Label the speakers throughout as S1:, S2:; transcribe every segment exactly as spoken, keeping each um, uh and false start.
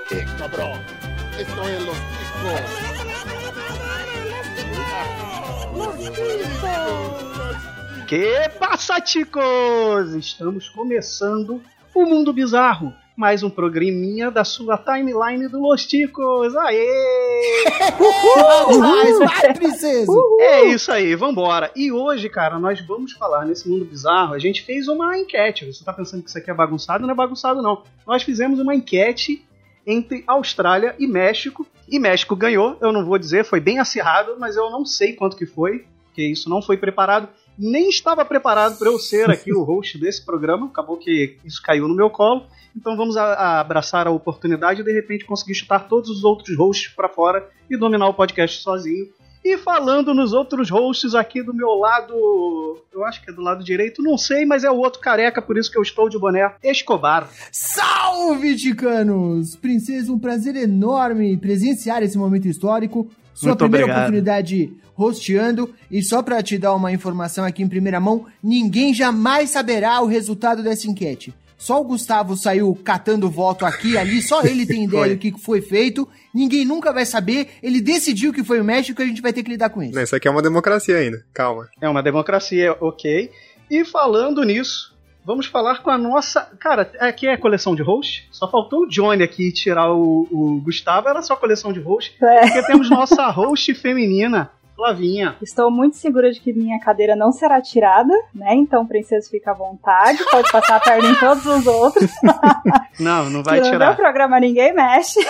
S1: Eh, cabrón, esto es Los Ticos. Los Ticos.
S2: Que passa, ticos? Estamos começando o Mundo Bizarro. Mais um programinha da sua timeline do Los Ticos. Aê!
S3: Uhul! Mais, vai, princesa! Uhul!
S2: É isso aí, vambora. E hoje, cara, nós vamos falar nesse Mundo Bizarro. A gente fez uma enquete. Você tá pensando que isso aqui é bagunçado? Não é bagunçado, não. Nós fizemos uma enquete entre Austrália e México. E México ganhou, eu não vou dizer, foi bem acirrado, mas eu não sei quanto que foi, porque isso não foi preparado. Nem estava preparado para eu ser aqui o host desse programa. Acabou que isso caiu no meu colo. Então vamos a, a abraçar a oportunidade e de repente conseguir chutar todos os outros hosts para fora e dominar o podcast sozinho. E falando nos outros hosts aqui do meu lado, eu acho que é do lado direito, não sei, mas é o outro careca, por isso que eu estou de boné, Escobar.
S3: Salve, ticanos! Princesa, um prazer enorme presenciar esse momento histórico. Sua
S2: Muito
S3: primeira
S2: obrigado.
S3: Oportunidade hosteando. E só pra te dar uma informação aqui em primeira mão, ninguém jamais saberá o resultado dessa enquete. Só o Gustavo saiu catando voto aqui e ali, só ele tem ideia do que foi feito. Ninguém nunca vai saber. Ele decidiu que foi o México e a gente vai ter que lidar com isso.
S4: Não, isso aqui é uma democracia ainda, calma.
S2: É uma democracia, ok. E falando nisso, vamos falar com a nossa... Cara, aqui é a coleção de host. Só faltou o Johnny aqui tirar o, o Gustavo. Era só coleção de host.
S5: É.
S2: Porque temos nossa host feminina, Flavinha.
S5: Estou muito segura de que minha cadeira não será tirada, né? Então, princesa, fica à vontade. Pode passar a perna em todos os outros.
S2: Não, não vai
S5: que
S2: tirar.
S5: No meu programa ninguém mexe.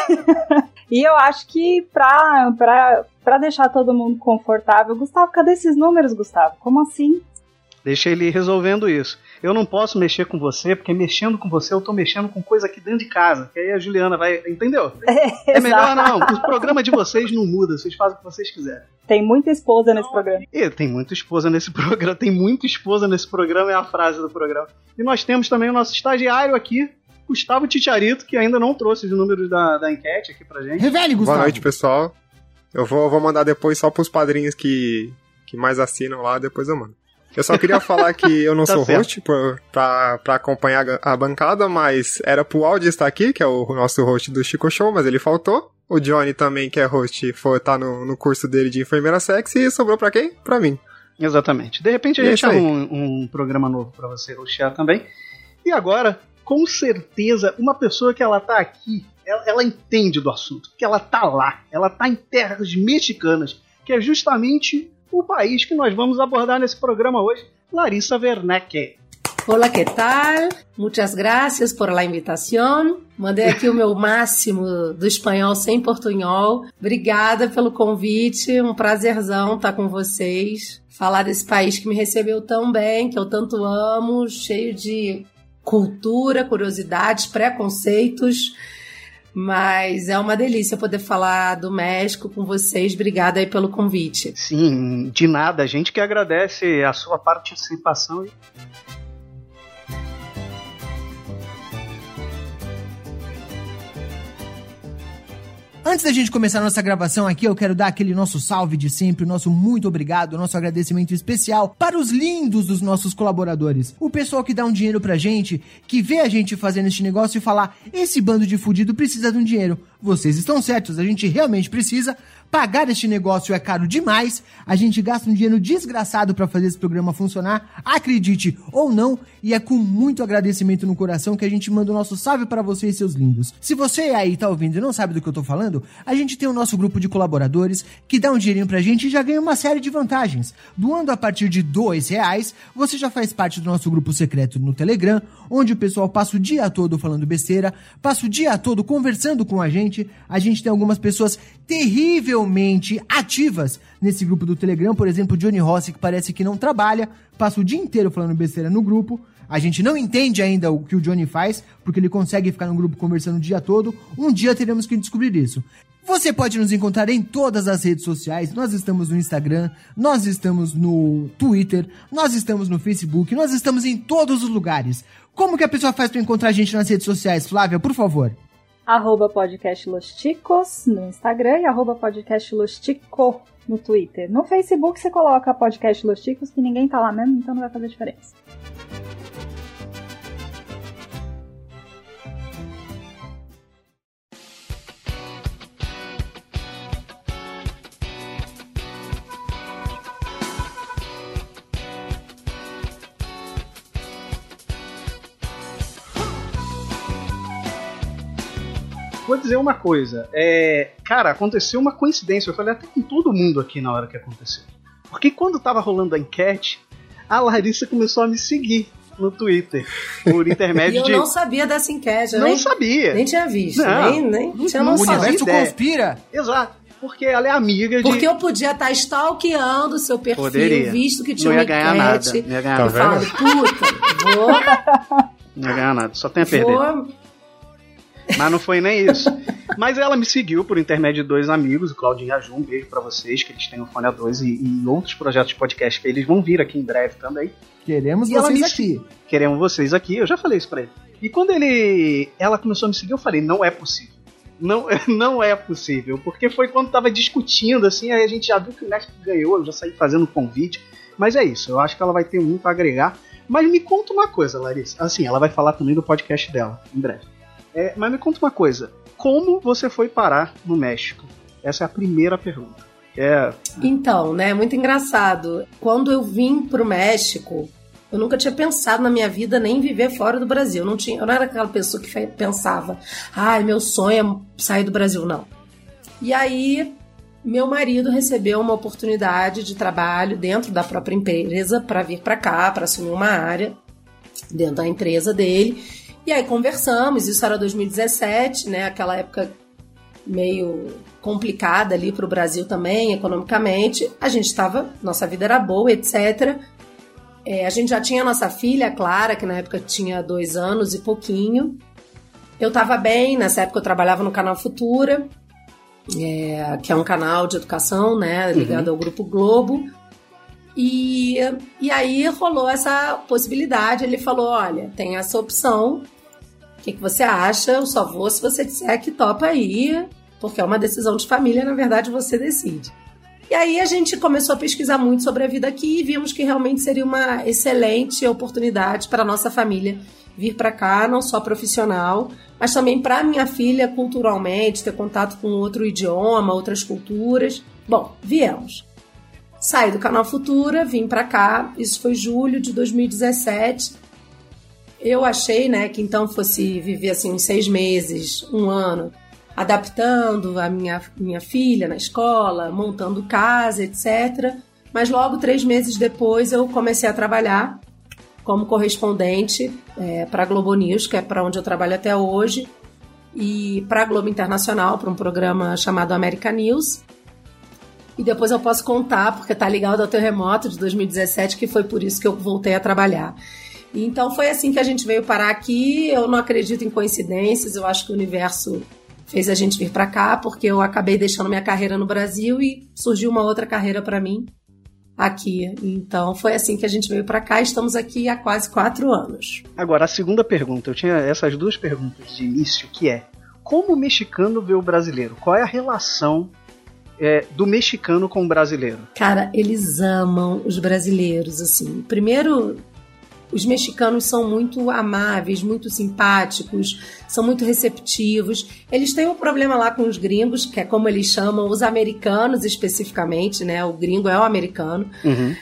S5: E eu acho que pra, pra, pra deixar todo mundo confortável... Gustavo, cadê esses números, Gustavo? Como assim?
S2: Deixa ele resolvendo isso. Eu não posso mexer com você, porque mexendo com você eu tô mexendo com coisa aqui dentro de casa. Que aí a Juliana vai... Entendeu?
S5: É,
S2: É melhor não. O programa de vocês não muda. Vocês fazem o que vocês quiserem.
S5: Tem muita esposa nesse programa.
S2: E tem muita esposa nesse programa. Tem muita esposa nesse programa, é a frase do programa. E nós temos também o nosso estagiário aqui, Gustavo Titiarito, que ainda não trouxe os números da, da enquete aqui pra gente.
S3: Revele, Gustavo.
S4: Boa noite, pessoal. Eu vou, vou mandar depois só pros padrinhos que, que mais assinam lá, depois eu mando. Eu só queria falar que eu não
S2: Tá
S4: sou
S2: certo.
S4: host por, pra, pra acompanhar a bancada, mas era pro Aldi estar aqui, que é o nosso host do Chico Show, mas ele faltou. O Johnny também, que é host, foi, tá no, no curso dele de enfermeira sexy, e sobrou pra quem? Pra mim.
S2: Exatamente. De repente a
S4: E é
S2: gente
S4: isso aí.
S2: arruma um, um programa novo pra você hostear também. E agora, com certeza, uma pessoa que ela tá aqui, ela, ela entende do assunto, porque ela tá lá, ela tá em terras mexicanas, que é justamente o país que nós vamos abordar nesse programa hoje, Larissa Werneck.
S6: Hola, ¿qué tal? Muchas gracias por la invitación. Mandei aqui o meu máximo do espanhol sem portunhol. Obrigada pelo convite, um prazerzão estar com vocês. Falar desse país que me recebeu tão bem, que eu tanto amo, cheio de cultura, curiosidades, preconceitos. Mas é uma delícia poder falar do México com vocês. Obrigada aí pelo convite.
S2: Sim, de nada. A gente que agradece a sua participação.
S3: Antes da gente começar a nossa gravação aqui, eu quero dar aquele nosso salve de sempre, o nosso muito obrigado, o nosso agradecimento especial para os lindos dos nossos colaboradores. O pessoal que dá um dinheiro pra gente, que vê a gente fazendo este negócio e falar, esse bando de fudido precisa de um dinheiro. Vocês estão certos, a gente realmente precisa. Pagar este negócio é caro demais, a gente gasta um dinheiro desgraçado pra fazer esse programa funcionar, acredite ou não, e é com muito agradecimento no coração que a gente manda o nosso salve para vocês, seus lindos. Se você aí tá ouvindo e não sabe do que eu tô falando, a gente tem o nosso grupo de colaboradores que dá um dinheirinho pra gente e já ganha uma série de vantagens. Doando a partir de dois reais, você já faz parte do nosso grupo secreto no Telegram, onde o pessoal passa o dia todo falando besteira, passa o dia todo conversando com a gente. A gente tem algumas pessoas terríveis ativas nesse grupo do Telegram, por exemplo, Johnny Rossi, que parece que não trabalha, passa o dia inteiro falando besteira no grupo. A gente não entende ainda o que o Johnny faz, porque ele consegue ficar no grupo conversando o dia todo. Um dia teremos que descobrir isso. Você pode nos encontrar em todas as redes sociais. Nós estamos no Instagram, nós estamos no Twitter, nós estamos no Facebook, nós estamos em todos os lugares. Como que a pessoa faz para encontrar a gente nas redes sociais, Flávia, por favor?
S5: Arroba podcast Los Ticos no Instagram e arroba podcast Los Tico no Twitter. No Facebook você coloca podcast Los Ticos, que ninguém tá lá mesmo, então não vai fazer diferença.
S2: vou dizer uma coisa. É, cara, aconteceu uma coincidência. Eu falei até com todo mundo aqui na hora que aconteceu. Porque quando tava rolando a enquete, a Larissa começou a me seguir no Twitter, por intermédio
S6: e eu
S2: de...
S6: eu não sabia dessa enquete. Eu
S2: não
S6: nem,
S2: sabia.
S6: Nem tinha visto.
S2: Não.
S6: Nem, nem tinha
S3: O
S6: noção.
S3: universo
S2: ideia.
S3: conspira.
S2: Exato. Porque ela é amiga de...
S6: Porque eu podia estar stalkeando o seu perfil,
S2: Poderia.
S6: visto que tinha
S2: Não ia
S6: uma
S2: ganhar
S6: enquete.
S2: nada. Não ia ganhar
S4: Tá
S6: Eu
S2: nada.
S4: vendo?
S6: falo, puta, vou...
S2: Não ia ganhar nada. Só tem a perder.
S6: vou
S2: Mas não foi nem isso. Mas ela me seguiu por intermédio de dois amigos, o Claudinho e a Ju, um beijo pra vocês, que eles têm o Fone A dois e, e outros projetos de podcast que eles vão vir aqui em breve também.
S3: Queremos
S2: E ela
S3: vocês
S2: me
S3: aqui.
S2: Queremos vocês aqui, eu já falei isso pra ele. E quando ele, ela começou a me seguir, eu falei, não é possível. Não, não é possível, porque foi quando tava discutindo, assim, aí a gente já viu que o México ganhou, eu já saí fazendo um convite. Mas é isso, eu acho que ela vai ter muito a agregar. Mas me conta uma coisa, Larissa. Assim, ela vai falar também do podcast dela, em breve. É, mas me conta uma coisa. Como você foi parar no México? Essa é a primeira pergunta. É...
S6: Então, né, muito engraçado. Quando eu vim pro México, eu nunca tinha pensado na minha vida nem em viver fora do Brasil. Eu não, tinha, eu não era aquela pessoa que pensava, ai, meu sonho é sair do Brasil, não. E aí, meu marido recebeu uma oportunidade de trabalho dentro da própria empresa para vir para cá, para assumir uma área dentro da empresa dele. E aí conversamos, isso era dois mil e dezessete, né, aquela época meio complicada ali para o Brasil também, economicamente. A gente estava, nossa vida era boa, etcétera. É, a gente já tinha nossa filha, Clara, que na época tinha dois anos e pouquinho. Eu estava bem, nessa época eu trabalhava no canal Futura, é, que é um canal de educação, né, ligado uhum. ao Grupo Globo. E, e aí rolou essa possibilidade, ele falou, olha, tem essa opção, o que, que você acha? Eu só vou se você disser que topa aí, porque é uma decisão de família, na verdade você decide. E aí a gente começou a pesquisar muito sobre a vida aqui e vimos que realmente seria uma excelente oportunidade para a nossa família vir para cá, não só profissional, mas também para minha filha culturalmente, ter contato com outro idioma, outras culturas. Bom, viemos. Saí do canal Futura, vim pra cá, isso foi julho de dois mil e dezessete. Eu achei, né, que então fosse viver assim uns seis meses, um ano, adaptando a minha, minha filha na escola, montando casa, etcétera. Mas logo, três meses depois, eu comecei a trabalhar como correspondente é, para a Globo News, que é para onde eu trabalho até hoje, e para a Globo Internacional, para um programa chamado America News. E depois eu posso contar, porque tá ligado ao terremoto de dois mil e dezessete, que foi por isso que eu voltei a trabalhar. E então foi assim que a gente veio parar aqui. Eu não acredito em coincidências, eu acho que o universo fez a gente vir para cá, porque eu acabei deixando minha carreira no Brasil e surgiu uma outra carreira para mim aqui. Então foi assim que a gente veio para cá e estamos aqui há quase quatro anos.
S2: Agora, a segunda pergunta. Eu tinha essas duas perguntas de início, que é: como o mexicano vê o brasileiro? Qual é a relação É, do mexicano com o brasileiro?
S6: Cara, eles amam os brasileiros, assim. Primeiro, os mexicanos são muito amáveis, muito simpáticos, são muito receptivos. Eles têm um problema lá com os gringos, que é como eles chamam, os americanos especificamente, né? O gringo é o americano.
S2: Uhum.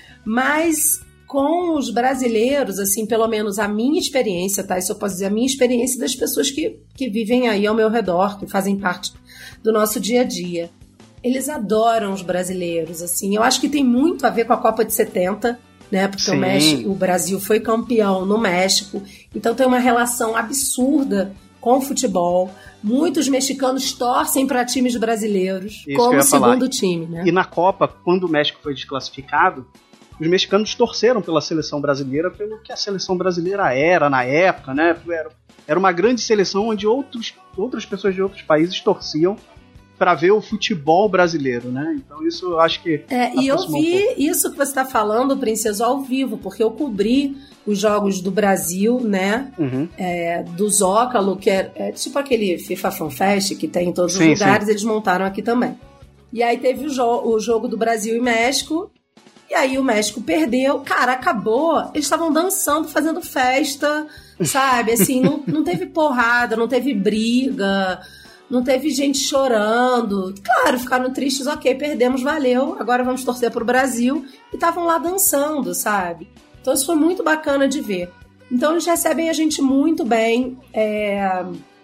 S6: Mas com os brasileiros, assim, pelo menos a minha experiência, tá? Isso eu posso dizer, a minha experiência das pessoas que, que vivem aí ao meu redor, que fazem parte do nosso dia a dia. Eles adoram os brasileiros, assim. Eu acho que tem muito a ver com a Copa de setenta, né? Porque o, México, o Brasil foi campeão no México. Então tem uma relação absurda com o futebol. Muitos mexicanos torcem para times brasileiros,
S2: Isso
S6: como segundo
S2: falar.
S6: time, né?
S2: E na Copa, quando o México foi desclassificado, os mexicanos torceram pela seleção brasileira, pelo que a seleção brasileira era na época, né? Era, era uma grande seleção onde outros, outras pessoas de outros países torciam para ver o futebol brasileiro, né? Então isso eu acho que...
S6: É, e eu vi um isso que você está falando, Princesa, ao vivo, porque eu cobri os jogos do Brasil, né?
S2: Uhum.
S6: É, do Zócalo, que é, é tipo aquele FIFA Fan Fest que tem em todos
S2: sim,
S6: os lugares,
S2: sim.
S6: Eles montaram aqui também. E aí teve o, jo- o jogo do Brasil e México, e aí o México perdeu. Cara, acabou. Eles estavam dançando, fazendo festa, sabe? Assim, não, não teve porrada, não teve briga... Não teve gente chorando. Claro, ficaram tristes, ok, perdemos, valeu. Agora vamos torcer pro Brasil. E estavam lá dançando, sabe? Então isso foi muito bacana de ver. Então eles recebem a gente muito bem. É...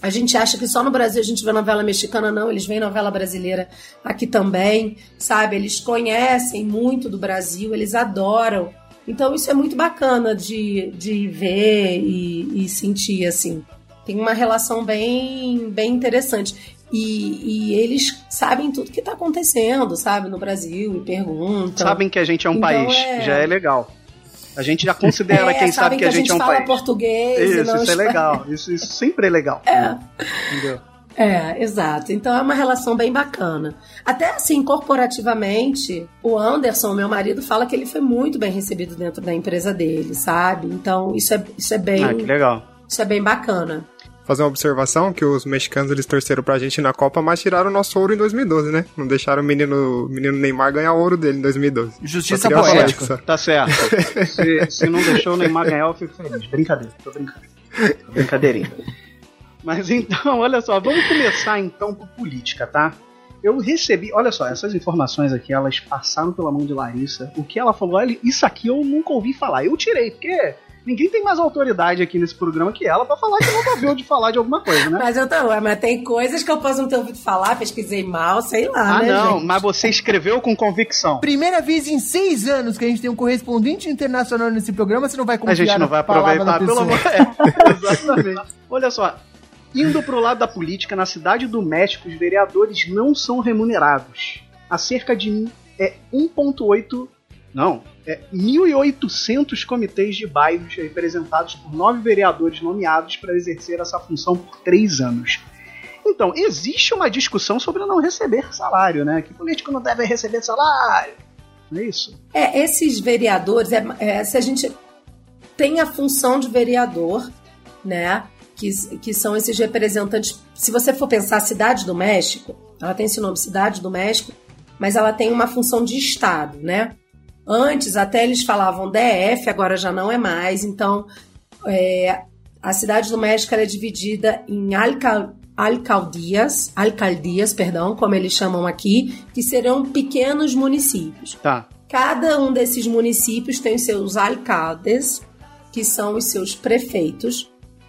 S6: A gente acha que só no Brasil a gente vê novela mexicana, não, eles veem novela brasileira aqui também, sabe? Eles conhecem muito do Brasil, eles adoram. Então isso é muito bacana de, de ver e, e sentir, assim. Tem uma relação bem, bem interessante. E, e eles sabem tudo que está acontecendo, sabe, no Brasil, e perguntam.
S2: Sabem que a gente é um
S6: Então,
S2: país,
S6: é...
S2: já é legal. A gente já considera
S6: é,
S2: quem sabe que, que a gente, gente é um
S6: fala
S2: país.
S6: Português
S2: isso,
S6: e não
S2: isso é legal. Isso, isso sempre é legal.
S6: É.
S2: Entendeu?
S6: É, exato. Então é uma relação bem bacana. Até assim, corporativamente, o Anderson, meu marido, fala que ele foi muito bem recebido dentro da empresa dele, sabe? Então isso é, isso é bem...
S2: Ah, que legal.
S6: Isso é bem bacana.
S4: Fazer uma observação que os mexicanos eles torceram pra gente na Copa, mas tiraram o nosso ouro em dois mil e doze, né? Não deixaram o menino, o menino Neymar ganhar o ouro dele em dois mil e doze.
S3: Justiça poética.
S2: Tá certo. se, se não deixou o Neymar ganhar, eu fico feliz. Brincadeira, tô brincando. Tô brincadeirinha. Mas então, olha só, vamos começar então por política, tá? Eu recebi, olha só, essas informações aqui, elas passaram pela mão de Larissa. O que ela falou, olha, isso aqui eu nunca ouvi falar. Eu tirei, porque... Ninguém tem mais autoridade aqui nesse programa que ela pra falar que nunca ouviu de falar de alguma coisa, né?
S6: Mas eu tô, mas tem coisas que eu posso não ter ouvido falar, pesquisei mal, sei lá,
S2: ah,
S6: né,
S2: não,
S6: gente?
S2: mas você escreveu com convicção.
S3: Primeira vez em seis anos que a gente tem um correspondente internacional nesse programa, você não vai confiar.
S2: A gente não vai aproveitar, pelo amor de Deus. Exatamente. Olha só, indo pro lado da política, na cidade do México, os vereadores não são remunerados. Há cerca de é, um vírgula oito... Não, é mil e oitocentos comitês de bairros representados por nove vereadores nomeados para exercer essa função por três anos. Então, existe uma discussão sobre não receber salário, né? Que político não deve receber salário. Não é isso?
S6: É, esses vereadores, é, é, se a gente tem a função de vereador, né? Que, que são esses representantes. Se você for pensar a Cidade do México, ela tem esse nome, Cidade do México, mas ela tem uma função de Estado, né? Antes até eles falavam D F, agora já não é mais. Então, é, a Cidade do México ela é dividida em alcal, alcaldias, alcaldias, perdão, como eles chamam aqui, que serão pequenos municípios.
S2: Tá.
S6: Cada um desses municípios tem os seus alcaldes, que são os seus prefeitos,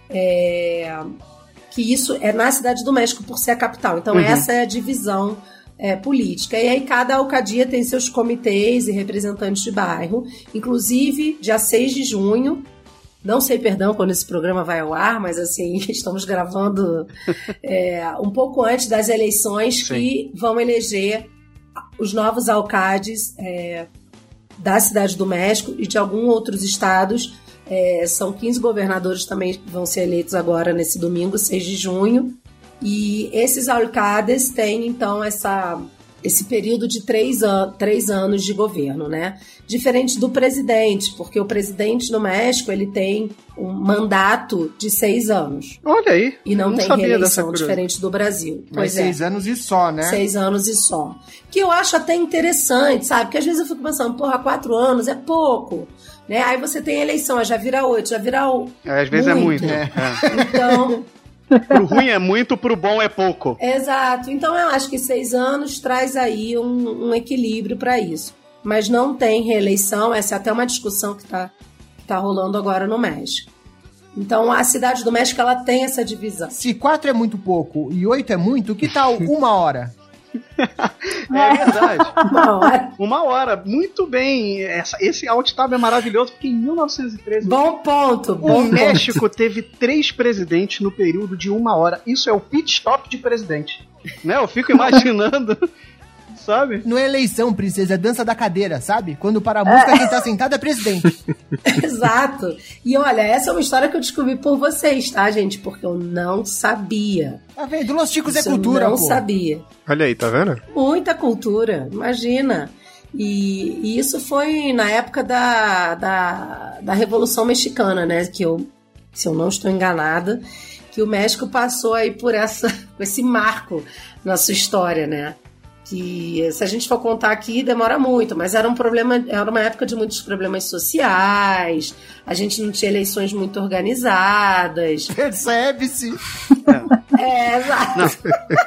S6: é, que isso é na Cidade do México por ser a capital. Então, uhum. essa é a divisão É, política. E aí cada alcadia tem seus comitês e representantes de bairro. Inclusive, dia seis de junho, não sei, perdão, quando esse programa vai ao ar, mas assim, estamos gravando é, um pouco antes das eleições. Sim. Que vão eleger os novos alcaldes é, da Cidade do México e de alguns outros estados. É, são quinze governadores também vão ser eleitos agora nesse domingo, seis de junho. E esses alcaldes têm, então, essa, esse período de três, an- três anos de governo, né? Diferente do presidente, porque o presidente no México, ele tem um mandato de seis anos.
S2: Olha aí.
S6: E não, não tem reeleição, diferente do Brasil.
S3: Mas seis é. anos e só, né?
S6: Seis anos e só. Que eu acho até interessante, sabe? Porque às vezes eu fico pensando, porra, quatro anos é pouco. Né? Aí você tem eleição, já vira oito, já vira o...
S2: É, às vezes
S6: muito.
S2: é muito. É.
S6: Então...
S2: Pro ruim é muito, pro bom é pouco.
S6: Exato. Então eu acho que seis anos traz aí um, um equilíbrio para isso. Mas não tem reeleição, essa é até uma discussão que está que tá rolando agora no México. Então a Cidade do México ela tem essa divisão.
S3: Se quatro é muito pouco e oito é muito, que tal uma hora?
S2: É verdade.
S6: Uma hora.
S2: Uma hora. Muito bem. Essa, esse alt-tab é maravilhoso, porque em mil novecentos e treze...
S6: Bom ponto.
S2: O
S6: Bom
S2: México
S6: ponto.
S2: teve três presidentes no período de uma hora. Isso é o pit stop de presidente. Né? Eu fico imaginando... Sabe?
S3: Não é eleição, princesa, é dança da cadeira, sabe? Quando para a música, é. quem tá sentado é presidente.
S6: Exato. E olha, essa é uma história que eu descobri por vocês, tá, gente? Porque eu não sabia.
S3: Tá vendo? Los Ticos
S6: Isso
S3: é cultura,
S6: eu não
S3: pô.
S6: sabia.
S4: Olha aí, tá vendo?
S6: Muita cultura, imagina. E, e isso foi na época da, da, da Revolução Mexicana, né? Que eu, se eu não estou enganada, que o México passou aí por essa, esse marco na sua história, né? Que se a gente for contar aqui demora muito, mas era um problema, era uma época de muitos problemas sociais, a gente não tinha eleições muito organizadas.
S3: Percebe-se.
S6: É, é exato.
S2: Não.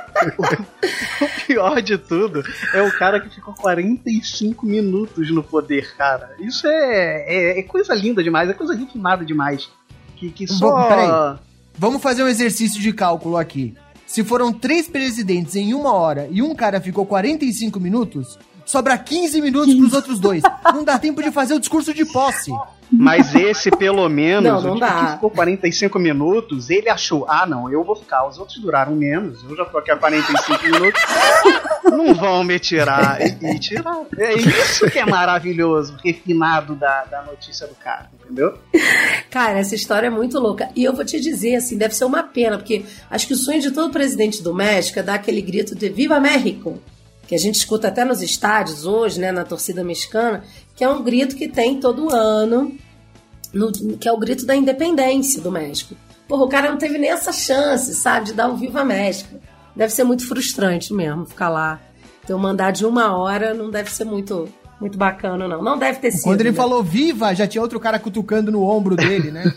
S2: O, o pior de tudo é o cara que ficou quarenta e cinco minutos no poder, cara. Isso é, é, é coisa linda demais, é coisa refinada demais. Que, que só...
S3: Bom, peraí. Vamos fazer um exercício de cálculo aqui. Se foram três presidentes em uma hora e um cara ficou quarenta e cinco minutos, sobra quinze minutos pros outros dois. Não dá tempo de fazer o discurso de posse.
S2: Mas esse, pelo menos,
S6: Não, não
S2: o
S6: dá.
S2: que ficou quarenta e cinco minutos, ele achou, ah, não, eu vou ficar. Os outros duraram menos, eu já tô aqui há quarenta e cinco minutos. Não vão me tirar. E, e tirar. É isso que é maravilhoso, refinado da, da notícia do cara, entendeu?
S6: Cara, essa história é muito louca. E eu vou te dizer, assim, deve ser uma pena, porque acho que o sonho de todo presidente do México é dar aquele grito de Viva México, que a gente escuta até nos estádios hoje, né, na torcida mexicana, que é um grito que tem todo ano, no, que é o grito da independência do México. Porra, o cara não teve nem essa chance, sabe, de dar um Viva México. Deve ser muito frustrante mesmo ficar lá. Ter um mandato de uma hora não deve ser muito, muito bacana, não. Não deve ter sido.
S3: Quando ele
S6: né?
S3: falou viva, já tinha outro cara cutucando no ombro dele, né?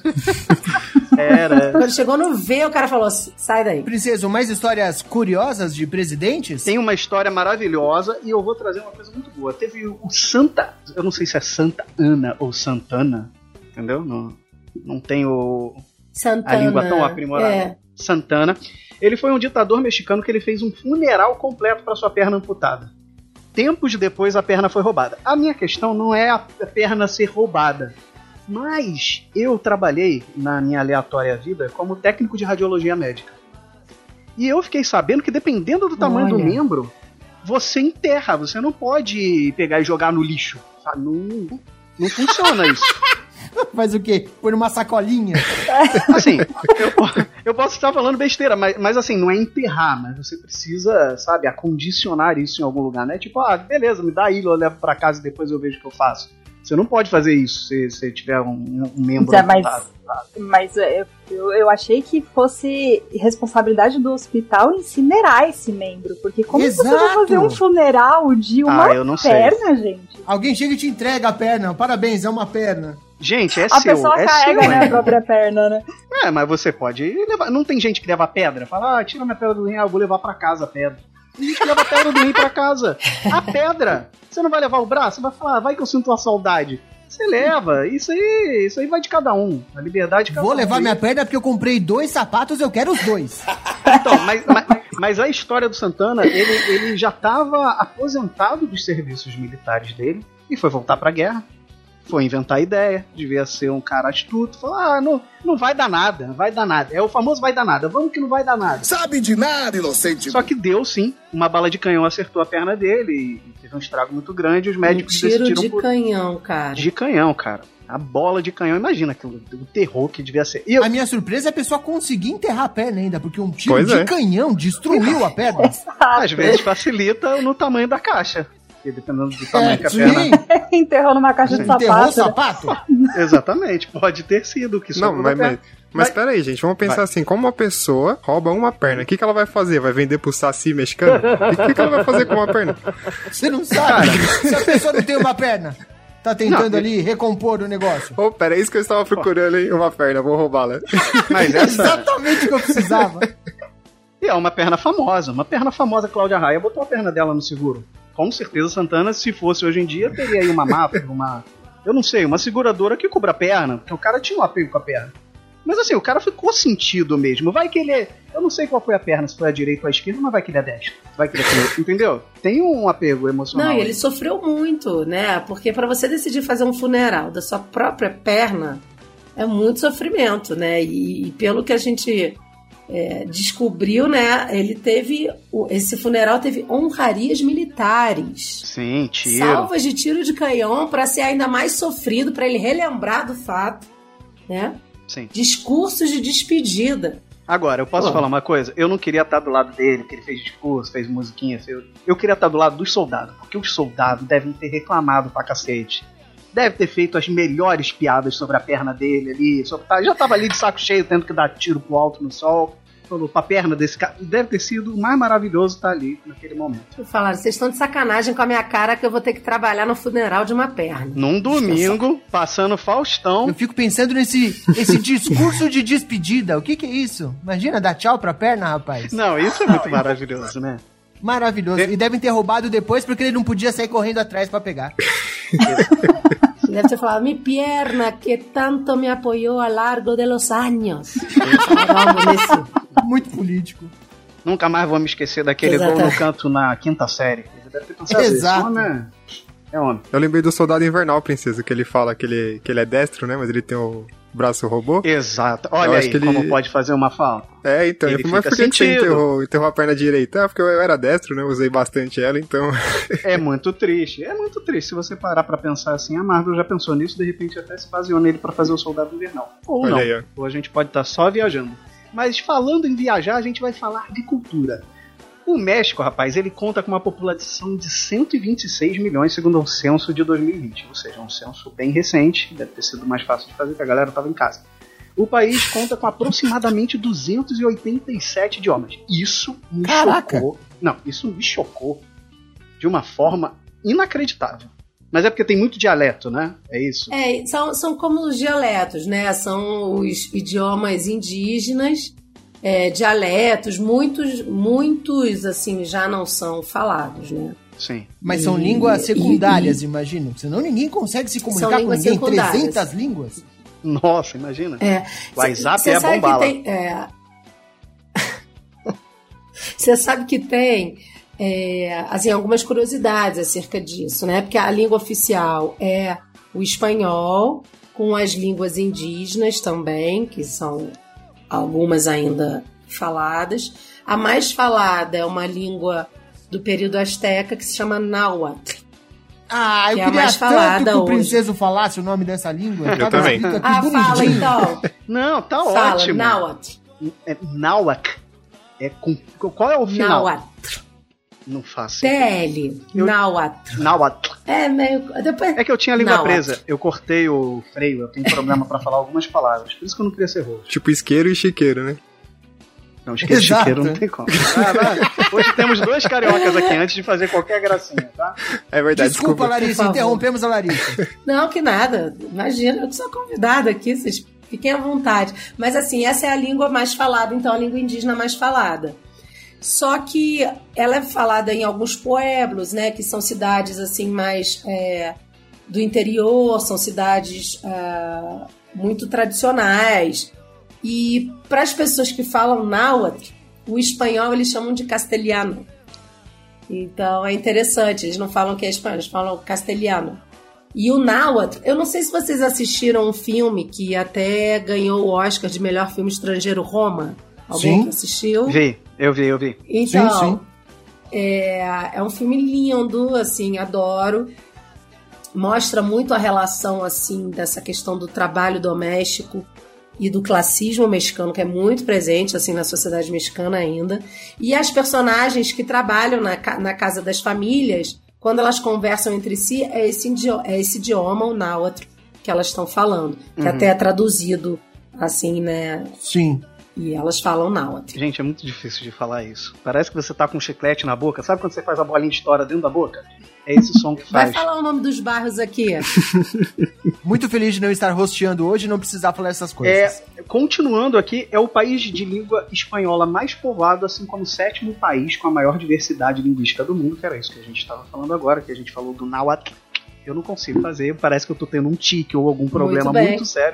S2: Era.
S6: Quando chegou no V, o cara falou assim, sai daí.
S3: Princesa, mais histórias curiosas de presidentes?
S2: Tem uma história maravilhosa e eu vou trazer uma coisa muito boa. Teve o Santa, eu não sei se é Santa Ana ou Santana, entendeu? Não, não tem o,
S6: Santana.
S2: a língua tão aprimorada.
S6: É.
S2: Santana. Ele foi um ditador mexicano que ele fez um funeral completo para sua perna amputada. Tempos depois a perna foi roubada. A minha questão não é a perna ser roubada, mas eu trabalhei na minha aleatória vida como técnico de radiologia médica. E eu fiquei sabendo que dependendo do tamanho
S6: Olha.
S2: do membro, você enterra, você não pode pegar e jogar no lixo. Sabe? Não, não funciona isso.
S3: Faz o quê? Põe numa sacolinha?
S2: Assim, eu, eu posso estar falando besteira, mas, mas assim, não é enterrar, mas você precisa, sabe, acondicionar isso em algum lugar, né? Tipo, ah, beleza, me dá aí, eu levo pra casa e depois eu vejo o que eu faço. Você não pode fazer isso se você tiver um, um membro
S5: É, mas,
S2: amputado, sabe?
S5: mas eu, eu, eu achei que fosse responsabilidade do hospital incinerar esse membro, porque como
S3: Exato.
S5: você vai fazer um funeral de uma
S2: Ah, eu não sei.
S5: perna, gente?
S3: Alguém chega e te entrega a perna. Parabéns, é uma perna.
S2: Gente, é
S5: A
S2: seu,
S5: pessoa
S2: é
S5: carrega,
S2: seu,
S5: né,
S2: né?
S5: a própria perna, né?
S2: É, mas você pode levar. Não tem gente que leva pedra? Fala, ah, tira minha pedra do rim, ah, eu vou levar pra casa a pedra. Tem gente que leva a pedra do rim pra casa. A pedra! Você não vai levar o braço? Você vai falar, ah, vai que eu sinto uma saudade. Você leva, isso aí, isso aí vai de cada um. A liberdade de cada
S3: Vou
S2: um.
S3: levar minha perna porque eu comprei dois sapatos, eu quero os dois.
S2: Então, mas, mas, mas a história do Santana, ele, ele já estava aposentado dos serviços militares dele e foi voltar pra guerra. Foi inventar a ideia, devia ser um cara astuto. Falou, ah, não, não vai dar nada, não vai dar nada. É o famoso vai dar nada, vamos que não vai dar nada.
S1: Sabe de nada, inocente.
S2: Só que deu sim, uma bala de canhão acertou a perna dele e teve um estrago muito grande e os
S6: Um
S2: médicos
S6: tiro
S2: decidiram...
S6: de
S2: por...
S6: canhão, cara.
S2: De canhão, cara. A bola de canhão, imagina aquilo, o terror que devia ser. E eu,
S3: A minha surpresa é a pessoa conseguir enterrar a perna ainda, porque um tiro
S4: Pois
S3: de
S4: é.
S3: canhão destruiu a perna.
S2: às vezes facilita no tamanho da caixa. Porque dependendo do tamanho que a
S3: Sim,
S2: perna...
S5: Enterrou numa caixa de
S3: enterrou o
S5: sapato. né?
S3: sapato?
S2: Exatamente, pode ter sido que
S4: Não,
S2: sobrou
S4: mas,
S2: da
S4: mas,
S2: perna.
S4: mas
S2: Vai.
S4: peraí, gente, vamos pensar
S2: Vai.
S4: assim, como uma pessoa rouba uma perna, o que, que ela vai fazer? Vai vender pro Saci mexicano? O que, que ela vai fazer com uma perna?
S3: Você não sabe. Se a pessoa não tem uma perna, tá tentando
S2: Não,
S3: ali recompor o negócio.
S4: Ô, pera, é isso que eu estava procurando, hein? Uma perna, vou roubá-la.
S2: Mas essa
S3: Exatamente o que eu precisava.
S2: e é uma perna famosa, uma perna famosa, Cláudia Raia botou a perna dela no seguro. Com certeza Santana, se fosse hoje em dia, teria aí uma máfia, uma, eu não sei, uma seguradora que cubra a perna, porque o cara tinha um apego com a perna. Mas assim, o cara ficou sentido mesmo. Vai que ele é. Eu não sei qual foi a perna, se foi a direita ou a esquerda, mas vai que ele é destro. Vai que ele é canhoto, entendeu? Tem um apego emocional.
S6: Não, e
S2: aí.
S6: ele sofreu muito, né? Porque pra você decidir fazer um funeral da sua própria perna é muito sofrimento, né? E, e pelo que a gente é, descobriu, né? Ele teve. o- Esse funeral teve honrarias militares.
S2: Sim, tiro.
S6: Salvas de tiro de canhão pra ser ainda mais sofrido, pra ele relembrar do fato, né?
S2: Sim.
S6: Discursos de despedida.
S2: Agora, eu posso
S6: Pô.
S2: falar uma coisa? Eu não queria estar do lado dele, que ele fez discurso, fez musiquinha. Fez... Eu queria estar do lado dos soldados, porque os soldados devem ter reclamado pra cacete. Deve ter feito as melhores piadas sobre a perna dele ali. Sobre... Já tava ali de saco cheio, tendo que dar tiro pro alto no sol. Falou pra perna desse cara. Deve ter sido o mais maravilhoso estar ali naquele momento.
S6: Falaram, vocês estão de sacanagem com a minha cara que eu vou ter que trabalhar no funeral de uma perna.
S2: Num domingo, passando Faustão.
S3: Eu fico pensando nesse esse discurso de despedida. O que que é isso? Imagina dar tchau pra perna, rapaz.
S2: Não, isso é muito maravilhoso, né?
S3: Maravilhoso. E devem ter roubado depois porque ele não podia sair correndo atrás pra pegar.
S6: Deve ter falado, mi pierna que tanto me apoiou a largo de los años.
S3: Muito político.
S2: Nunca mais vou me esquecer daquele
S6: Exato.
S2: gol no canto na quinta série. Ele deve ter pensado isso.
S3: Exato.
S2: Homem é- É homem.
S4: Eu lembrei do Soldado Invernal, princesa, que ele fala que ele, que ele é destro, né? Mas ele tem o braço robô.
S2: Exato.
S4: Eu
S2: Olha
S4: acho
S2: aí
S4: que ele-
S2: como pode fazer uma falta.
S4: É, então.
S2: Ele
S4: Eu falei, mas
S2: fica
S4: por que, que você
S2: sentido.
S4: enterrou, enterrou a perna direita? Ah, porque eu era destro, né? Eu usei bastante ela, então...
S2: É muito triste. É muito triste. Se você parar pra pensar assim, a Marvel já pensou nisso, de repente até se baseou nele pra fazer o Soldado Invernal. Ou
S4: Olha
S2: não.
S4: aí, ó.
S2: Ou a gente pode estar só viajando. Mas falando em viajar, a gente vai falar de cultura. O México, rapaz, ele conta com uma população de cento e vinte e seis milhões, segundo o censo de dois mil e vinte. Ou seja, um censo bem recente, deve ter sido mais fácil de fazer, porque a galera estava em casa. O país conta com aproximadamente duzentos e oitenta e sete idiomas. Isso me
S3: Caraca!
S2: chocou. Não, isso me chocou de uma forma inacreditável. Mas é porque tem muito dialeto, né? É isso?
S6: É, são, são como os dialetos, né? São os idiomas indígenas, é, dialetos, muitos, muitos, assim, já não são falados, né?
S2: Sim.
S3: Mas são
S6: E-
S3: línguas
S6: e-
S3: secundárias, imagino. Senão ninguém consegue se comunicar com
S6: línguas
S3: ninguém.
S6: secundárias.
S3: trezentas línguas?
S2: Nossa, imagina.
S6: É.
S2: O WhatsApp
S6: Cê
S2: é
S6: sabe que
S2: bombala.
S6: tem, é... Você sabe que tem é, assim, algumas curiosidades acerca disso, né? Porque a língua oficial é o espanhol, com as línguas indígenas também, que são algumas ainda faladas. A mais falada é uma língua do período asteca que se chama náhuatl.
S3: Ah, eu
S6: Que é a
S3: queria
S6: mais
S3: tanto
S6: falada
S3: que o
S6: hoje.
S3: princeso falasse o nome dessa língua.
S4: Eu
S3: Tava
S4: também.
S3: escrito aqui
S6: Ah, fala
S3: bonitinho.
S6: então.
S2: Não, tá
S6: Fala,
S2: ótimo.
S6: náhuatl.
S2: É Náhuatl. É com... Qual é o final?
S6: Náhuatl.
S2: Não faço.
S6: T L.
S2: Eu-
S6: Náhuatl.
S2: Náhuatl.
S6: É meio... Depois...
S2: É que eu tinha a língua
S6: Náhuatl.
S2: presa. Eu cortei o freio, eu tenho problema pra falar algumas palavras. Por isso que eu não queria ser rosto.
S4: Tipo isqueiro e chiqueiro, né?
S2: Não, esqueci
S3: Exato.
S2: chiqueiro, não tem como. Ah, vai. Hoje temos dois cariocas aqui antes de fazer qualquer gracinha, tá?
S4: É verdade,
S3: Desculpa,
S4: desculpa.
S3: Larissa,
S6: Por favor.
S3: interrompemos a Larissa.
S6: Não, que nada. Imagina, eu que sou convidada aqui, vocês fiquem à vontade. Mas assim, essa é a língua mais falada, então a língua indígena mais falada. Só que ela é falada em alguns pueblos, né? Que são cidades assim mais é, do interior, são cidades ah, muito tradicionais. E para as pessoas que falam náhuatl, o espanhol eles chamam de castelhano. Então é interessante, eles não falam que é espanhol, eles falam castelhano. E o náhuatl, eu não sei se vocês assistiram um filme que até ganhou o Oscar de melhor filme estrangeiro, Roma. Alguém
S3: Sim.
S6: que assistiu?
S2: Vi, eu vi, eu vi.
S6: Então,
S3: Sim, sim.
S6: É, é um filme lindo, assim, adoro. Mostra muito a relação, assim, dessa questão do trabalho doméstico e do classismo mexicano, que é muito presente, assim, na sociedade mexicana ainda. E as personagens que trabalham na, ca- na casa das famílias, quando elas conversam entre si, é esse, idioma, é esse idioma, o náhuatl, que elas estão falando. Que
S2: Uhum.
S6: até é traduzido, assim, né?
S3: Sim.
S6: E elas falam náhuatl.
S2: Gente, é muito difícil de falar isso. Parece que você tá com um chiclete na boca. Sabe quando você faz a bolinha de estoura dentro da boca? É esse som que
S6: Vai
S2: faz.
S6: falar o nome dos bairros aqui.
S3: Muito feliz de não estar hosteando hoje e não precisar falar essas coisas.
S2: É, continuando aqui, é o país de língua espanhola mais povoado, assim como o sétimo país com a maior diversidade linguística do mundo, que era isso que a gente estava falando agora, que a gente falou do náhuatl. Eu não consigo fazer, parece que eu tô tendo um tique ou algum problema
S6: bem.
S2: muito sério.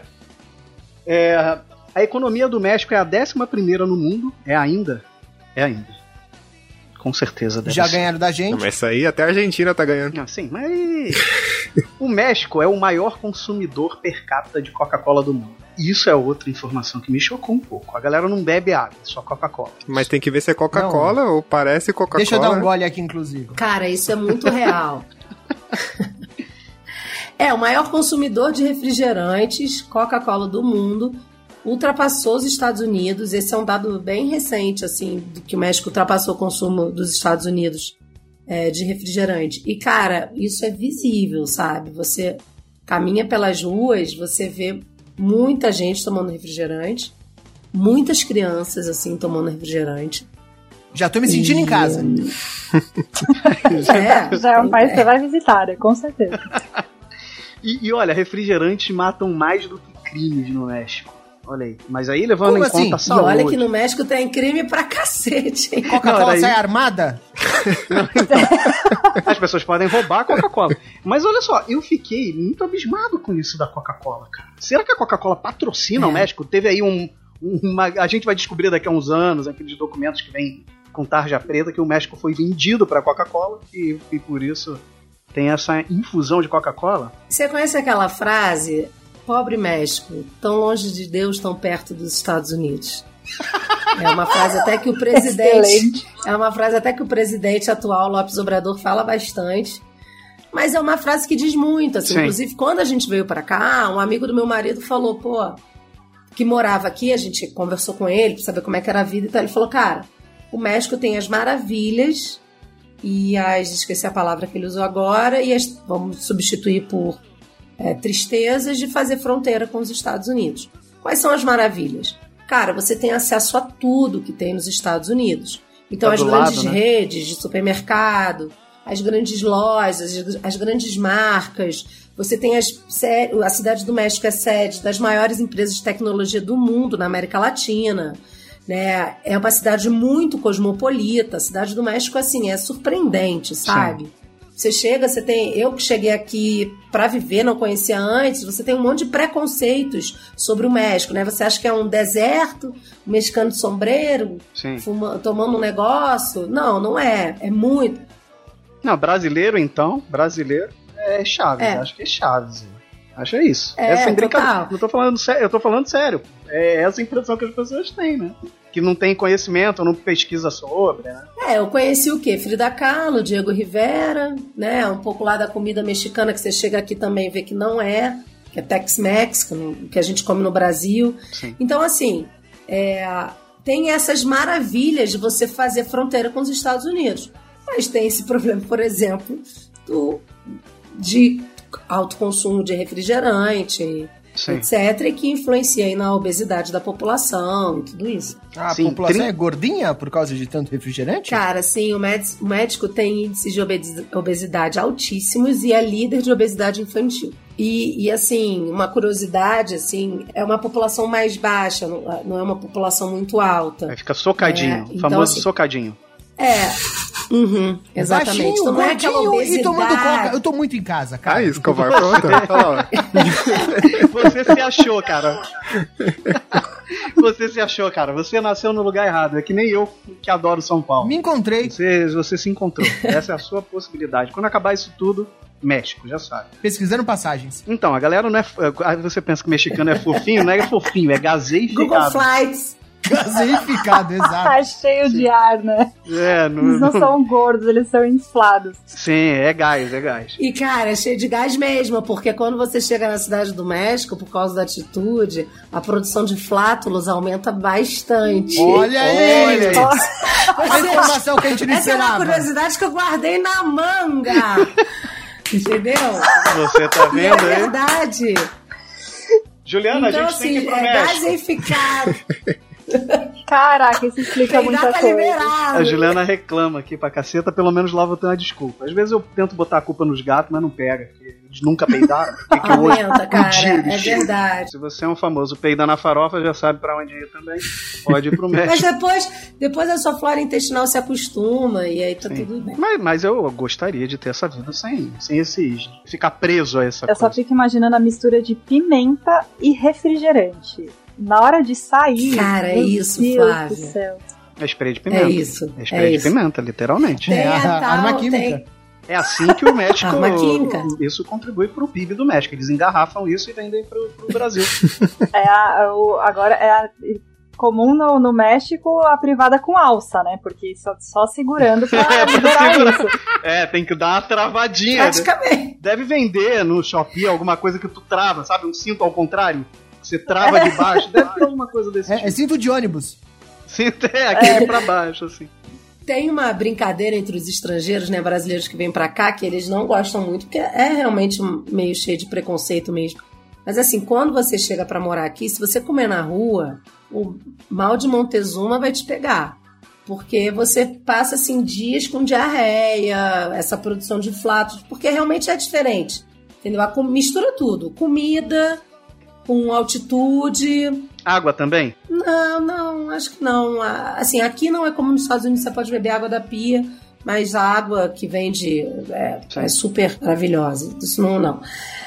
S2: É, a economia do México é a décima primeira no mundo, é ainda? É ainda. Com certeza deve
S3: Já
S2: ser.
S3: ganharam da gente.
S4: Não, mas isso aí até a Argentina tá ganhando.
S2: Ah, sim, mas o México é o maior consumidor per capita de Coca-Cola do mundo. Isso é outra informação que me chocou um pouco. A galera não bebe água, é só Coca-Cola.
S4: Mas tem que ver se é Coca-Cola ou parece Coca-Cola.
S3: Deixa eu dar um gole aqui, inclusive.
S6: Cara, isso é muito real. É, o maior consumidor de refrigerantes, Coca-Cola do mundo, ultrapassou os Estados Unidos. Esse é um dado bem recente, assim, de que o México ultrapassou o consumo dos Estados Unidos é, de refrigerante. E, cara, isso é visível, sabe? Você caminha pelas ruas, você vê muita gente tomando refrigerante, muitas crianças, assim, tomando refrigerante.
S3: Já tô me sentindo
S6: E-
S3: em casa.
S6: É,
S5: Já é um país que você vai visitar, né? Com certeza.
S2: E, e olha, refrigerantes matam mais do que crimes no México. Olha aí. Mas aí levando
S3: Como
S2: em
S3: assim?
S2: conta a
S6: E
S2: saúde.
S6: olha que no México tem crime pra cacete, hein?
S3: Coca-Cola
S2: Não, daí-
S3: sai armada?
S2: As pessoas podem roubar a Coca-Cola. Mas olha só, eu fiquei muito abismado com isso da Coca-Cola, cara. Será que a Coca-Cola patrocina
S3: É.
S2: o México? Teve aí um... Uma, a gente vai descobrir daqui a uns anos, aqueles documentos que vêm com tarja preta, que o México foi vendido pra Coca-Cola e, e por isso tem essa infusão de Coca-Cola.
S6: Você conhece aquela frase, pobre México, tão longe de Deus, tão perto dos Estados Unidos? É uma frase até que o presidente...
S5: Excelente.
S6: É uma frase até que o presidente atual, López Obrador, fala bastante. Mas é uma frase que diz muito, assim.
S2: Sim.
S6: Inclusive, quando a gente veio pra cá, um amigo do meu marido falou, pô, que morava aqui, a gente conversou com ele pra saber como é que era a vida e tal. Ele falou, cara, o México tem as maravilhas e as... esqueci a palavra que ele usou agora, e as, vamos substituir por é, tristezas de fazer fronteira com os Estados Unidos. Quais são as maravilhas? Cara, você tem acesso a tudo que tem nos Estados Unidos. Então,
S2: Tá
S6: as
S2: do
S6: grandes
S2: lado, né?
S6: redes de supermercado, as grandes lojas, as, as grandes marcas. Você tem as, a Cidade do México é sede das maiores empresas de tecnologia do mundo na América Latina. Né? É uma cidade muito cosmopolita. A Cidade do México, assim, é surpreendente, sabe? Sim. Você chega, você tem... Eu que cheguei aqui para viver, não conhecia antes, você tem um monte de preconceitos sobre o México, né? Você acha que é um deserto, um mexicano de sombreiro, fuma, tomando um negócio. Não, não é. É muito...
S2: Não, brasileiro, então, brasileiro é Chaves. É. Acho que é Chaves. Acho é isso.
S6: É,
S2: essa brincadeira.
S6: total.
S2: Eu tô falando sério, eu tô falando sério. É essa a impressão que as pessoas têm, né? Que não tem conhecimento, não pesquisa sobre, né?
S6: É, eu conheci o quê? Frida Kahlo, Diego Rivera, né? Um pouco lá da comida mexicana, que você chega aqui também e vê que não é, que é Tex-Mex, que, não, que a gente come no Brasil.
S2: Sim.
S6: Então, assim, é, tem essas maravilhas de você fazer fronteira com os Estados Unidos. Mas tem esse problema, por exemplo, do, de alto consumo de refrigerante, Sim. etcétera, e que influencia aí na obesidade da população e tudo isso.
S3: Ah, a
S2: Sim,
S3: população
S2: trin...
S3: é gordinha por causa de tanto refrigerante?
S6: Cara, sim, o médico, o médico tem índices de obesidade altíssimos e é líder de obesidade infantil. E, e, assim, uma curiosidade, assim, é uma população mais baixa, não, não é uma população muito alta.
S2: Aí fica socadinho,
S6: é,
S2: o
S6: então,
S2: famoso
S6: assim,
S2: socadinho.
S6: É, uhum, exatamente.
S3: Baixinho,
S6: então não é aquela obesidade.
S3: E tomando coca. Eu tô muito em casa, cara.
S4: Ah, isso, Escobar, pronto.
S2: Você se achou, cara. Você se achou, cara. Você nasceu no lugar errado. É que nem eu que adoro São Paulo.
S3: Me encontrei.
S2: Você, você se encontrou. Essa é a sua possibilidade. Quando acabar isso tudo, México, já sabe.
S3: Pesquisando passagens.
S2: Então, a galera não é... Aí você pensa que mexicano é fofinho, não é fofinho, é gaseificado.
S6: Google Flights.
S3: Gaseificado, exato.
S5: Tá cheio
S2: Sim.
S5: de ar, né?
S2: É, não,
S5: eles não, não são gordos, eles são inflados.
S2: Sim, é gás, é gás.
S6: E, cara, é cheio de gás mesmo, porque quando você chega na Cidade do México, por causa da altitude, a produção de flátulos aumenta bastante.
S3: Olha aí!
S2: Olha aí.
S3: Essa informação que a gente não
S6: Essa é uma
S3: esperava.
S6: curiosidade que eu guardei na manga. Entendeu?
S2: Você tá
S6: E é
S2: vendo aí?
S6: verdade.
S2: Juliana,
S6: Então,
S2: a gente tem que
S6: assim,
S2: ir pro
S6: é
S2: México.
S6: gaseificado.
S5: Caraca, isso explica
S6: Tem
S5: muita
S6: data
S5: coisa.
S6: liberada.
S2: A Juliana reclama aqui pra caceta, pelo menos lá vou ter uma desculpa. Às vezes eu tento botar a culpa nos gatos, mas não pega. Eles nunca peidaram. Por que que eu hoje
S6: Aumenta, cara,
S2: um dia
S6: é
S2: eles-
S6: verdade.
S2: Se você é um famoso peida na farofa, já sabe pra onde ir também. Pode ir pro
S6: Mas
S2: México.
S6: depois, depois a sua flora intestinal se acostuma e aí tá
S2: Sim.
S6: tudo bem.
S2: Mas, mas eu gostaria de ter essa vida sem, sem esses. Ficar preso a essa
S5: Eu só
S2: coisa.
S5: fico imaginando a mistura de pimenta e refrigerante. Na hora de sair.
S6: Cara, é
S5: meu
S6: isso,
S5: Deus
S6: Flávia.
S5: do céu.
S2: É spray de pimenta.
S6: É isso,
S2: É spray
S6: é
S2: de
S6: isso.
S2: pimenta, literalmente.
S6: Tem
S3: É,
S6: a
S3: a-
S6: tal,
S3: arma química.
S6: tem-
S2: É assim que o México.
S6: Arma química.
S2: Isso contribui pro P I B do México. Eles engarrafam isso e vendem pro, pro Brasil.
S5: É a, o, agora é a, comum no, no México a privada com alça, né? Porque só, só segurando pra
S2: É, pra
S5: liberar
S2: segurar.
S5: isso.
S2: É, tem que dar uma travadinha. né?
S6: Praticamente.
S2: Deve vender no Shopee alguma coisa que tu trava, sabe? Um cinto ao contrário. Que você trava de baixo. Deve ter alguma coisa desse
S3: É,
S2: tipo.
S3: é cinto de ônibus.
S2: Cinto é aquele pra baixo, assim.
S6: Tem uma brincadeira entre os estrangeiros, né, brasileiros que vêm pra cá, que eles não gostam muito, porque é realmente um- meio cheio de preconceito mesmo. Mas assim, quando você chega pra morar aqui, se você comer na rua, o mal de Montezuma vai te pegar. Porque você passa, assim, dias com diarreia, essa produção de flatos, porque realmente é diferente. Entendeu? A com- mistura tudo. Comida, com altitude,
S2: Água também?
S6: Não, não, acho que não. Assim, aqui não é como nos Estados Unidos, você pode beber água da pia, mas a água que vem de... é, é super maravilhosa. Isso não, não.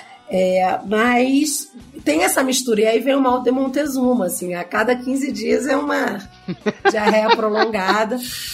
S6: É, mas tem essa mistura. E aí vem o mal de Montezuma, assim. A cada quinze dias é uma diarreia prolongada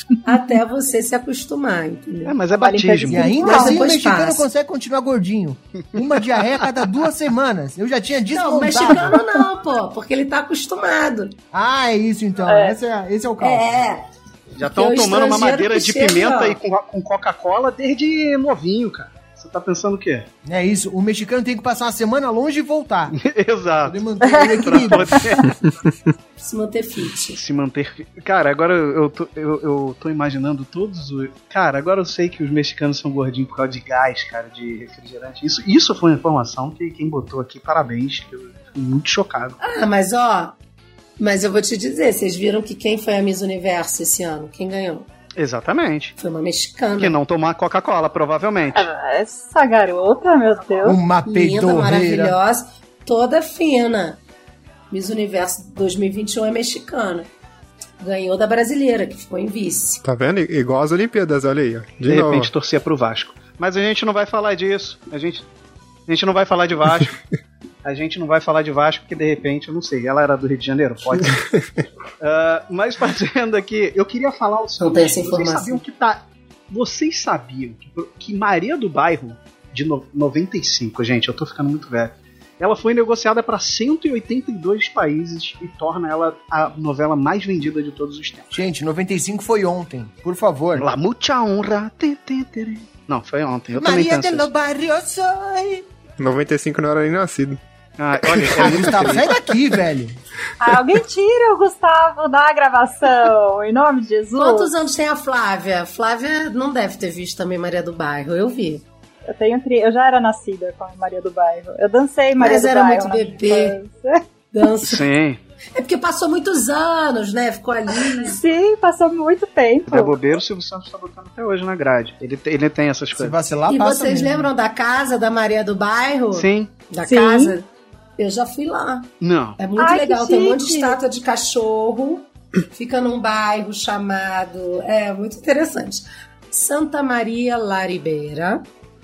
S6: até você se acostumar, entendeu?
S2: É, mas é batismo.
S3: E ainda
S6: Mas
S3: assim o
S6: depois
S3: mexicano
S6: passa.
S3: consegue continuar gordinho. Uma diarreia a cada duas semanas. Eu já tinha descontado.
S6: Não, o mexicano não, pô, porque ele tá acostumado.
S3: Ah, é isso então.
S5: É.
S3: Esse, é, esse é o cálculo.
S6: É.
S2: Já
S6: Porque
S2: estão
S6: o
S2: tomando uma
S6: estrangeiro
S2: madeira
S6: que
S2: de
S6: chega,
S2: pimenta
S6: ó.
S2: e com, com Coca-Cola desde novinho, cara. Você tá pensando o quê?
S3: É isso. O mexicano tem que passar uma semana longe e voltar.
S2: Exato.
S3: Poder manter o equilíbrio.
S2: Pra poder
S6: Se manter fit.
S2: se manter... fi- Cara, agora eu tô, eu, eu tô imaginando todos os... Cara, agora eu sei que os mexicanos são gordinhos por causa de gás, cara, de refrigerante. Isso, isso foi uma informação que quem botou aqui, parabéns, que eu fui muito chocado.
S6: Ah, mas ó... Mas eu vou te dizer, vocês viram que quem foi a Miss Universo esse ano? Quem ganhou?
S2: Exatamente.
S6: Foi uma mexicana.
S2: Que não tomar Coca-Cola, provavelmente.
S5: Ah, essa garota, meu Deus.
S3: Uma
S6: Linda,
S3: peidorreira.
S6: maravilhosa, toda fina. Miss Universo dois mil e vinte e um é mexicana. Ganhou da brasileira, que ficou em vice.
S4: Tá vendo? Igual as Olimpíadas, olha aí, ó. De,
S2: De
S4: novo.
S2: repente torcia pro Vasco. Mas a gente não vai falar disso. A gente, a gente não vai falar de Vasco. A gente não vai falar de Vasco porque, de repente, eu não sei, ela era do Rio de Janeiro? Pode ser. uh, mas fazendo aqui, eu queria falar o seguinte.
S6: Não tem essa
S2: Vocês
S6: informação.
S2: sabiam que tá... Vocês sabiam que, que Maria do Bairro, de no, noventa e cinco, gente, eu tô ficando muito velho, ela foi negociada para cento e oitenta e dois países e torna ela a novela mais vendida de todos os tempos.
S3: Gente, noventa e cinco foi ontem. Por favor.
S2: La mucha honra. Tê, tê, tê. Não, foi ontem. Eu também
S3: Maria
S2: penso
S3: de
S2: isso.
S3: los Barrios soy.
S4: noventa e cinco não era nem nascido.
S2: Ah, olha, é
S3: Ah,
S2: muito
S3: Gustavo,
S2: feliz.
S3: sai daqui, velho.
S5: Ah, alguém tira o Gustavo da gravação, em nome de Jesus.
S6: Quantos anos tem a Flávia? Flávia não deve ter visto também Maria do Bairro, eu vi.
S5: Eu tenho tri... Eu já era nascida com a Maria do Bairro. Eu dancei Maria
S6: Mas
S5: do
S6: era
S5: Bairro.
S6: muito
S5: na minha
S6: bebê.
S5: infância.
S6: Dança.
S2: Sim.
S6: É porque passou muitos anos, né? Ficou ali.
S5: Sim, passou muito tempo.
S2: É bobeiro, o Silvio Santos tá botando até hoje na grade. Ele, te- ele tem essas
S3: Se
S2: coisas.
S3: vacilar,
S6: E
S3: passa
S6: vocês
S3: mesmo.
S6: lembram da casa da Maria do Bairro?
S2: Sim.
S6: Da
S5: Sim.
S6: casa? Eu já fui lá.
S2: Não.
S6: É muito
S5: Ai, que
S6: legal. Tem um monte de
S5: chique.
S6: estátua de cachorro. Fica num bairro chamado... É, muito interessante. Santa Maria La Ribeira.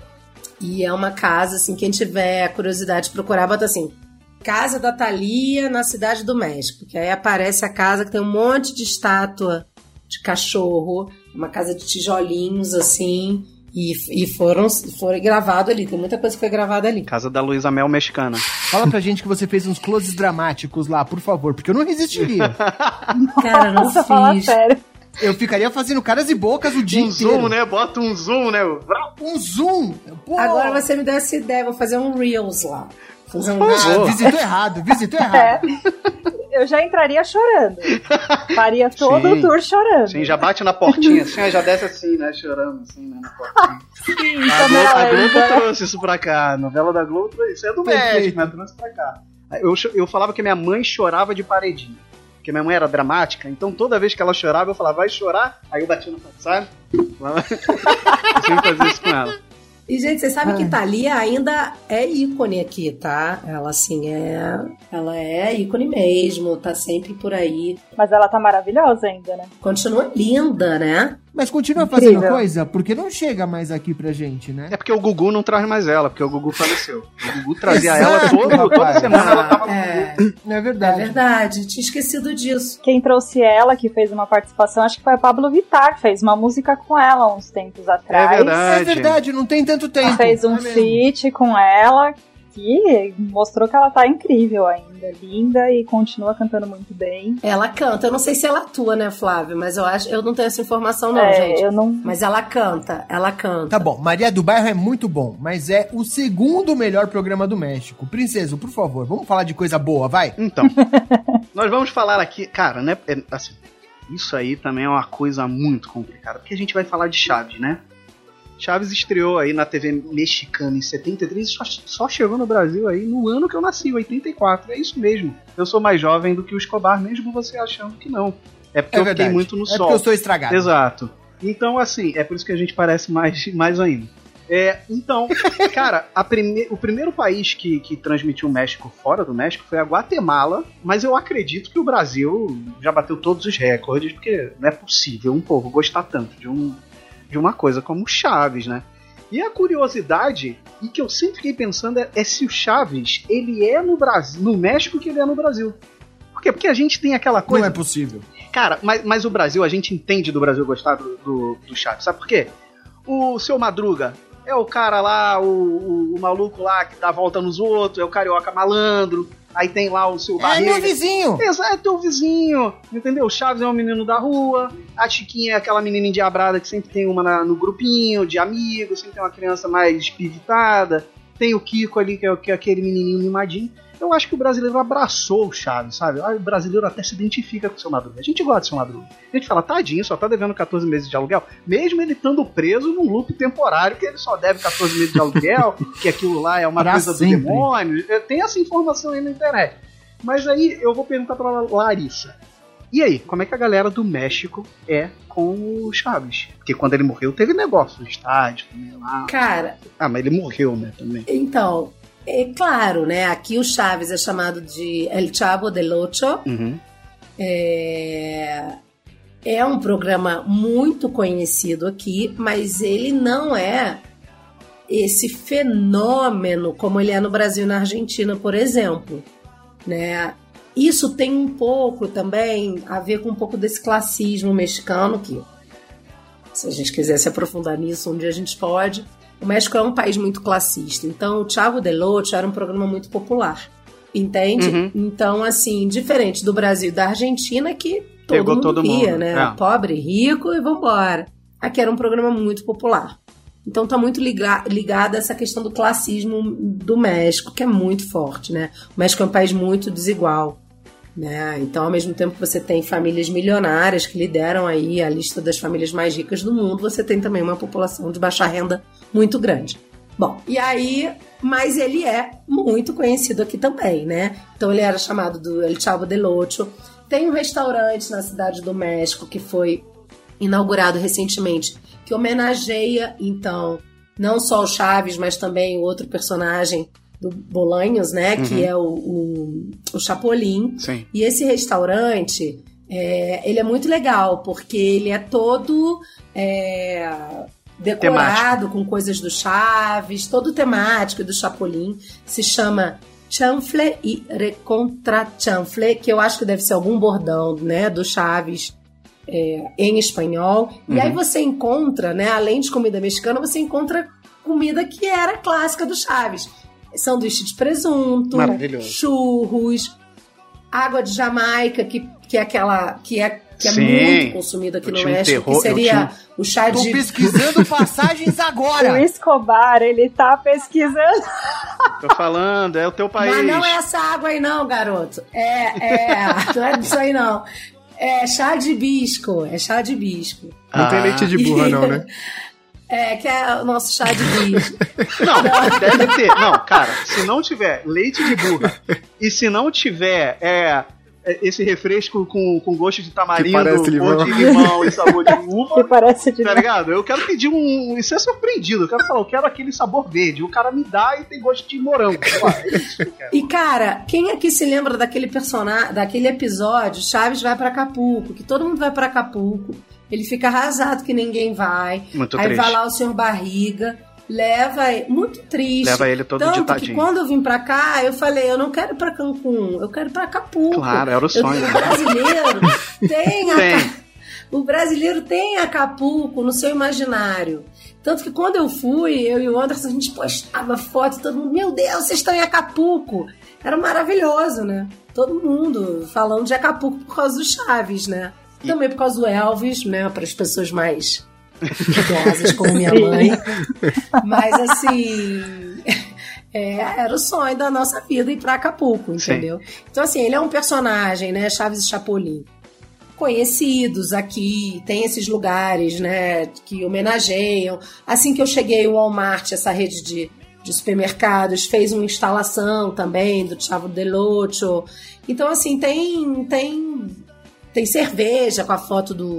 S6: E é uma casa, assim, quem tiver curiosidade de procurar, bota assim... Casa da Thalia na Cidade do México. Que aí aparece a casa que tem um monte de estátua de cachorro. Uma casa de tijolinhos, assim... E, e foram, foram gravados ali. Tem muita coisa que foi gravada ali.
S2: Casa da Luísa Mel mexicana.
S3: Fala pra gente que você fez uns closes dramáticos lá, por favor, porque eu não resistiria.
S6: Cara, não
S5: Nossa, fala
S6: fiz.
S5: sério.
S3: Eu ficaria fazendo caras e bocas o dia
S2: Um
S3: inteiro.
S2: zoom, né? Bota um zoom, né? Vrau.
S3: Um zoom. Pô.
S6: Agora você me deu essa ideia. Vou fazer um Reels lá. Fazer um
S2: Por
S3: Ah,
S2: favor.
S3: visitou errado, visitou
S5: É.
S3: errado.
S5: Eu já entraria chorando. Faria todo
S2: Sim.
S5: o tour chorando.
S2: Sim, já bate na portinha, assim, aí já desce assim, né? Chorando, assim, né? Na portinha.
S5: Sim,
S2: A Globo, a Globo
S5: Câmera lenta.
S2: trouxe isso pra cá. A novela da Globo trouxe isso. É do
S3: Perfeito.
S2: México, mas trouxe pra cá. Eu, cho- eu falava que minha mãe chorava de paredinha. Porque minha mãe era dramática, então toda vez que ela chorava, eu falava, vai chorar? Aí eu batia na porta, sabe? Eu sempre fazia isso com ela.
S6: E, gente, vocês sabem que Thalia ainda é ícone aqui, tá? Ela, assim, é... Ela é ícone mesmo, tá sempre por aí.
S5: Mas ela tá maravilhosa ainda, né?
S6: Continua linda, né?
S3: Mas continua
S5: Incrível.
S3: fazendo coisa, porque não chega mais aqui pra gente, né?
S2: É porque o Gugu não traz mais ela, porque o Gugu faleceu. O Gugu trazia
S3: Exato,
S2: ela todo, toda
S3: rapaz.
S2: semana. Ela tava no
S6: É,
S3: Não é
S6: é
S3: verdade.
S6: verdade. Tinha esquecido disso.
S5: Quem trouxe ela, que fez uma participação, acho que foi a Pablo Vittar. Fez uma música com ela uns tempos atrás.
S2: É verdade.
S3: É verdade, não tem tanto tempo.
S5: Fez um
S3: É mesmo.
S5: feat com ela que mostrou que ela tá incrível ainda, linda e continua cantando muito bem.
S6: Ela canta. Eu não sei se ela atua, né, Flávia? Mas eu acho... Eu não tenho essa informação, não,
S5: É,
S6: gente.
S5: eu não.
S6: Mas ela canta. Ela canta.
S3: Tá bom, Maria do Bairro é muito bom, mas é o segundo melhor programa do México. Princesa, por favor, vamos falar de coisa boa, vai?
S2: Então, nós vamos falar aqui, cara, né? é, assim, isso aí também é uma coisa muito complicada, porque a gente vai falar de Chaves, né? Chaves estreou aí na T V mexicana em setenta e três e só, só chegou no Brasil aí no ano que eu nasci, oitenta e quatro. É isso mesmo. Eu sou mais jovem do que o Escobar, mesmo você achando que não. É porque
S3: É
S2: eu
S3: verdade.
S2: fiquei muito no
S3: É
S2: sol.
S3: porque eu sou estragado.
S2: Exato. Então, assim, é por isso que a gente parece mais, mais ainda. É, então, cara, a prime... o primeiro país que, que transmitiu o México fora do México foi a Guatemala, mas eu acredito que o Brasil já bateu todos os recordes, porque não é possível um povo gostar tanto de, um, de uma coisa como Chaves, né? E a curiosidade, e que eu sempre fiquei pensando, é, é se o Chaves, ele é no Brasil, no México que ele é no Brasil. Por quê? Porque a gente tem aquela coisa...
S3: Não é possível.
S2: Cara, mas, mas o Brasil, a gente entende do Brasil gostar do, do, do Chaves, sabe por quê? O Seu Madruga é o cara lá, o, o, o maluco lá que dá a volta nos outros, é o carioca malandro, aí tem lá o seu Barriga.
S3: É meu vizinho!
S2: Exato, é teu vizinho, entendeu? O Chaves é um menino da rua, a Chiquinha é aquela menina endiabrada que sempre tem uma na, no grupinho de amigos, sempre tem uma criança mais espiritada, tem o Kiko ali, que é, que é aquele menininho mimadinho. Eu acho que o brasileiro abraçou o Chaves, sabe? O brasileiro até se identifica com o Seu Madruga. A gente gosta do Seu Madruga. A gente fala, tadinho, só tá devendo catorze meses de aluguel. Mesmo ele estando preso num loop temporário, que ele só deve catorze meses de aluguel, que aquilo lá é uma
S3: pra
S2: coisa
S3: sempre.
S2: do demônio. Tem essa informação aí na internet. Mas aí eu vou perguntar pra Larissa. E aí, como é que a galera do México é com o Chaves? Porque quando ele morreu, teve negócio no estádio também lá.
S6: Cara...
S2: Ah, mas ele morreu, né, também.
S6: Então... É claro, né? Aqui o Chaves é chamado de El Chavo del Ocho.
S2: Uhum.
S6: É... é um programa muito conhecido aqui, mas ele não é esse fenômeno como ele é no Brasil e na Argentina, por exemplo, né? Isso tem um pouco também a ver com um pouco desse classismo mexicano, que se a gente quiser se aprofundar nisso, um dia a gente pode. O México é um país muito classista, então o Chavo del Ocho era um programa muito popular, entende?
S2: Uhum.
S6: Então, assim, diferente do Brasil e da Argentina, que todo
S2: Pegou
S6: mundo
S2: todo
S6: via,
S2: mundo,
S6: né?
S2: é.
S6: Pobre, rico e vambora. Aqui era um programa muito popular. Então tá muito liga- ligado a essa questão do classismo do México, que é muito forte, né? O México é um país muito desigual, né? Então, ao mesmo tempo que você tem famílias milionárias que lideram aí a lista das famílias mais ricas do mundo, você tem também uma população de baixa renda muito grande. Bom, e aí, mas ele é muito conhecido aqui também, né? Então ele era chamado do El Chavo del Ocho. Tem um restaurante na Cidade do México que foi inaugurado recentemente, que homenageia, então, não só o Chaves, mas também o outro personagem do Bolanhos, né?
S2: Uhum.
S6: Que é o, o, o Chapolin.
S2: Sim.
S6: E esse restaurante, é, ele é muito legal, porque ele é todo é, decorado
S2: Temático.
S6: com coisas do Chaves, todo temático do Chapolin. Se chama Chanfle e Recontra Chanfle, que eu acho que deve ser algum bordão, né, do Chaves é, em espanhol.
S2: Uhum.
S6: E aí você encontra, né, além de comida mexicana, você encontra comida que era clássica do Chaves. Sanduíche de presunto,
S2: Maravilhoso.
S6: churros, água de Jamaica, que, que é aquela que é, que é
S2: Sim.
S6: muito consumida aqui
S2: Eu
S6: no
S2: tinha um
S6: México,
S2: terror-
S6: que seria
S2: eu tinha
S6: o chá
S3: Tô
S6: de...
S3: pesquisando passagens
S5: O
S3: agora.
S5: Escobar, ele tá pesquisando.
S2: Tô falando, é o teu país.
S6: Mas não é essa água aí não, garoto. É, é, não é disso aí não. É chá de hibisco, é chá de hibisco.
S4: Não tem
S2: Ah.
S4: leite de burra, não, né?
S6: É, que é o nosso chá de hibisco.
S2: Não, deve ter. Não, cara, se não tiver leite de burra e se não tiver é, é, esse refresco com, com gosto de tamarindo
S4: parece limão.
S2: ou de limão e sabor de
S5: Que
S2: uva,
S5: parece de
S2: tá ligado? Eu quero pedir um. Isso é surpreendido. Eu quero falar, eu quero aquele sabor verde. O cara me dá e tem gosto de morango. Pô, é isso que eu quero.
S6: E, cara, quem aqui se lembra daquele personagem, daquele episódio, Chaves vai pra Acapulco, que todo mundo vai pra Acapulco, ele fica arrasado que ninguém vai.
S2: Muito
S6: Aí
S2: triste.
S6: vai lá o senhor Barriga, leva ele, muito triste.
S2: Leva ele todo
S6: Tanto
S2: ditadinho.
S6: que quando eu vim pra cá, eu falei, eu não quero ir pra Cancún, eu quero ir pra Acapulco.
S2: Claro, era o sonho.
S6: Eu,
S2: né?
S6: o brasileiro tem, a-
S2: Tem.
S6: o brasileiro tem Acapulco no seu imaginário. Tanto que quando eu fui, eu e o Anderson, a gente postava foto, todo mundo, meu Deus, vocês estão em Acapulco. Era maravilhoso, né? Todo mundo falando de Acapulco por causa do Chaves, né?
S2: E-
S6: Também por causa do Elvis, né? Para as pessoas mais idosas, como minha mãe. Mas, assim, é, era o sonho da nossa vida ir para Acapulco, entendeu? Então, assim, ele é um personagem, né? Chaves e Chapolin. Conhecidos aqui, tem esses lugares, né, que homenageiam. Assim que eu cheguei, o Walmart, essa rede de, de supermercados, fez uma instalação também do Chavo del Ocho. Então, assim, tem, tem, tem cerveja com a foto do,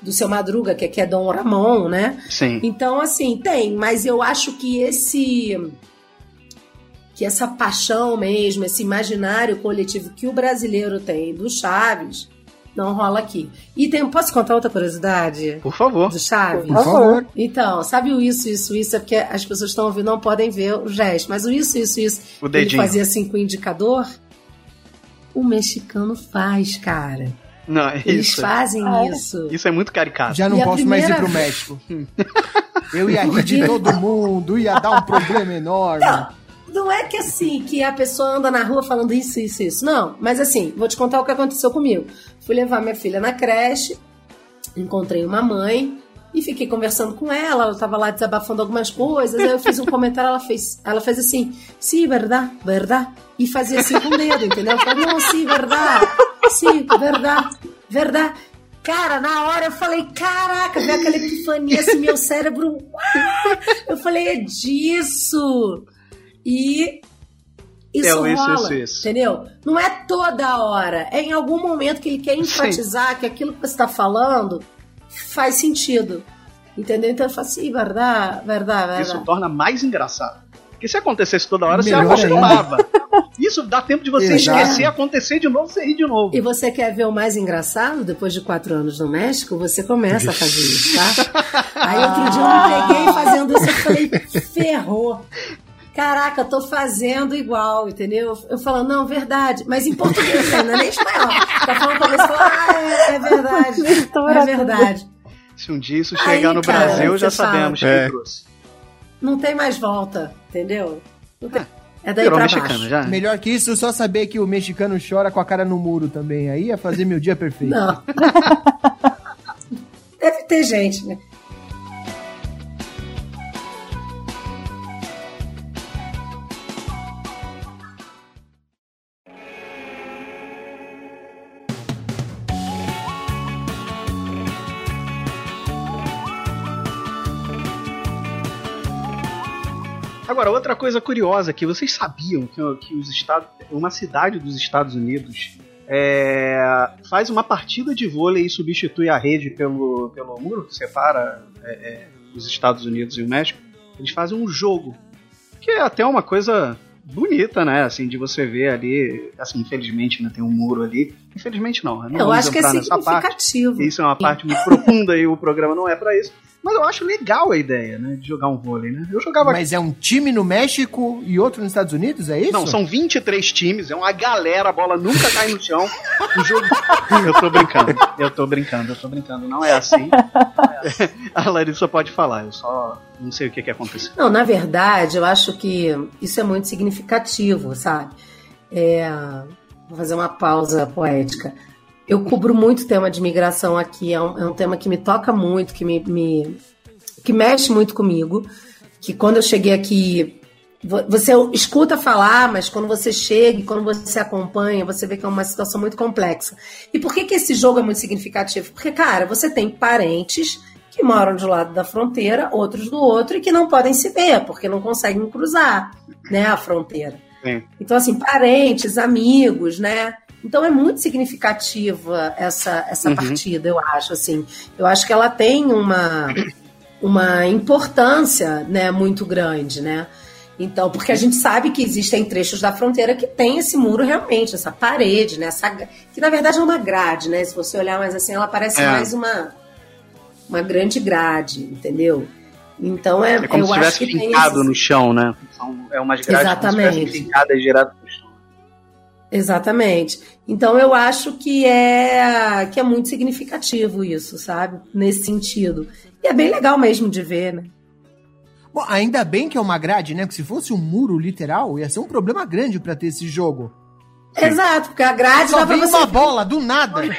S6: do Seu Madruga, que aqui é Dom Ramon, né?
S2: Sim.
S6: Então, assim, tem, mas eu acho que esse... que essa paixão mesmo, esse imaginário coletivo que o brasileiro tem do Chaves, não rola aqui. E tem, posso contar outra curiosidade?
S2: Por favor.
S6: Do Chaves?
S3: Por favor.
S6: Então, sabe o isso, isso, isso? É porque as pessoas estão ouvindo, não podem ver o gesto, mas o isso, isso, isso,
S2: O
S6: ele
S2: dedinho.
S6: fazia assim com o indicador, o mexicano faz, cara.
S2: Não, é
S6: Eles
S2: isso.
S6: fazem
S5: Ah, é?
S6: isso.
S2: Isso é muito caricato.
S3: Já não
S6: E a
S3: posso mais ir
S6: primeira
S3: pro México. Eu ia rir de todo mundo, ia dar um problema enorme.
S6: Não, não é que assim, que a pessoa anda na rua falando isso, isso, isso. Não, mas assim, vou te contar o que aconteceu comigo. Fui levar minha filha na creche, encontrei uma mãe e fiquei conversando com ela. Ela tava lá desabafando algumas coisas. Aí eu fiz um comentário, ela fez, ela fez assim, sim, verdade, verdade. E fazia assim com o dedo, entendeu? Eu falei, não, sim, verdade, sim, verdade, verdade. Cara, na hora eu falei, caraca, veio aquela epifania, assim, meu cérebro, uau! Eu falei, é disso. E isso
S2: É,
S6: rola,
S2: isso, isso, isso.
S6: entendeu? Não é toda hora, é em algum momento que ele quer enfatizar que aquilo que você está falando faz sentido, entendeu? Então eu falo assim, verdade, verdade, verdade.
S2: Isso torna mais engraçado. Porque se acontecesse toda hora,
S3: Melhor
S2: você acostumava. Isso dá tempo de você
S3: Exato.
S2: esquecer, acontecer de novo, você rir de novo.
S6: E você quer ver o mais engraçado? Depois de quatro anos no México, você começa a fazer isso, tá? Aí outro dia eu me peguei fazendo isso, eu falei, ferrou. Caraca, eu tô fazendo igual, entendeu? Eu falo, não, verdade. Mas em português, né? Não é nem espanhol. Tá falando pra você e fala, ah, é, é verdade.
S5: Mistura
S6: É verdade.
S2: Se um dia isso
S6: Aí,
S2: chegar no
S6: cara,
S2: Brasil, já
S6: você fala.
S2: sabemos quem
S4: É.
S2: trouxe.
S6: Não tem mais volta, entendeu? Não tem- É daí
S2: Virou
S6: pra
S2: mexicano
S6: baixo.
S2: já?
S3: Melhor que isso, só saber que o mexicano chora com a cara no muro também. Aí ia fazer meu dia perfeito.
S6: Não. Deve ter gente, né?
S2: Agora, outra coisa curiosa que vocês sabiam que, que os Estados, uma cidade dos Estados Unidos é, faz uma partida de vôlei e substitui a rede pelo, pelo muro que separa é, é, os Estados Unidos e o México. Eles fazem um jogo, que é até uma coisa bonita, né? Assim, de você ver ali, assim, infelizmente, né, tem um muro ali. Infelizmente não, não
S6: Eu
S2: vamos
S6: acho que é
S2: entrar nessa parte.
S6: significativo.
S2: Isso é uma parte muito profunda e o programa não é pra isso. Mas eu acho legal a ideia, né? De jogar um vôlei, né? Eu jogava...
S3: Mas é um time no México e outro nos Estados Unidos, é isso?
S2: Não, são vinte e três times, é uma galera, a bola nunca cai no chão. O jogo... Eu tô brincando, eu tô brincando, eu tô brincando. Não é assim. A Larissa pode falar, eu só não sei o que que aconteceu.
S6: Não, na verdade, eu acho que isso é muito significativo, sabe? É... Vou fazer uma pausa poética. Eu cubro muito tema de migração aqui, é um, é um tema que me toca muito, que me, me que mexe muito comigo, que quando eu cheguei aqui, você escuta falar, mas quando você chega e quando você acompanha, você vê que é uma situação muito complexa. E por que que esse jogo é muito significativo? Porque, cara, você tem parentes que moram de um lado da fronteira, outros do outro, e que não podem se ver, porque não conseguem cruzar, né, a fronteira.
S2: Sim.
S6: Então, assim, parentes, amigos, né? Então é muito significativa essa, essa
S2: Uhum.
S6: partida, eu acho, assim. Eu acho que ela tem uma, uma importância, né, muito grande, né? Então, porque a gente sabe que existem trechos da fronteira que tem esse muro realmente, essa parede, né? Essa, que na verdade é uma grade, né? Se você olhar mais assim, ela parece
S2: É.
S6: mais uma, uma grande grade, entendeu? Então é,
S2: É como
S6: eu
S2: se
S6: acho
S2: tivesse
S6: que tem
S2: fincado
S6: esse-
S2: no chão, né? São, é umas grades como se
S6: Exatamente.
S2: tivessem fincadas direto no chão.
S6: Exatamente. Então eu acho que é que é muito significativo isso, sabe? Nesse sentido. E é bem legal mesmo de ver, né?
S3: Bom, ainda bem que é uma grade, né? Porque se fosse um muro literal, ia ser um problema grande pra ter esse jogo.
S6: Exato, porque a grade
S3: Só
S6: dá pra
S3: vem
S6: você...
S3: uma bola, do nada.
S2: De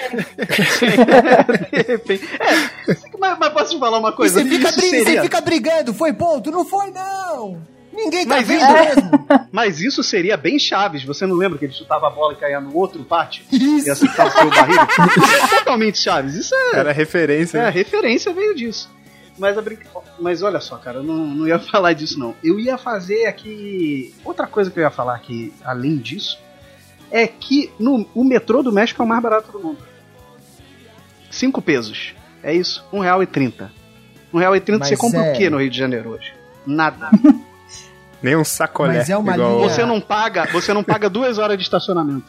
S2: repente. É, mas, mas posso te falar uma
S3: E
S2: coisa?
S3: você fica,
S2: Isso
S3: bri-
S2: seria-
S3: você fica brigando, foi ponto? Não foi, não! Ninguém tá
S2: Mas
S3: vendo
S2: isso-
S3: mesmo.
S2: Mas isso seria bem Chaves. Você não lembra que ele chutava a bola e caía no outro pátio?
S3: Isso.
S2: E assim passou o barriga? Isso é totalmente Chaves. Isso é...
S4: Era referência.
S2: É, a
S4: né?
S2: referência veio disso. Mas, a brin... Mas olha só, cara, eu não, não ia falar disso, não. Eu ia fazer aqui... Outra coisa que eu ia falar aqui, além disso, é que no... o metrô do México é o mais barato do mundo. Cinco pesos. É isso, um real e trinta. Um real e trinta você compra
S3: é...
S2: o que no Rio de Janeiro hoje? Nada.
S4: Nem um sacolé.
S3: Mas é uma
S4: igual...
S3: linha...
S2: Você não paga, você não paga duas horas de estacionamento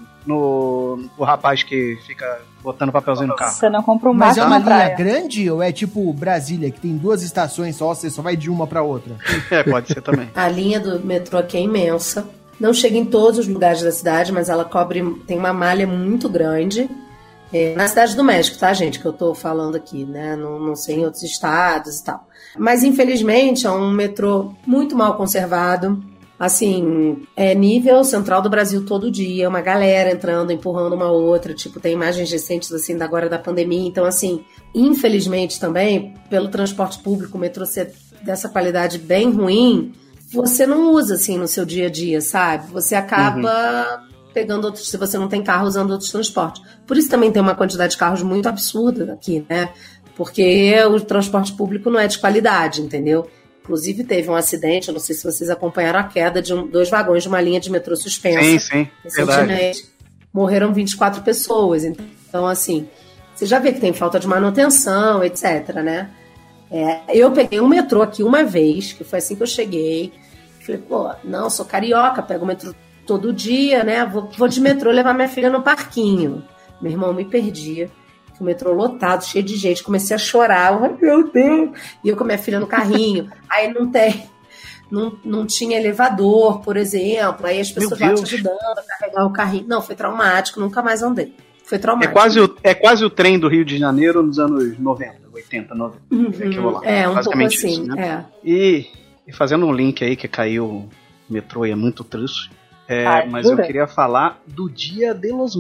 S2: no o rapaz que fica botando papelzinho no carro.
S5: Você não compra um
S3: Mas
S5: maço
S3: é uma
S5: na
S3: linha
S5: praia.
S3: grande ou é tipo Brasília, que tem duas estações só, você só vai de uma pra outra?
S2: É, pode ser também.
S6: A linha do metrô aqui é imensa. Não chega em todos os lugares da cidade, mas ela cobre, tem uma malha muito grande. É, na Cidade do México, tá, gente? Que eu tô falando aqui, né? Não, não sei em outros estados e tal. Mas, infelizmente, é um metrô muito mal conservado. Assim, é nível central do Brasil todo dia. Uma galera entrando, empurrando uma outra. Tipo, tem imagens recentes, assim, da agora da pandemia. Então, assim, infelizmente também, pelo transporte público, o metrô ser dessa qualidade bem ruim, você não usa, assim, no seu dia a dia, sabe? Você acaba... Uhum. Pegando outros, se você não tem carro, usando outros transportes. Por isso também tem uma quantidade de carros muito absurda aqui, né? Porque o transporte público não é de qualidade, entendeu? Inclusive teve um acidente, eu não sei se vocês acompanharam a queda de um, dois vagões de uma linha de metrô suspensa.
S2: Sim, sim,
S6: recentemente. Morreram vinte e quatro pessoas. Então, assim, você já vê que tem falta de manutenção, etc, né? É, eu peguei um metrô aqui uma vez, que foi assim que eu cheguei. Falei, pô, não, sou carioca, pego o metrô todo dia, né? Vou, vou de metrô levar minha filha no parquinho. Meu irmão, me perdia. O metrô lotado, cheio de gente. Comecei a chorar. Ai, meu Deus! E eu com minha filha no carrinho. Aí não tem... Não, não tinha elevador, por exemplo. Aí as pessoas lá te ajudando a carregar o carrinho. Não, foi traumático. Nunca mais andei. Foi traumático.
S2: É quase o, é quase o trem do Rio de Janeiro nos anos noventa, oitenta, noventa.
S6: Uhum. É, é um pouco assim. Isso, né? é.
S2: E, e fazendo um link aí que caiu o metrô e é muito triste. É, Ai, mas jura? Eu queria falar do Dia de los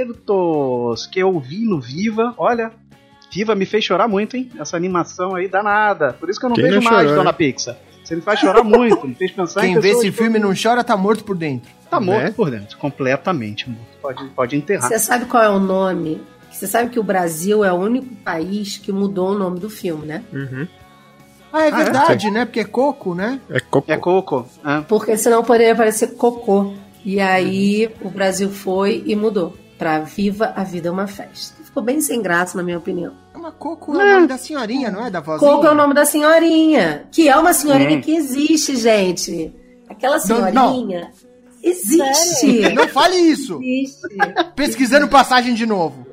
S2: Muertos, que eu vi no Viva. Olha, Viva me fez chorar muito, hein? Essa animação aí danada. Por isso que eu não
S4: Quem
S2: vejo
S4: não
S2: mais
S4: chorou,
S2: Dona Pixar. Você me faz chorar muito, me fez pensar
S3: Quem
S2: em
S3: vê esse filme não chora, tá morto por dentro.
S2: Tá morto
S4: né?
S2: por dentro, completamente morto. Pode, pode enterrar.
S6: Você sabe qual é o nome? Você sabe que o Brasil é o único país que mudou o nome do filme, né?
S4: Uhum.
S3: Ah, é verdade,
S4: ah, é?
S3: né? Porque é coco, né?
S4: É coco.
S2: É coco. É.
S6: Porque senão poderia parecer cocô. E aí uhum. o Brasil foi e mudou pra Viva a Vida é uma Festa. Ficou bem sem graça, na minha opinião.
S3: Mas Coco é o nome da senhorinha, não é? Da vozinha?
S6: Coco é o nome da senhorinha. Que é uma senhorinha hum. que existe, gente. Aquela senhorinha não, não. existe.
S3: Sério? Não fale isso.
S6: Existe.
S3: Pesquisando passagem de novo.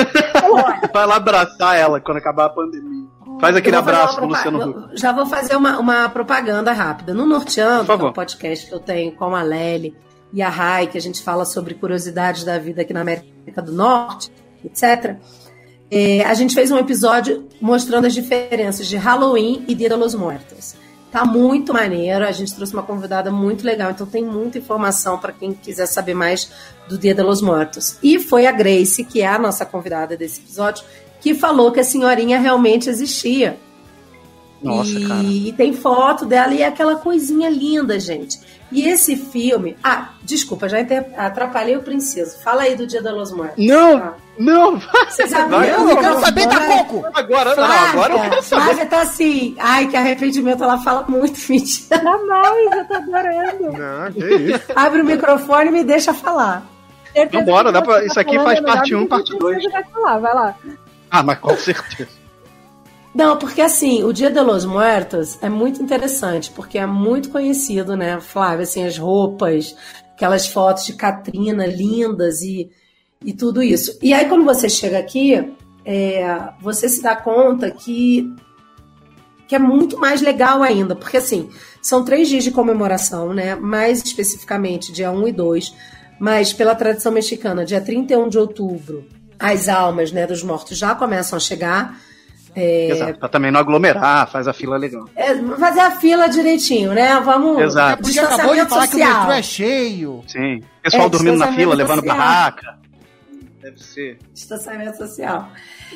S2: Vai lá abraçar ela quando acabar a pandemia. Faz aquele abraço pro Luciano Huck.
S6: Já vou fazer uma, uma propaganda rápida. No Norteando, que é um podcast que eu tenho com a Lely e a Rai, que a gente fala sobre curiosidades da vida aqui na América do Norte, etcétera. É, a gente fez um episódio mostrando as diferenças de Halloween e Dia de los Muertos. Tá muito maneiro, a gente trouxe uma convidada muito legal, então tem muita informação para quem quiser saber mais do Dia de los Muertos. E foi a Grace, que é a nossa convidada desse episódio, que falou que a senhorinha realmente existia.
S2: Nossa,
S6: e,
S2: cara.
S6: E tem foto dela e é aquela coisinha linda, gente. E esse filme... Ah, desculpa, já inter... atrapalhei o Princeso. Fala aí do Dia de los Muertos.
S2: Não,
S6: ah.
S2: não.
S6: Você sabe?
S2: Vai,
S3: eu, eu quero saber da Coco.
S2: Agora,
S6: Flávia,
S2: não, agora eu quero saber.
S6: Flávia tá assim... Ai, que arrependimento, ela fala muito, mentira.
S5: Tá mal, eu tô adorando.
S4: Não, que isso.
S6: Abre o microfone e me deixa falar.
S2: Então bora, dá pra... isso aqui faz parte um, parte dois.
S5: Vai falar, vai lá.
S2: Ah, mas com certeza.
S6: Não, porque assim, o Dia de los Muertos é muito interessante, porque é muito conhecido, né, Flávia, assim, as roupas, aquelas fotos de Catrina lindas e, e tudo isso. E aí, quando você chega aqui, é, você se dá conta que, que é muito mais legal ainda, porque assim, são três dias de comemoração, né, mais especificamente dia um e dois, mas pela tradição mexicana, dia trinta e um de outubro, as almas, né, dos mortos já começam a chegar. É...
S2: Exato, pra também não aglomerar, faz a fila legal.
S6: É, fazer a fila direitinho, né? Vamos.
S2: Exato.
S3: Porque acabou de falar
S6: social.
S3: que o metrô é cheio.
S2: Sim. Pessoal
S6: é,
S2: dormindo na fila, levando
S6: social.
S2: barraca. Deve ser.
S6: Distanciamento social.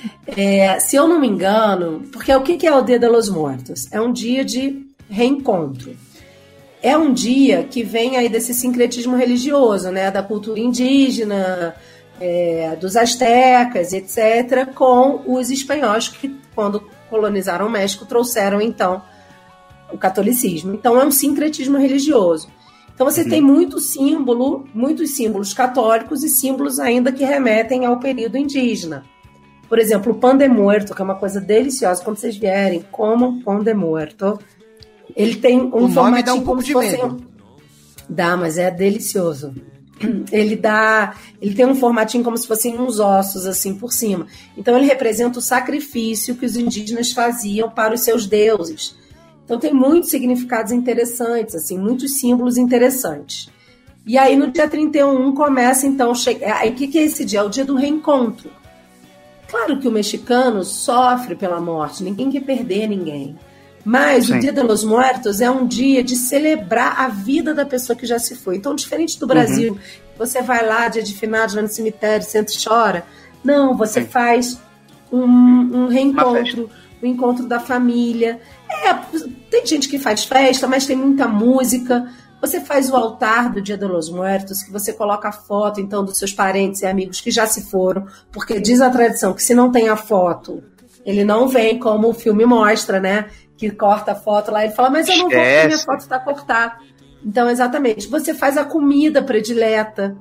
S6: É, se eu não me engano, porque o que é o Dia de los Muertos? É um dia de reencontro. É um dia que vem aí desse sincretismo religioso, né? Da cultura indígena. É, dos astecas, etcétera, com os espanhóis que, quando colonizaram o México, trouxeram, então, o catolicismo. Então, é um sincretismo religioso. Então, você uhum. tem muito símbolo, muitos símbolos católicos e símbolos ainda que remetem ao período indígena. Por exemplo, o pan de muerto, que é uma coisa deliciosa. Quando vocês vierem, comam pan de muerto. Ele tem um
S3: o nome
S6: formatinho
S3: dá um pouco
S6: como
S3: de
S6: se fosse...
S3: medo.
S6: Dá, mas é delicioso. Ele dá, ele tem um formatinho como se fossem uns ossos assim por cima. Então ele representa o sacrifício que os indígenas faziam para os seus deuses. Então tem muitos significados interessantes, assim, muitos símbolos interessantes. E aí no dia trinta e um começa então, che... aí o que, que é esse dia? É o dia do reencontro. Claro que o mexicano sofre pela morte, ninguém quer perder ninguém. Mas Sim. o Dia de los Muertos é um dia de celebrar a vida da pessoa que já se foi. Então, diferente do Brasil, uhum. você vai lá, dia de finados, vai no cemitério, senta e chora. Não, você Sim. faz um, um reencontro, um encontro da família. É, tem gente que faz festa, mas tem muita música. Você faz o altar do Dia de los Muertos, que você coloca a foto, então, dos seus parentes e amigos que já se foram, porque diz a tradição que se não tem a foto, ele não vem como o filme mostra, né? Que corta a foto lá, ele fala, mas eu não vou porque minha foto está cortada. Então, exatamente, você faz a comida predileta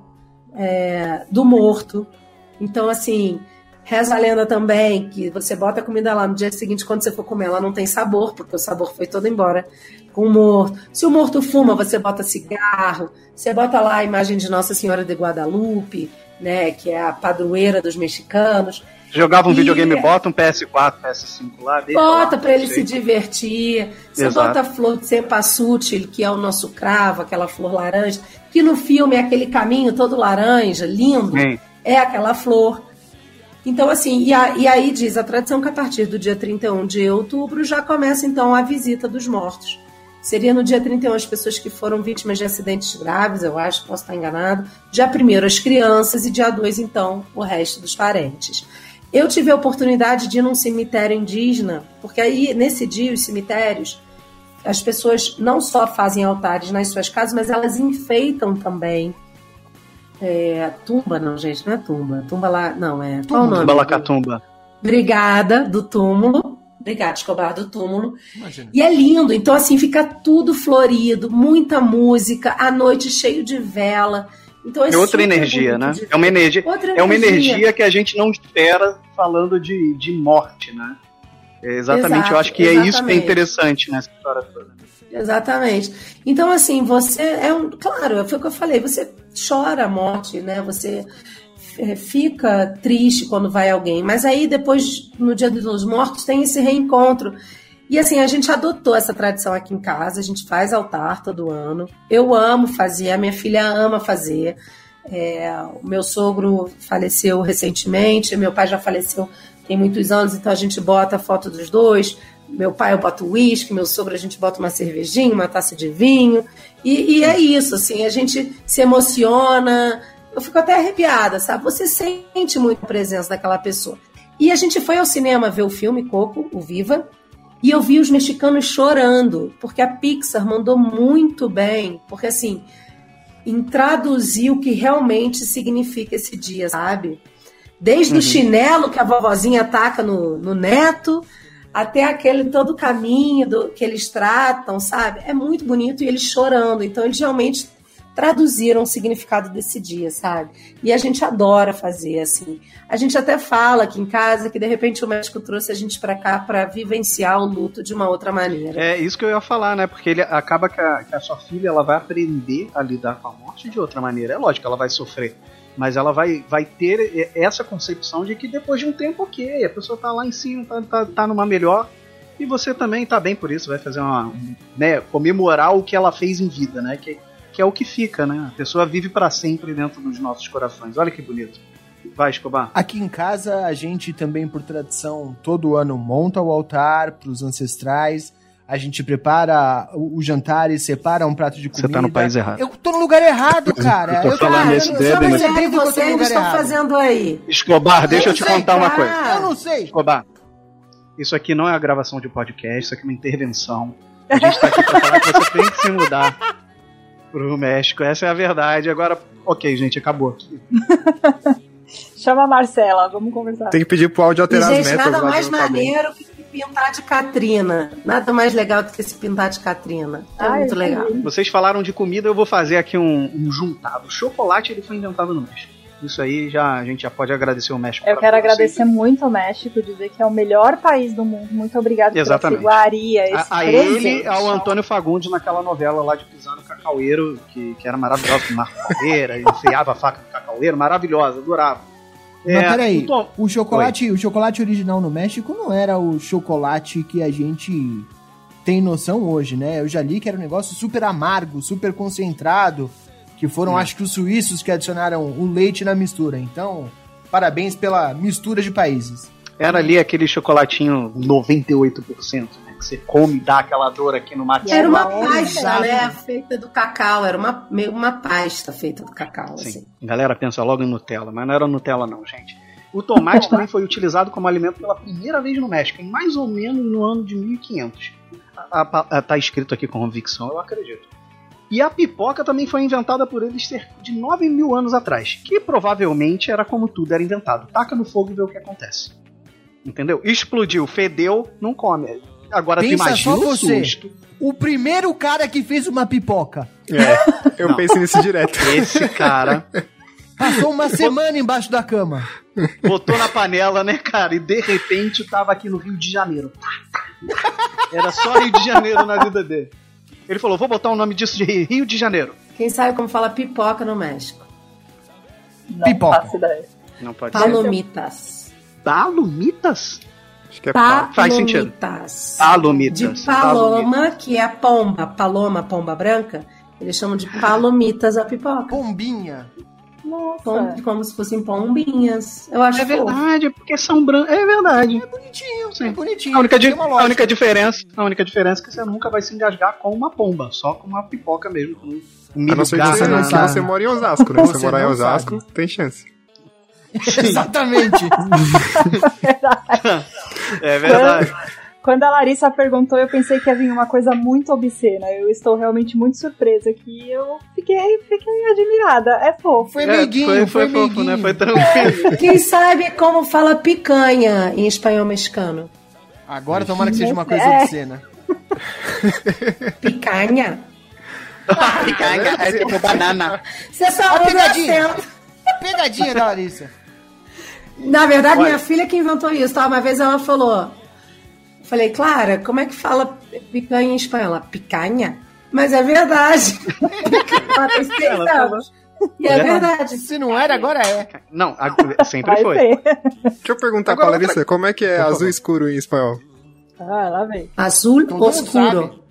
S6: é, do morto. Então, assim, reza a lenda também que você bota a comida lá no dia seguinte, quando você for comer, ela não tem sabor, porque o sabor foi todo embora com o morto. Se o morto fuma, você bota cigarro, você bota lá a imagem de Nossa Senhora de Guadalupe, né, que é a padroeira dos mexicanos.
S2: Jogava um
S6: e...
S2: videogame, bota um P S quatro, P S cinco lá. Deixa
S6: bota
S2: lá,
S6: pra ele se divertir. Você
S2: Exato.
S6: Bota a flor de cempasútil, que é o nosso cravo, aquela flor laranja, que no filme é aquele caminho todo laranja, lindo. Sim. É aquela flor. Então, assim, e, a, e aí diz a tradição que a partir do dia trinta e um de outubro já começa, então, a visita dos mortos. Seria no dia trinta e um as pessoas que foram vítimas de acidentes graves, eu acho, posso estar enganado. Dia primeiro as crianças e dia dois, então, o resto dos parentes. Eu tive a oportunidade de ir num cemitério indígena, porque aí, nesse dia, os cemitérios, as pessoas não só fazem altares nas suas casas, mas elas enfeitam também. É, tumba, não, gente, não é tumba. Tumba lá, não, é... Qual o nome?
S2: Tumba Lacatumba.
S6: Obrigada, do túmulo. Obrigada, Escobar, do túmulo. Imagina. E é lindo, então, assim, fica tudo florido, muita música, à noite cheio de vela. Então, é
S2: outra energia, né? É uma energia, outra é uma energia. energia que a gente não espera falando de, de morte, né? É exatamente, Exato, eu acho que exatamente. É isso que é interessante nessa história toda.
S6: Exatamente. Então, assim, você é um... Claro, foi o que eu falei, você chora a morte, né? Você fica triste quando vai alguém, mas aí depois, no Dia dos Mortos, tem esse reencontro. E assim, a gente adotou essa tradição aqui em casa, a gente faz altar todo ano. Eu amo fazer, a minha filha ama fazer. É, o meu sogro faleceu recentemente, meu pai já faleceu tem muitos anos, então a gente bota a foto dos dois. Meu pai eu boto uísque, meu sogro a gente bota uma cervejinha, uma taça de vinho. E, e é isso, assim, a gente se emociona. Eu fico até arrepiada, sabe? Você sente muito a presença daquela pessoa. E a gente foi ao cinema ver o filme Coco, o Viva. E eu vi os mexicanos chorando, porque a Pixar mandou muito bem, porque assim, em traduzir o que realmente significa esse dia, sabe? Desde uhum. o chinelo que a vovozinha ataca no, no neto, até aquele todo o caminho do, que eles tratam, sabe? É muito bonito e eles chorando, então eles realmente traduziram o significado desse dia, sabe? E a gente adora fazer, assim. A gente até fala aqui em casa que, de repente, o médico trouxe a gente pra cá pra vivenciar o luto de uma outra maneira.
S2: É isso que eu ia falar, né? Porque ele acaba que a, que a sua filha ela vai aprender a lidar com a morte de outra maneira. É lógico que ela vai sofrer, mas ela vai, vai ter essa concepção de que depois de um tempo, ok, a pessoa tá lá em cima, tá, tá, tá numa melhor, e você também tá bem por isso, vai fazer uma... né, comemorar o que ela fez em vida, né? Que que é o que fica, né? A pessoa vive para sempre dentro dos nossos corações. Olha que bonito. Vai, Escobar.
S3: Aqui em casa, a gente também, por tradição, todo ano monta o altar para os ancestrais. A gente prepara o, o jantar e separa um prato de comida.
S2: Você tá no país errado.
S3: Eu tô no lugar errado, cara.
S2: Eu tô
S3: eu
S2: falando
S3: tô,
S2: esse
S3: eu,
S2: dedo,
S3: eu
S2: mas...
S6: O que vocês estão fazendo aí?
S2: Escobar, deixa eu, eu te
S3: sei,
S2: contar
S3: cara.
S2: uma coisa.
S3: Eu não sei.
S2: Escobar, isso aqui não é a gravação de podcast, isso aqui é uma intervenção. A gente tá aqui pra falar que você tem que se mudar pro México, essa é a verdade. Agora, ok, gente, acabou aqui.
S5: Chama a Marcela, vamos conversar.
S4: Tem que pedir pro áudio alterar
S6: e,
S4: as
S6: gente,
S4: metas.
S6: nada mais maneiro que se pintar de Catrina. Nada mais legal do que se pintar de Catrina. É Ai, muito legal.
S2: Vocês falaram de comida, eu vou fazer aqui um, um juntado. O chocolate ele foi inventado no México. Isso aí já, a gente já pode agradecer o México.
S5: Eu quero agradecer
S2: sempre.
S5: muito o México, dizer que é o melhor país do mundo. Muito obrigado
S2: Exatamente.
S5: por essa iguaria, esse
S2: A, a ele, ao Antônio Fagundes naquela novela lá de Pisar no Cacaueiro, que, que era maravilhosa, com Marco Palmeira, enfiava a faca no cacaueiro, maravilhosa, adorava.
S3: Mas
S2: É,
S3: peraí,
S2: então-
S3: o chocolate, o chocolate original no México não era o chocolate que a gente tem noção hoje, né? Eu já li que era um negócio super amargo, super concentrado, que foram,
S2: Hum.
S3: acho que os suíços que adicionaram o leite na mistura. Então, parabéns pela mistura de países.
S2: Era ali aquele chocolatinho noventa e oito por cento, né? Que você come e dá aquela dor aqui no matinho.
S6: Era uma
S5: Exato.
S6: pasta, né? Feita do cacau. Era uma, meio uma pasta feita do cacau,
S2: Sim.
S6: assim.
S2: A galera pensa logo em Nutella, mas não era Nutella não, gente. O tomate também foi utilizado como alimento pela primeira vez no México, em mais ou menos no ano de mil e quinhentos. A, a, a, tá escrito aqui com convicção, eu acredito. E a pipoca também foi inventada por eles cerca de nove mil anos atrás, que provavelmente era como tudo era inventado. Taca no fogo e vê o que acontece. Entendeu? Explodiu, fedeu, não come. Agora tu
S3: Pensa
S2: imagina
S3: só
S2: o
S3: você.
S2: susto.
S3: O primeiro cara que fez uma pipoca
S4: É, eu
S2: Não.
S4: penso nisso direto.
S2: Esse cara
S3: passou uma semana embaixo da cama.
S2: botou na panela, né, cara? E de repente tava aqui no Rio de Janeiro. Era só Rio de Janeiro na vida dele. Ele falou, vou botar o nome disso de Rio de Janeiro.
S6: Quem sabe como fala pipoca no México?
S5: Não
S3: Pipoca.
S5: faço ideia.
S2: Não pode ser.
S6: Palomitas.
S2: Palumitas?
S4: Acho que é pá.
S2: Faz sentido.
S6: Palomitas.
S2: Palumitas.
S6: De paloma, que é a pomba. Paloma, pomba branca. Eles chamam de palomitas a pipoca.
S3: Pombinha.
S5: Nossa.
S6: Pom- como se fossem pombinhas. Eu acho
S2: É
S6: fofo.
S2: verdade, porque são brancos. É verdade.
S3: Bonitinho,
S2: Sim.
S3: bonitinho.
S2: A única, di-
S3: Tem uma
S2: a
S3: lógica.
S2: única diferença, a única diferença é que você nunca vai se engasgar com uma pomba, só com uma pipoca mesmo, com um
S4: A
S2: milho
S4: não ser que
S2: garra
S4: você,
S2: na-
S4: que
S3: sabe.
S4: você mora em Osasco, né? Se
S3: Você
S4: você morar em
S3: não
S4: Osasco,
S3: sabe.
S4: tem chance.
S3: Exatamente.
S2: É verdade.
S5: Quando a Larissa perguntou, eu pensei que ia vir uma coisa muito obscena. Eu estou realmente muito surpresa que eu fiquei, fiquei admirada. É fofo.
S3: Foi
S2: É,
S3: meiguinho,
S2: foi,
S3: foi,
S2: foi fofo,
S3: meiguinho.
S2: né? Foi tranquilo.
S6: Quem sabe como fala picanha em espanhol mexicano?
S3: Agora tomara que seja uma coisa
S5: É.
S3: obscena.
S6: Picanha.
S2: Picanha é tipo banana.
S6: Você só
S3: A
S6: usa
S3: pegadinha.
S6: acento.
S3: Pegadinha da Larissa.
S6: Na verdade,
S2: Olha.
S6: minha filha que inventou isso, tá? Uma vez ela falou... Falei, Clara, como é que fala picanha em espanhol? Ela, picanha? Mas é verdade. Ela tem seis
S2: Ela falou.
S6: anos. E é verdade.
S3: Se não era, agora é.
S2: Não, a- sempre
S5: Vai
S2: foi.
S5: ser.
S4: Deixa eu perguntar
S3: Agora
S4: pra Larissa, como é que é
S2: Por
S4: azul
S2: favor.
S4: escuro em espanhol?
S5: Ah, lá vem.
S6: Azul
S3: Todo mundo
S6: oscuro.
S3: sabe.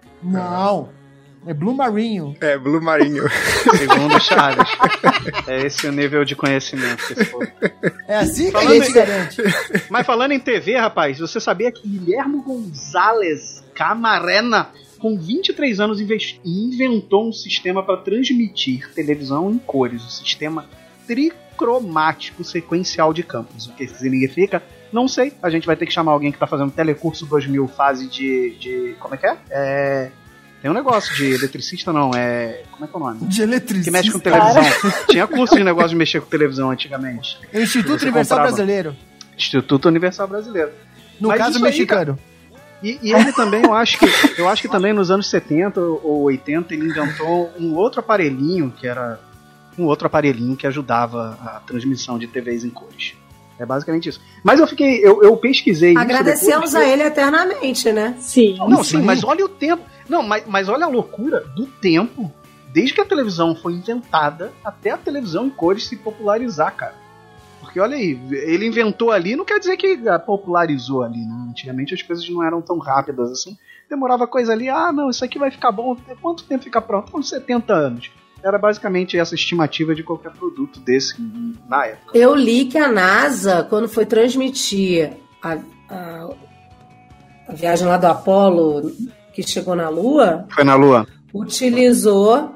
S3: Não. É Blue Marinho.
S4: É, Blue Marinho.
S2: Segundo Chaves. É esse o nível de conhecimento que for.
S3: É assim que
S2: Falando
S3: a gente
S2: em-
S3: garante.
S2: Mas falando em T V, rapaz, você sabia que Guilhermo Gonzalez Camarena, com vinte e três anos, inves- inventou um sistema para transmitir televisão em cores, o sistema tricromático sequencial de campos. O que isso significa? Não sei. A gente vai ter que chamar alguém que está fazendo Telecurso dois mil fase de, de... Como é que é? É... Tem um negócio de eletricista, não. É... Como é que é o nome?
S3: De eletricista.
S2: Que mexe com televisão. Tinha curso de negócio de mexer com televisão antigamente.
S3: Instituto
S2: Você
S3: Universal
S2: comprava.
S3: Brasileiro.
S2: Instituto Universal Brasileiro.
S3: No
S2: Mas
S3: caso
S2: isso aí,
S3: mexicano.
S2: E, e ele também, eu acho que eu acho que também nos anos setenta ou oitenta ele inventou um outro aparelhinho que era um outro aparelhinho que ajudava a transmissão de T Vs em cores. É basicamente isso. Mas eu fiquei, eu, eu pesquisei isso
S6: Agradecemos
S2: depois,
S6: a ele eternamente, né?
S5: Sim.
S2: Não, sim, mas olha o tempo. Não, mas, mas olha a loucura do tempo desde que a televisão foi inventada até a televisão em cores se popularizar, cara. Porque olha aí, ele inventou ali, não quer dizer que popularizou ali, né? Antigamente as coisas não eram tão rápidas assim. Demorava coisa ali, ah, não, isso aqui vai ficar bom. Quanto tempo fica pronto? Uns setenta anos. Era basicamente essa estimativa de qualquer produto desse na época.
S6: Eu li que a NASA, quando foi transmitir a, a, a viagem lá do Apollo, que chegou na Lua,
S2: Foi na Lua?
S6: utilizou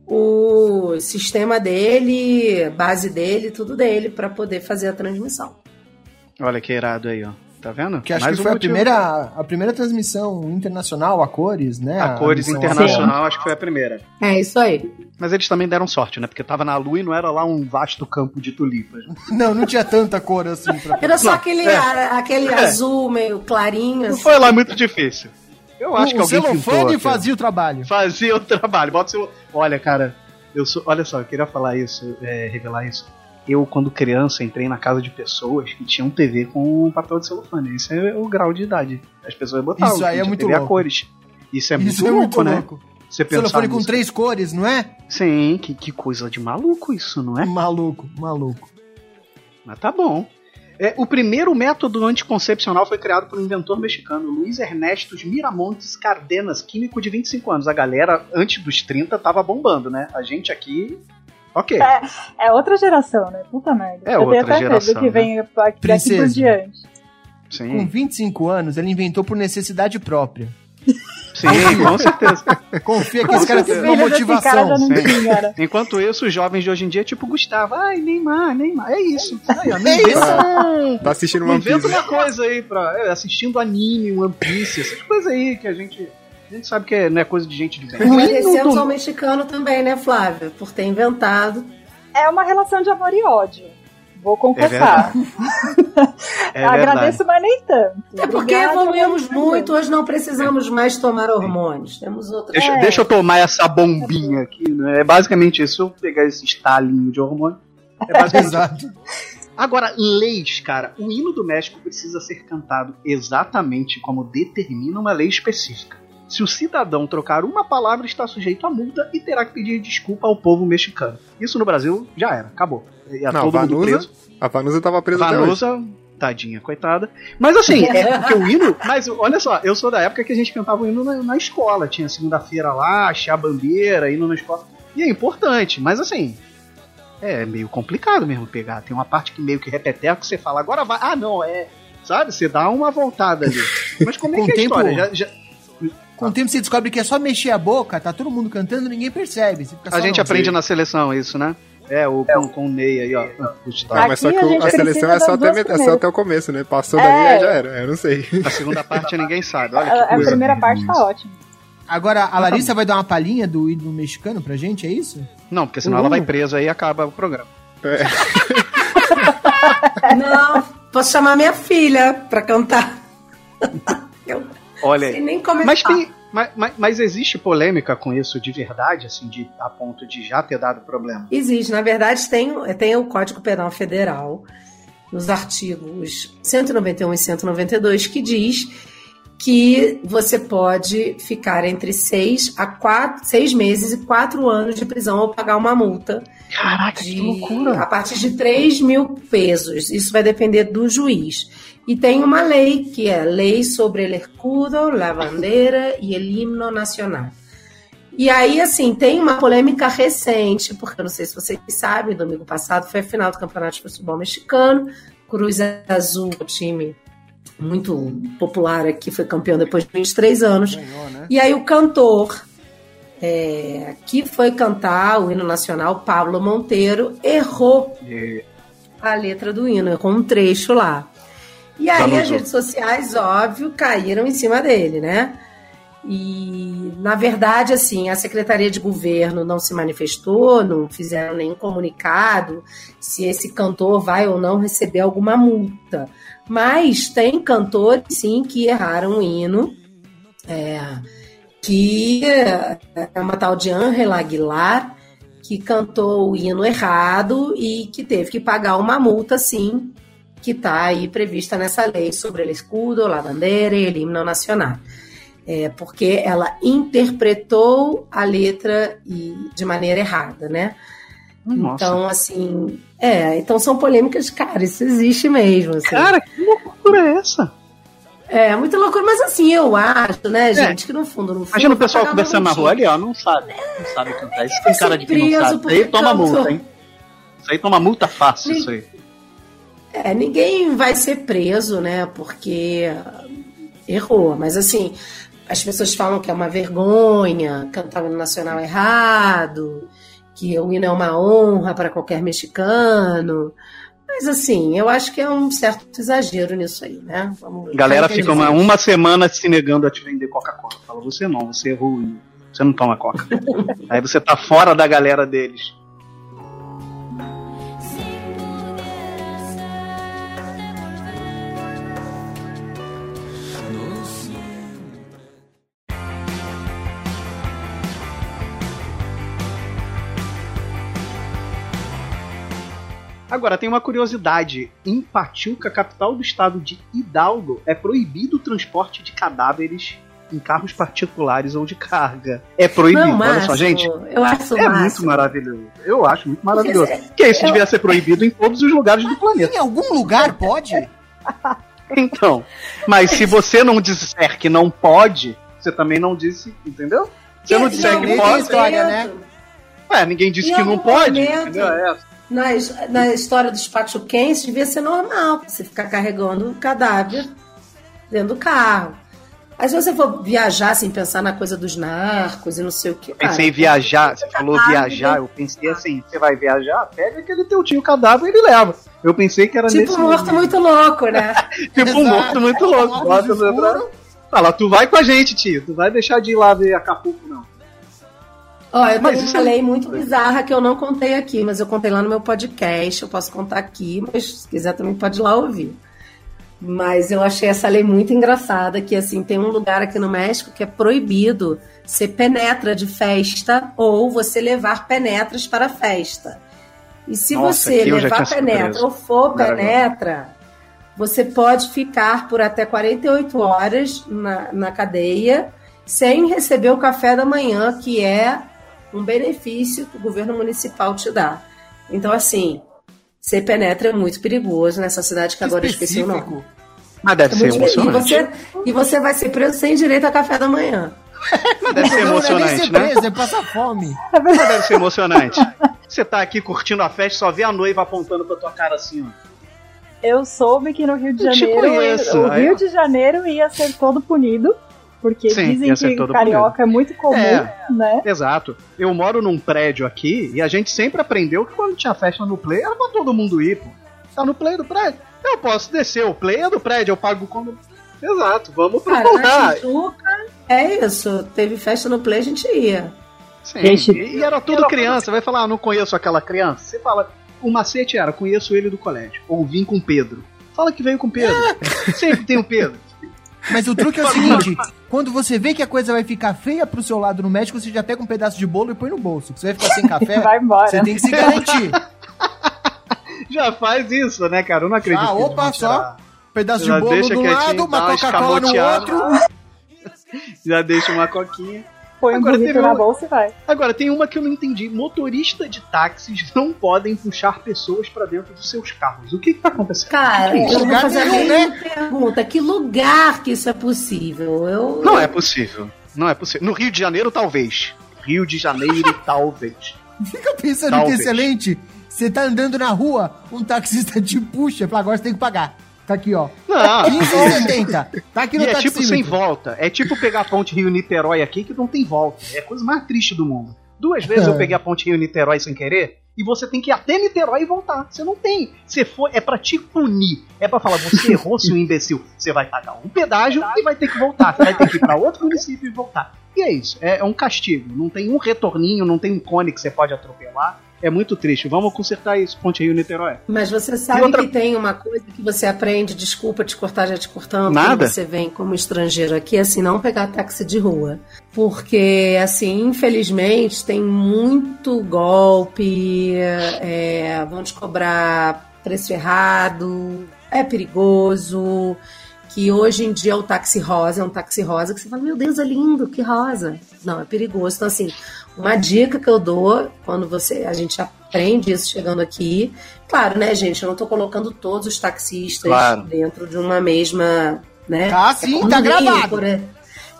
S6: o sistema dele, base dele, tudo dele, para poder fazer a transmissão.
S2: Olha que irado aí, ó. Tá vendo?
S3: Que acho
S2: Mais
S3: que
S2: um
S3: foi a
S2: motivo.
S3: primeira, a primeira transmissão internacional a cores, né?
S2: A cores
S3: missão
S2: internacional, acho que foi a primeira.
S6: É isso aí.
S2: Mas eles também deram sorte, né? Porque tava na Lua e não era lá um vasto campo de tulipas.
S3: Não, não tinha tanta cor assim pra.
S6: Era só
S2: Não,
S6: aquele,
S2: é.
S6: a- aquele
S2: É.
S6: azul meio clarinho.
S2: Não
S6: assim.
S2: foi lá muito difícil. Eu acho
S3: o,
S2: que
S3: o
S2: alguém pintou
S3: celofane
S2: aquilo.
S3: fazia o trabalho.
S2: Fazia o trabalho. Bota o seu... Olha, cara, eu sou... olha só, eu queria falar isso, é, revelar isso. eu, quando criança, entrei na casa de pessoas que tinham T V com papel de celofane. Esse é o grau de idade. As pessoas botavam.
S3: Isso aí é muito
S2: T V a
S3: louco.
S2: cores. Isso é muito
S3: Isso é
S2: louco,
S3: muito
S2: né?
S3: louco.
S2: Você pensar
S3: Celofane com
S2: nisso.
S3: três cores, não é?
S2: Sim, que, que coisa de maluco isso, não é?
S3: Maluco, maluco.
S2: Mas tá bom. É, o primeiro método anticoncepcional foi criado por um inventor mexicano, Luiz Ernesto Miramontes Cardenas, químico de vinte e cinco anos. A galera, antes dos trinta, tava bombando, né? A gente aqui... Ok.
S5: É, é outra geração, né? Puta merda.
S2: É
S5: Eu
S2: outra
S5: tenho até
S2: geração,
S5: medo que vem daqui por
S3: Princesa.
S5: diante.
S2: Sim,
S3: Com vinte e cinco anos, ele inventou por necessidade própria.
S2: sim, com certeza.
S3: Confia que esse cara tem uma
S5: Filho desse cara já
S3: motivação.
S5: não tinha, né?
S2: Enquanto isso, os jovens de hoje em dia, tipo Gustavo, ai, Neymar, Neymar, é isso. Aí, ó, não
S3: É
S2: inventa,
S3: isso.
S4: Tá assistindo
S2: não
S4: One
S2: inventa
S4: Piece.
S2: uma coisa aí, pra, é, assistindo anime, One Piece, essas coisas aí que a gente, a gente sabe que é- não é coisa de gente de bem.
S6: Agradecemos ao mexicano também, né, Flávia? Por ter inventado.
S5: É uma relação de amor e ódio. Vou confessar.
S2: É
S5: Agradeço, mas nem tanto.
S6: É porque
S5: Obrigada,
S6: evoluímos
S5: mas-
S6: muito, hoje não precisamos mais tomar hormônios. Temos outras.
S2: Deixa,
S5: É.
S2: deixa eu tomar essa bombinha aqui, né? É basicamente isso. Se eu pegar esse estalinho de hormônio, é basicamente isso.
S3: Exato.
S2: Agora, leis, cara. O hino do México precisa ser cantado exatamente como determina uma lei específica. Se o cidadão trocar uma palavra, está sujeito a multa e terá que pedir desculpa ao povo mexicano. Isso no Brasil já era, acabou. Ia
S4: Não,
S2: todo mundo
S4: Vanusa,
S2: preso.
S4: a Vanusa tava presa até hoje.
S2: Vanusa, tadinha, coitada. Mas assim, é porque o hino. Mas olha só, eu sou da época que a gente cantava o hino na, na escola. Tinha segunda-feira lá, chá bandeira, hino na escola. E é importante, mas assim. É meio complicado mesmo pegar. Tem uma parte que meio que repeteco que você fala, agora vai. Ah, não, é. Sabe? Você dá uma voltada ali. Mas como é
S3: Com
S2: que é a
S3: tempo-
S2: história? Já, já-
S3: Com o tempo você descobre que é só mexer a boca, tá todo mundo cantando, ninguém percebe. Você fica só
S2: a gente
S3: não.
S2: aprende na seleção isso, né? É, o com, com o Ney aí, ó. Gustavo.
S4: Ah, mas só
S5: Aqui
S4: que
S5: a
S4: o-
S5: gente
S4: a seleção
S5: precisa
S4: é só,
S5: das
S4: até,
S5: duas
S4: met- é só
S5: primeiras.
S4: até o começo, né? Passou
S5: É.
S4: dali, aí já era. Eu não sei.
S2: A segunda parte ninguém sabe. Olha que
S5: A, a
S2: coisa.
S5: primeira parte tá ótima.
S3: Agora, a Larissa vai dar uma palhinha do hino mexicano pra gente, é isso?
S2: Não, porque senão ela vai presa e acaba o programa.
S6: Não, posso chamar minha filha pra cantar. Eu
S2: Olha
S6: não sei
S2: aí.
S6: nem começar.
S2: Mas, tem, mas, mas, mas existe polêmica com isso de verdade, assim, de, a ponto de já ter dado problema?
S6: Existe, na verdade, tem, tem o Código Penal Federal, nos artigos cento e noventa e um e cento e noventa e dois, que diz que você pode ficar entre seis a quatro, seis meses e quatro anos de prisão ou pagar uma multa.
S2: Caraca,
S6: de,
S2: que loucura!
S6: A partir de três mil pesos. Isso vai depender do juiz. E tem uma lei, que é a Lei sobre el Escudo, la Bandera e el Himno Nacional. E aí, assim, tem uma polêmica recente, porque eu não sei se vocês sabem, domingo passado foi a final do Campeonato de Futebol Mexicano. Cruz Azul, o time muito popular aqui, foi campeão depois de vinte e três anos.
S3: Ganhou, né?
S6: E aí o cantor é, que foi cantar o hino nacional, Pablo Monteiro, errou
S2: E-
S6: a letra do hino, errou um trecho lá. E aí
S2: Vamos
S6: as
S2: lá.
S6: redes sociais, óbvio, caíram em cima dele, né? E, na verdade, assim, a Secretaria de Governo não se manifestou, não fizeram nenhum comunicado se esse cantor vai ou não receber alguma multa. Mas tem cantores, sim, que erraram o hino, é, que é uma tal de Ángela Aguilar, que cantou o hino errado e que teve que pagar uma multa, sim, que está aí prevista nessa lei sobre o escudo, la bandeira e o himno nacional. É, porque ela interpretou a letra e, de maneira errada, né?
S2: Nossa.
S6: Então, assim, é, então são polêmicas, cara, isso existe mesmo. Assim.
S2: Cara, que loucura é essa?
S6: É, muita loucura, mas assim, eu acho, né, gente, que no fundo, no fundo.
S2: Imagina o pessoal
S6: vai pagar
S2: conversando na
S6: uma
S2: rua ali, ó, não sabe. Não sabe cantar. Isso tem
S6: vai
S2: cara
S6: ser
S2: de que não
S6: preso
S2: sabe. Isso
S6: porque
S2: aí toma
S6: cantou.
S2: multa, hein? Isso aí toma multa fácil,
S6: Sim.
S2: isso aí.
S6: É, ninguém vai ser preso, né, porque errou, mas assim, as pessoas falam que é uma vergonha cantar o hino nacional errado, que o hino é uma honra para qualquer mexicano. Mas assim, eu acho que é um certo exagero nisso aí, né? Vamos...
S2: Galera
S3: Quer
S2: fica
S3: dizer-
S2: uma, uma semana se negando a te vender Coca-Cola. Fala, você não, você errou. o hino. Você não toma Coca. Aí você tá fora da galera deles. Agora, tem uma curiosidade. Em Pachuca, capital do estado de Hidalgo, é proibido o transporte de cadáveres em carros particulares ou de carga. É proibido.
S6: Não,
S2: Olha só, gente.
S6: Eu acho
S2: É
S6: máximo.
S2: muito maravilhoso. Eu acho muito maravilhoso.
S6: Porque,
S2: Porque isso
S6: eu...
S2: devia ser proibido em todos os lugares do planeta.
S3: Em algum lugar pode?
S2: Então, mas se você não disser que não pode, você também não disse, entendeu? Você não disser
S6: Não,
S2: que
S3: nem
S2: pode,
S3: história, né?
S2: Ué, ninguém disse
S6: Em
S2: que não
S6: algum
S2: pode,
S6: momento-
S2: entendeu? É.
S6: Na, na história dos pachuquenses, devia ser normal você ficar carregando o cadáver dentro do carro. Aí se você for viajar sem pensar na coisa dos narcos e não sei o que.
S2: Pensei em viajar, você falou viajar, eu pensei assim, você vai viajar, pega aquele teu tio cadáver e ele leva. Eu pensei que era
S6: Tipo
S2: nesse
S6: um morto muito louco, né?
S2: Tipo um morto muito louco. Bota no pra... Fala, tu vai com a gente, tio, tu vai deixar de ir lá ver Acapulco, não.
S6: Ó, eu
S2: Mas
S6: tenho
S2: isso
S6: uma
S2: é-
S6: lei muito bizarra que eu não contei aqui, mas eu contei lá no meu podcast, eu posso contar aqui, mas se quiser também pode ir lá ouvir. Mas eu achei essa lei muito engraçada, que assim, tem um lugar aqui no México que é proibido ser penetra de festa ou você levar penetras para a festa. E se
S2: Nossa,
S6: você
S2: aqui eu já
S6: levar
S2: tinha sido
S6: penetra
S2: preso.
S6: ou for
S2: Não era
S6: penetra, você pode ficar por até quarenta e oito horas na, na cadeia sem receber o café da manhã, que é um benefício que o governo municipal te dá. Então, assim, ser penetra é muito perigoso nessa cidade que agora eu esqueci o nome.
S3: Específico.
S2: Mas deve
S6: É
S2: ser
S6: muito perigoso. E
S2: emocionante.
S6: você, e você vai ser preso sem direito a café da manhã.
S2: Mas deve ser
S3: Não, não é nem
S2: emocionante,
S3: ser
S2: né?
S3: preso, é passar fome.
S2: Mas deve ser emocionante. Você tá aqui curtindo a festa, só vê a noiva apontando pra tua cara assim, ó.
S5: Eu soube que no Rio de
S2: Eu te
S5: Janeiro,
S2: conheço,
S5: o
S2: aí,
S5: Rio
S2: ó.
S5: de Janeiro ia ser todo punido, porque
S2: Sim,
S5: dizem
S2: ia ser
S5: que
S2: todo
S5: carioca é muito comum,
S2: É.
S5: né?
S2: Exato. Eu moro num prédio aqui e a gente sempre aprendeu que quando tinha festa no play era pra todo mundo ir, pô. Tá no play do prédio. Eu posso descer, o play é do prédio, eu pago como. Exato, vamos pro
S6: Cara,
S2: lugar.
S6: na Tijuca, é isso. Teve festa no Play, a gente ia.
S2: Sim,
S5: Gente,
S2: e era tudo criança. Vai falar, ah, não conheço aquela criança. Você fala, o macete era, conheço ele do colégio. Ou vim com Pedro. Fala que veio com Pedro. Sempre tem o Pedro.
S3: Mas o truque é o seguinte: quando você vê que a coisa vai ficar feia pro seu lado no México, você já pega um pedaço de bolo e põe no bolso. Você vai ficar sem café,
S5: Vai embora.
S3: você tem que se garantir.
S2: Já faz isso, né, cara? Eu não acredito.
S3: Ah,
S2: que eles
S3: opa,
S2: vão
S3: só.
S2: tirar.
S3: Um pedaço
S2: Já
S3: de bolo
S2: deixa
S3: do
S2: quietinho,
S3: lado,
S2: dá
S3: uma
S2: uma
S3: Coca-Cola no
S2: escamoteada.
S3: outro.
S2: Já deixa uma coquinha.
S5: Põe um
S2: Agora
S5: burrito
S2: teve
S5: na
S2: uma-
S5: bolsa e vai.
S2: Agora, tem uma que eu não entendi. Motoristas de táxis não podem puxar pessoas pra dentro dos seus carros. O que que tá acontecendo?
S6: Cara,
S2: Que que é
S6: eu
S2: isso?
S6: vou
S3: Lugar
S6: fazer a
S3: nenhum,
S6: mesma pergunta. Que lugar que isso é possível? Eu...
S2: Não é possível. Não é possível. No Rio de Janeiro, talvez. Rio de Janeiro, talvez.
S3: Fica pensando
S2: Talvez.
S3: que excelente. Você tá andando na rua, um taxista te puxa, fala, agora você tem que pagar. Tá aqui, ó.
S2: Não.
S3: quinze e setenta. Tá aqui no
S2: E é tipo sem
S3: taxímetro.
S2: volta. É tipo pegar a ponte Rio-Niterói aqui que não tem volta. É a coisa mais triste do mundo. Duas vezes eu peguei a ponte Rio-Niterói sem querer e você tem que ir até Niterói e voltar. Você não tem. Você foi, é pra te punir. É pra falar, você errou, seu imbecil. Você vai pagar um pedágio e vai ter que voltar. Você vai ter que ir pra outro município e voltar. E é isso. É, é um castigo. Não tem um retorninho, não tem um cone que você pode atropelar. É muito triste. Vamos consertar isso, ponte Rio-Niterói.
S6: Mas você sabe
S2: E outra-
S6: que tem uma coisa que você aprende, desculpa te cortar, já te cortando,
S2: Nada.
S6: quando você vem como estrangeiro aqui, é assim, não pegar táxi de rua. Porque, assim, infelizmente, tem muito golpe, é, vão te cobrar preço errado, é perigoso, que hoje em dia o táxi rosa é um táxi rosa que você fala, meu Deus, é lindo, que rosa. Não, é perigoso. Então, assim, uma dica que eu dou quando você a gente aprende isso chegando aqui, claro, né, gente, eu não tô colocando todos os taxistas
S2: Claro.
S6: dentro de uma mesma, né?
S3: Tá sim,
S6: como
S3: tá
S6: no Rio,
S3: gravado.
S6: por e-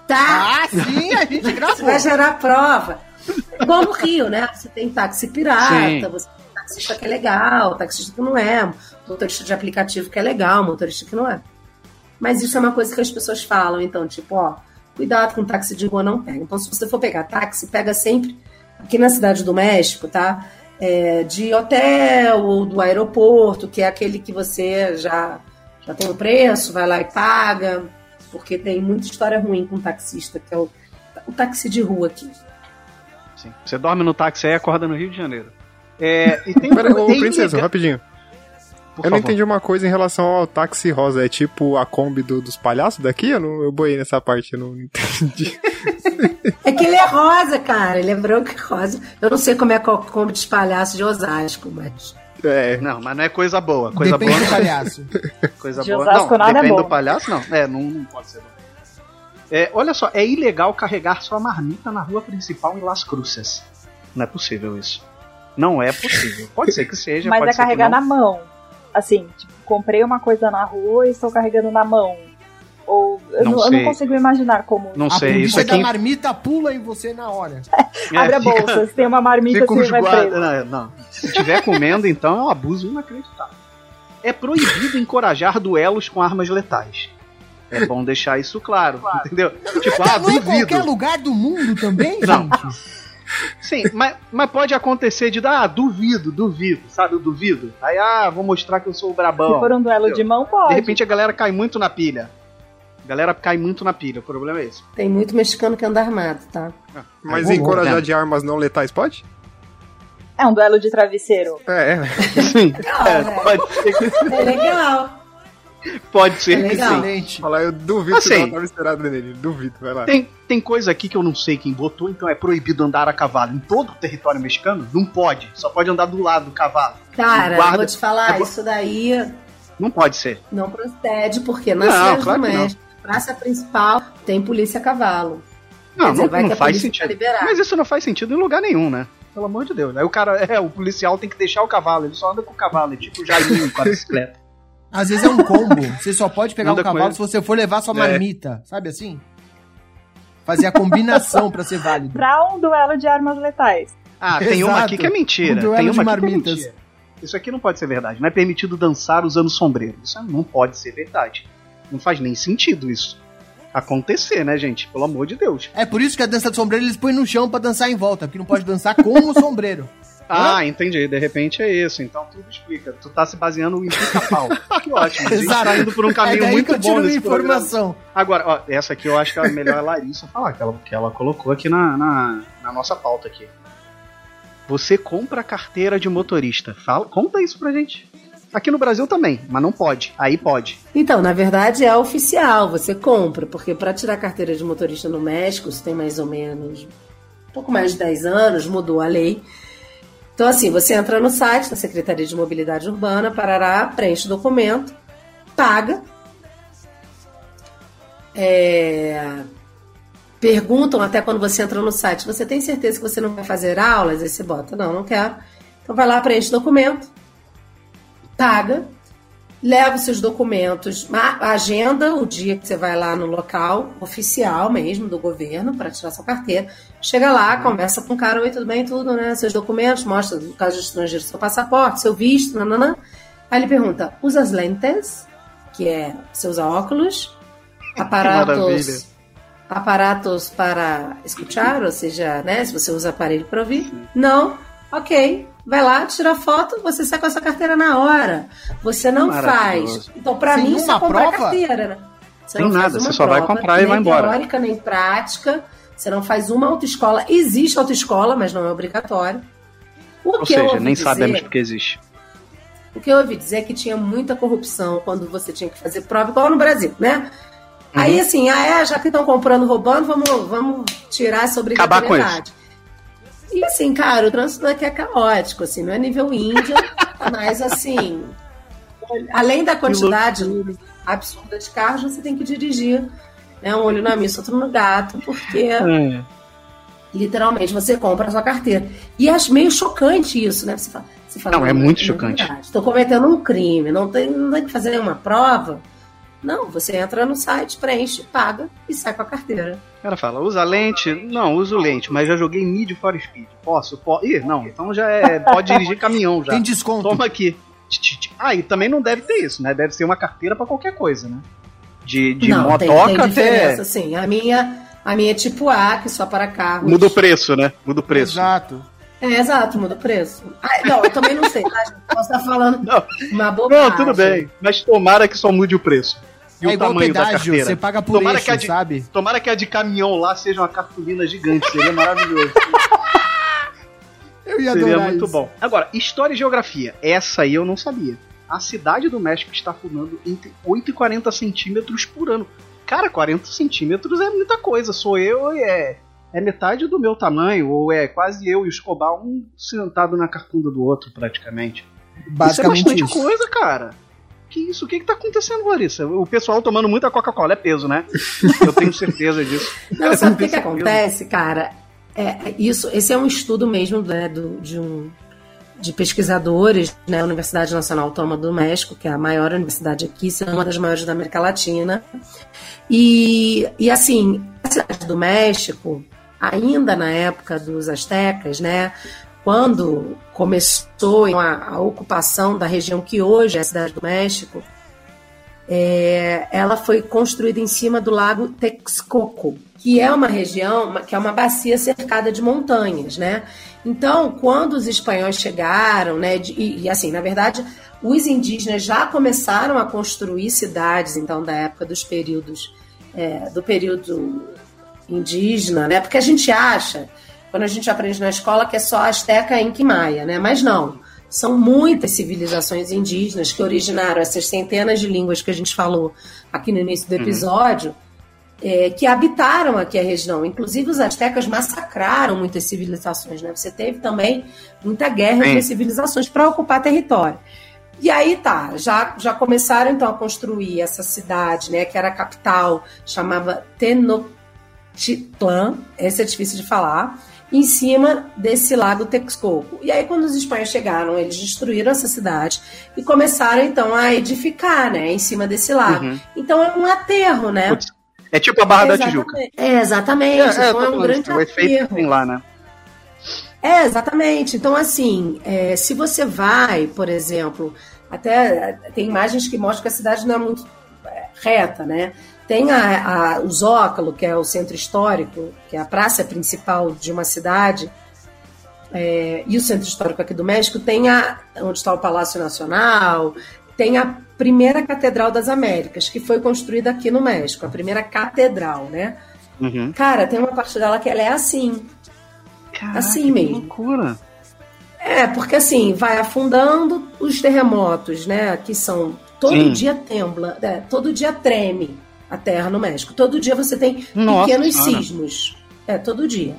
S6: Tá,
S3: Ah, sim, a gente
S6: você
S3: gravou.
S6: vai gerar prova. Igual no Rio, né? Você tem táxi pirata,
S2: Sim.
S6: você tem taxista que é legal, taxista que não é, motorista de aplicativo que é legal, motorista que não é. Mas isso é uma coisa que as pessoas falam, então, tipo, ó, cuidado com táxi de rua, não pega. Então, se você for pegar táxi, pega sempre, aqui na Cidade do México, tá? É, de hotel ou do aeroporto, que é aquele que você já, já tem o preço, vai lá e paga, porque tem muita história ruim com taxista, que é o, o táxi de rua aqui.
S2: Sim. Você dorme no táxi aí e acorda no Rio de Janeiro. É, e tem
S4: Pera, ô,
S2: tem-
S4: Princesa, rapidinho.
S2: Por
S4: eu não
S2: favor.
S4: entendi uma coisa em relação ao táxi rosa. É tipo a Kombi do- dos palhaços daqui? Eu, não, eu boiei nessa parte, eu não entendi.
S6: É que ele é rosa, cara. Ele é branco e rosa. Eu não sei como é a Kombi dos palhaços de Osasco, mas
S4: É.
S2: Não, mas não é coisa boa. Coisa
S3: Depende
S2: boa
S3: do palhaço.
S2: Coisa
S5: De
S2: boa.
S5: Osasco
S2: Não,
S5: nada é
S2: depende
S5: bom.
S2: do palhaço, não. É, não, não pode ser. É, olha só, é ilegal carregar sua marmita na rua principal em Las Cruces. Não é possível isso. Não é possível. Pode ser que seja,
S5: Mas
S2: pode
S5: é
S2: ser
S5: carregar
S2: que não.
S5: na mão. Assim, tipo, comprei uma coisa na rua e estou carregando na mão. Ou eu
S2: Não
S5: não, eu
S2: sei.
S5: não consigo imaginar como.
S2: Não
S3: A
S2: sei, isso
S3: polícia
S2: aqui...
S3: da marmita pula em você na hora.
S2: É,
S5: Abre a
S2: fica-
S5: bolsa, se tem uma marmita,
S2: Fica
S5: você
S2: os
S5: vai
S2: guardas.
S5: preso.
S2: Não, não. Se estiver comendo, então é um abuso inacreditável. É proibido encorajar duelos com armas letais. É bom deixar isso claro, entendeu? Tipo, ah,
S3: Não é em qualquer
S2: duvido.
S3: lugar do mundo também,
S2: Não.
S3: gente?
S2: Sim, mas, mas pode acontecer de dar, ah, duvido, duvido, sabe, eu duvido. Aí, ah, vou mostrar que eu sou o brabão.
S5: Se for um duelo
S2: entendeu?
S5: de mão, pode.
S2: De repente a galera cai muito na pilha. A galera cai muito na pilha, o problema é esse.
S6: Tem muito mexicano que anda armado, tá?
S4: Mas
S2: Aí,
S4: encorajar
S2: vamos,
S4: de armas não letais pode?
S5: É um duelo de travesseiro.
S4: É, é.
S2: Sim, é,
S6: é.
S2: pode ser que,
S6: É legal.
S2: pode ser
S6: É
S2: que
S6: legal.
S2: sim.
S3: Excelente.
S4: Falar, eu duvido
S2: Assim.
S4: que não tava esperado nele. Duvido, vai lá.
S2: Tem, tem coisa aqui que eu não sei quem botou, então é proibido andar a cavalo. Em todo o território mexicano, não pode. Só pode andar do lado do cavalo.
S6: Cara,
S2: Guarda-
S6: vou te falar,
S2: é bo-
S6: isso daí
S2: Não pode ser.
S6: não procede, porque na
S2: Não,
S6: cidade
S2: claro
S6: do
S2: que não.
S6: México, praça principal, tem polícia a cavalo.
S2: Não,
S6: Quer dizer,
S2: não,
S6: vai
S2: não
S6: que a
S2: faz
S6: polícia tá
S2: sentido.
S6: liberada.
S2: Mas isso não faz sentido em lugar nenhum, né? Pelo amor de Deus. Aí o cara, é, o policial tem que deixar o cavalo, ele só anda com o cavalo, é tipo o Jairinho com a bicicleta.
S3: Às vezes é um combo. Você só pode pegar
S2: Anda
S3: um
S2: com
S3: cavalo
S2: ele.
S3: se você for levar sua
S2: É.
S3: marmita. Sabe assim? Fazer a combinação pra ser válido.
S5: Pra um duelo de armas letais.
S2: Ah, tem uma
S3: Exato.
S2: aqui que é mentira.
S3: Um duelo
S2: Tem
S3: de
S2: uma aqui que é
S3: marmitas.
S2: mentira. Isso aqui não pode ser verdade. Não é permitido dançar usando sombreiro. Isso não pode ser verdade. Não faz nem sentido isso acontecer, né, gente? Pelo amor de Deus.
S3: É por isso que a dança de sombreiro eles põem no chão pra dançar em volta, porque não pode dançar com o sombreiro.
S2: Ah, entendi. De repente é isso. Então tudo explica. Tu tá se baseando em pica-pau. Que ótimo. A gente
S3: Exato.
S2: tá indo por um
S3: É
S2: caminho
S3: daí
S2: muito
S3: que eu tiro
S2: bom
S3: a
S2: nesse programa.
S3: informação.
S2: Agora, ó, essa aqui eu acho que é melhor a Larissa falar, que ela, que ela colocou aqui na, na, na nossa pauta aqui. Você compra carteira de motorista. Fala, conta isso pra gente. Aqui no Brasil também, mas não pode. Aí pode.
S6: Então, na verdade, é oficial, você compra, porque para tirar carteira de motorista no México, isso tem mais ou menos um pouco mais de dez anos, mudou a lei. Então, assim, você entra no site da Secretaria de Mobilidade Urbana, parará, preenche o documento, paga. É... Perguntam até quando você entra no site, você tem certeza que você não vai fazer aulas? Aí você bota, não, não quero. Então vai lá, preenche o documento, paga, leva os seus documentos, agenda o dia que você vai lá no local oficial mesmo do governo para tirar sua carteira. Chega lá, conversa com o cara, oi, tudo bem, tudo, né? Seus documentos, mostra, no caso de estrangeiro, seu passaporte, seu visto, nananã. Aí ele pergunta, usa as lentes, que é, você usa óculos, aparatos,
S2: maravilha.
S6: aparatos para escutar, ou seja, né, se você usa aparelho para ouvir. Não, ok. Vai lá, tira foto, você sai com a sua carteira na hora. Você não
S2: Maravilhoso.
S6: faz. Então, pra
S3: Sem
S6: mim, isso é
S3: nenhuma
S6: comprar
S3: prova?
S6: carteira, né? Você
S2: Tem
S6: não faz
S2: nada,
S6: uma
S2: você só vai
S6: prova,
S2: comprar e vai embora.
S6: Nem teórica, nem prática. Você não faz uma autoescola. Existe autoescola, mas não é obrigatório. O
S2: Ou
S6: que eu
S2: seja,
S6: ouvi
S2: nem
S6: dizer,
S2: sabemos porque existe.
S6: O que eu ouvi dizer é que tinha muita corrupção quando você tinha que fazer prova, igual no Brasil, né?
S2: Uhum.
S6: Aí, assim, ah, é, já que estão comprando, roubando, vamos, vamos tirar essa
S2: Acabar com
S6: obrigatoriedade. E assim, cara, o trânsito daqui é caótico, assim, não é nível Índia, mas assim, além da quantidade absurda de carros, você tem que dirigir, né, um olho na missa, outro no gato, porque
S2: É.
S6: literalmente você compra a sua carteira. E acho meio chocante isso, né? Você fala, você fala,
S2: Não, é muito chocante.
S6: Estou cometendo um crime, não tem, não tem que fazer nenhuma prova. Não, você entra no site, preenche, paga e sai com a carteira.
S2: O cara fala, usa lente? Não, uso lente, mas já joguei Need for Speed. Posso? Posso? Ih, não, então já é. Pode dirigir caminhão já.
S3: Tem desconto.
S2: Toma aqui. Ah, e também não deve ter isso, né? Deve ser uma carteira pra qualquer coisa, né? De, de
S6: não, tem,
S2: motoca
S6: tem diferença,
S2: até.
S6: sim. A minha, a minha é tipo A, que só para carros.
S2: Muda o preço, né? Muda o preço.
S3: Exato.
S6: É, exato, muda o preço. Ah, não, eu também não sei, tá, gente? Posso estar falando
S2: Não,
S6: uma bobagem.
S2: não, tudo bem. Mas tomara que só mude o preço. E
S3: É
S2: o
S3: igual
S2: tamanho da
S3: pedágio,
S2: carteira.
S3: você paga por
S2: Tomara
S3: eixo,
S2: que a de-
S3: sabe?
S2: Tomara que a de caminhão lá seja uma cartolina gigante. Seria maravilhoso.
S3: Eu ia
S2: Seria
S3: adorar
S2: muito
S3: isso.
S2: bom. Agora, história e geografia. Essa aí eu não sabia. A cidade do México está afundando entre oito e quarenta centímetros por ano. Cara, quarenta centímetros é muita coisa. Sou eu e é, é metade do meu tamanho. Ou é quase eu e o Escobar, um sentado na carcunda do outro, praticamente.
S3: Basicamente
S2: isso é bastante
S3: isso.
S2: coisa, cara. Que isso? O que que tá acontecendo, Larissa? O pessoal tomando muita Coca-Cola. É peso, né? Eu tenho certeza disso.
S6: Não, sabe o que que acontece, cara? É, isso, esse é um estudo mesmo, né, do, de, um, de pesquisadores, né, Universidade Nacional Autônoma do México, que é a maior universidade aqui, é uma das maiores da América Latina. E, e assim, a cidade do México, ainda na época dos astecas, né, quando começou a, a ocupação da região que hoje é a Cidade do México, é, ela foi construída em cima do lago Texcoco, que é uma região, que é uma bacia cercada de montanhas, né? Então, quando os espanhóis chegaram, né, de, e, e assim, na verdade, os indígenas já começaram a construir cidades, então, da época dos períodos, é, do período indígena, né? Porque a gente acha, quando a gente aprende na escola, que é só Azteca, Inca e Maia, né? Mas não. São muitas civilizações indígenas que originaram essas centenas de línguas que a gente falou aqui no início do episódio, uhum. é, que habitaram aqui a região. Inclusive, os astecas massacraram muitas civilizações, né? Você teve também muita guerra entre civilizações para ocupar território. E aí tá, já, já começaram então a construir essa cidade, né? Que era a capital, chamava Tenochtitlan, esse é difícil de falar, em cima desse lago Texcoco. E aí, quando os espanhóis chegaram, eles destruíram essa cidade e começaram, então, a edificar, né, em cima desse lago. Uhum. Então, é um aterro, né?
S2: Putz, é tipo a Barra
S6: é
S2: da Tijuca.
S6: É, exatamente. É,
S2: é,
S6: então, é um grande
S2: o efeito tem lá, né?
S6: É, exatamente. Então, assim, é, se você vai, por exemplo, até tem imagens que mostram que a cidade não é muito é, reta, né? Tem a, a, o Zócalo, que é o centro histórico, que é a praça principal de uma cidade, é, e o centro histórico aqui do México, tem a, onde está o Palácio Nacional, tem a primeira Catedral das Américas, que foi construída aqui no México, a primeira catedral, né? Uhum. Cara, tem uma parte dela que ela é assim.
S2: Caraca,
S6: assim mesmo.
S2: Que loucura.
S6: É, porque assim, vai afundando os terremotos, né? Que são, todo Sim. dia tembla, né, todo dia treme a terra no México. Todo dia você tem Nossa, pequenos cara. sismos. É, todo dia.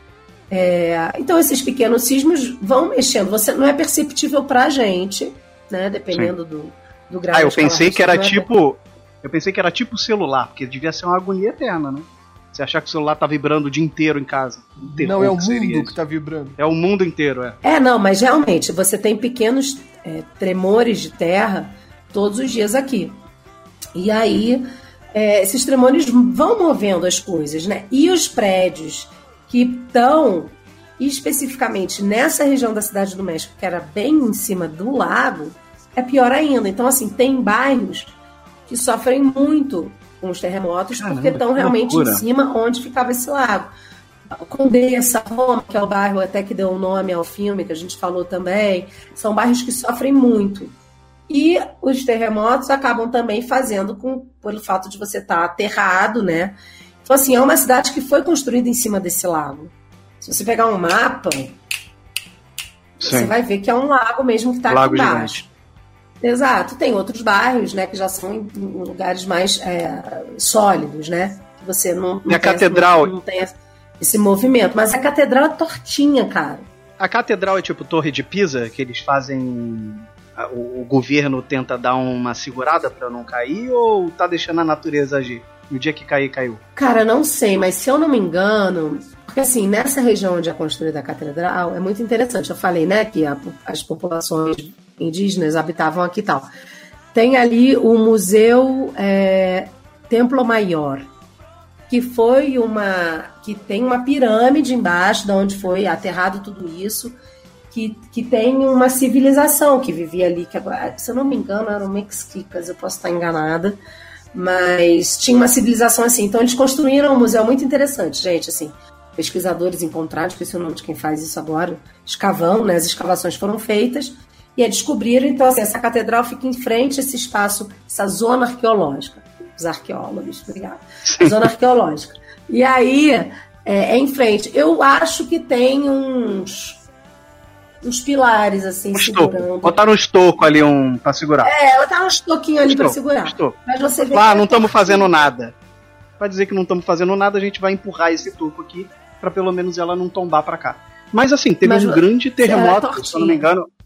S6: É, então, esses pequenos sismos vão mexendo. Você não é perceptível pra gente, né? Dependendo do, do grau.
S2: Ah, eu pensei que era tipo... É... Eu pensei que era tipo celular, porque devia ser uma agonia eterna, né? Você achar que o celular tá vibrando o dia inteiro em casa.
S3: Não, é o mundo que tá vibrando.
S2: É o mundo inteiro, é.
S6: É, não, mas realmente, você tem pequenos é, tremores de terra todos os dias aqui. E aí... É, esses tremores vão movendo as coisas, né? E os prédios que estão especificamente nessa região da Cidade do México, que era bem em cima do lago, é pior ainda. Então, assim, tem bairros que sofrem muito com os terremotos. Caramba, porque estão realmente loucura. Em cima onde ficava esse lago. Condessa, Roma, que é o bairro até que deu o nome ao filme, que a gente falou também, são bairros que sofrem muito. E os terremotos acabam também fazendo com, pelo fato de você estar aterrado, né? Então, assim, é uma cidade que foi construída em cima desse lago. Se você pegar um mapa, Sim. você vai ver que é um lago mesmo que está aqui embaixo. Gigante. Exato. Tem outros bairros, né, que já são em lugares mais é, sólidos, né? Que você não, não,
S2: e a
S6: tem,
S2: catedral...
S6: não, não tem esse movimento. Mas a catedral é tortinha, cara.
S2: A catedral é tipo Torre de Pisa, que eles fazem... O, o governo tenta dar uma segurada para não cair ou tá deixando a natureza agir? No dia que cair, caiu?
S6: Cara, não sei, mas se eu não me engano... Porque assim, nessa região onde é construída a catedral, é muito interessante. Eu falei, né, que a, as populações indígenas habitavam aqui e tal. Tem ali o Museu é, Templo Maior, que foi uma... que tem uma pirâmide embaixo de onde foi aterrado tudo isso... Que, que tem uma civilização que vivia ali, que agora, se eu não me engano, eram mexicas, eu posso estar enganada, mas tinha uma civilização assim. Então eles construíram um museu muito interessante, gente, assim, pesquisadores encontraram, esqueci o nome de quem faz isso agora, escavão, né, as escavações foram feitas, e aí descobriram, então, assim, essa catedral fica em frente a esse espaço, essa zona arqueológica, os arqueólogos, obrigada, zona arqueológica. E aí, é, é em frente. Eu acho que tem uns... uns pilares, assim,
S2: um
S6: segurando.
S2: Botaram um estoco ali um, pra segurar.
S6: É, botaram um estoquinho ali estoco, pra segurar.
S2: Estoco.
S6: Mas você vê
S2: ah, não estamos fazendo nada. Pra dizer que não estamos fazendo nada, a gente vai empurrar esse toco aqui pra pelo menos ela não tombar pra cá. Mas assim, teve Mas, um grande terremoto, se eu não me engano.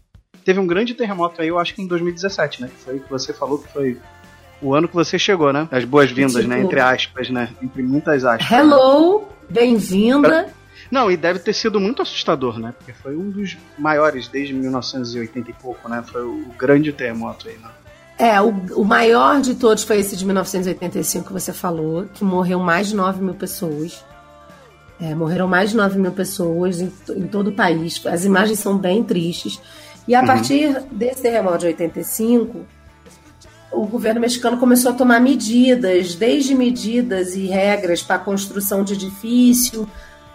S2: teve um grande terremoto aí, eu acho que em dois mil e dezessete, né? Que foi o que você falou que foi o ano que você chegou, né? As boas-vindas, tipo, né? Entre aspas, né? Entre muitas aspas.
S6: Hello, né? Bem-vinda.
S2: Não, e deve ter sido muito assustador, né? Porque foi um dos maiores desde mil novecentos e oitenta e pouco, né? Foi o grande terremoto aí, né?
S6: É, o, o maior de todos foi esse de mil novecentos e oitenta e cinco que você falou, que morreu mais de nove mil pessoas. É, morreram mais de nove mil pessoas em, em todo o país. As imagens são bem tristes. E a uhum. partir desse terremoto de oitenta e cinco, o governo mexicano começou a tomar medidas, desde medidas e regras para a construção de edifício,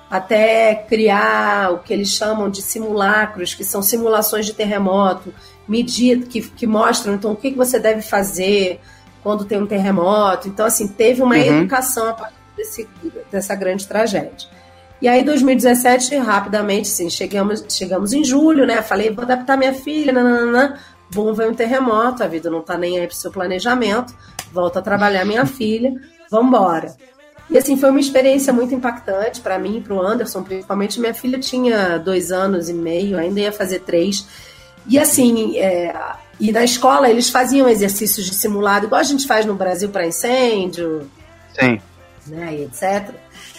S6: até criar o que eles chamam de simulacros, que são simulações de terremoto, medidas que, que mostram então o que, que você deve fazer quando tem um terremoto. Então, assim, teve uma uhum. educação a partir desse, dessa grande tragédia. E aí, em dois mil e dezessete, rapidamente, assim, chegamos, chegamos em julho, né? Falei, vou adaptar minha filha, nananana. Bom, veio um terremoto, a vida não tá nem aí pro seu planejamento, volto a trabalhar minha filha, vambora. E assim, foi uma experiência muito impactante para mim e pro Anderson, principalmente. Minha filha tinha dois anos e meio, ainda ia fazer três. E assim, é, e na escola eles faziam exercícios de simulado, igual a gente faz no Brasil para incêndio.
S2: Sim.
S6: Né, e etcétera.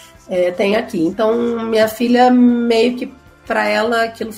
S6: É, tem aqui. Então, minha filha, meio que para ela, aquilo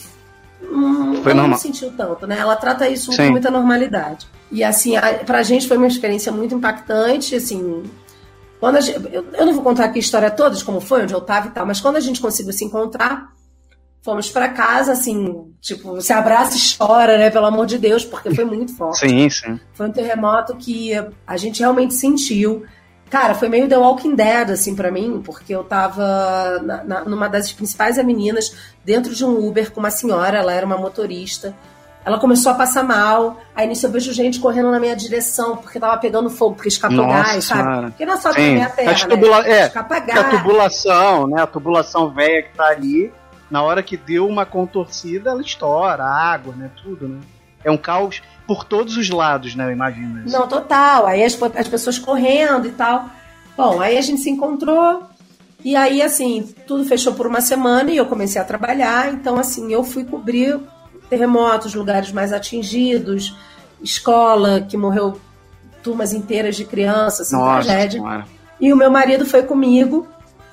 S6: hum,
S2: foi
S6: ela
S2: normal.
S6: Não sentiu tanto, né? Ela trata isso
S2: Sim.
S6: com muita normalidade. E assim, a, pra gente foi uma experiência muito impactante, assim. Quando a gente, eu, eu não vou contar aqui a história toda de como foi, onde eu tava e tal, mas quando a gente conseguiu se encontrar, fomos pra casa, assim, tipo, se abraça e chora, né? Pelo amor de Deus, porque foi muito forte.
S2: Sim, sim.
S6: Foi um terremoto que a gente realmente sentiu. Cara, foi meio The Walking Dead, assim, pra mim, porque eu tava na, na, numa das principais avenidas, dentro de um Uber com uma senhora, ela era uma motorista. Ela começou a passar mal, aí nisso eu vejo gente correndo na minha direção, porque tava pegando fogo, porque escapou
S2: Nossa,
S6: gás, sabe?
S2: cara.
S6: Porque não é só tremer a terra,
S2: tubula...
S6: né?
S2: É,
S6: Escapa
S2: a
S6: gás.
S2: tubulação, né? A tubulação velha que tá ali, na hora que deu uma contorcida, ela estoura, água, né? Tudo, né? É um caos por todos os lados, né? Eu imagino isso.
S6: Não, total. Aí as, as pessoas correndo e tal. Bom, aí a gente se encontrou e aí, assim, tudo fechou por uma semana e eu comecei a trabalhar. Então, assim, eu fui cobrir terremotos, lugares mais atingidos, escola que morreu turmas inteiras de crianças, assim,
S2: Nossa,
S6: tragédia.
S2: Senhora.
S6: E o meu marido foi comigo,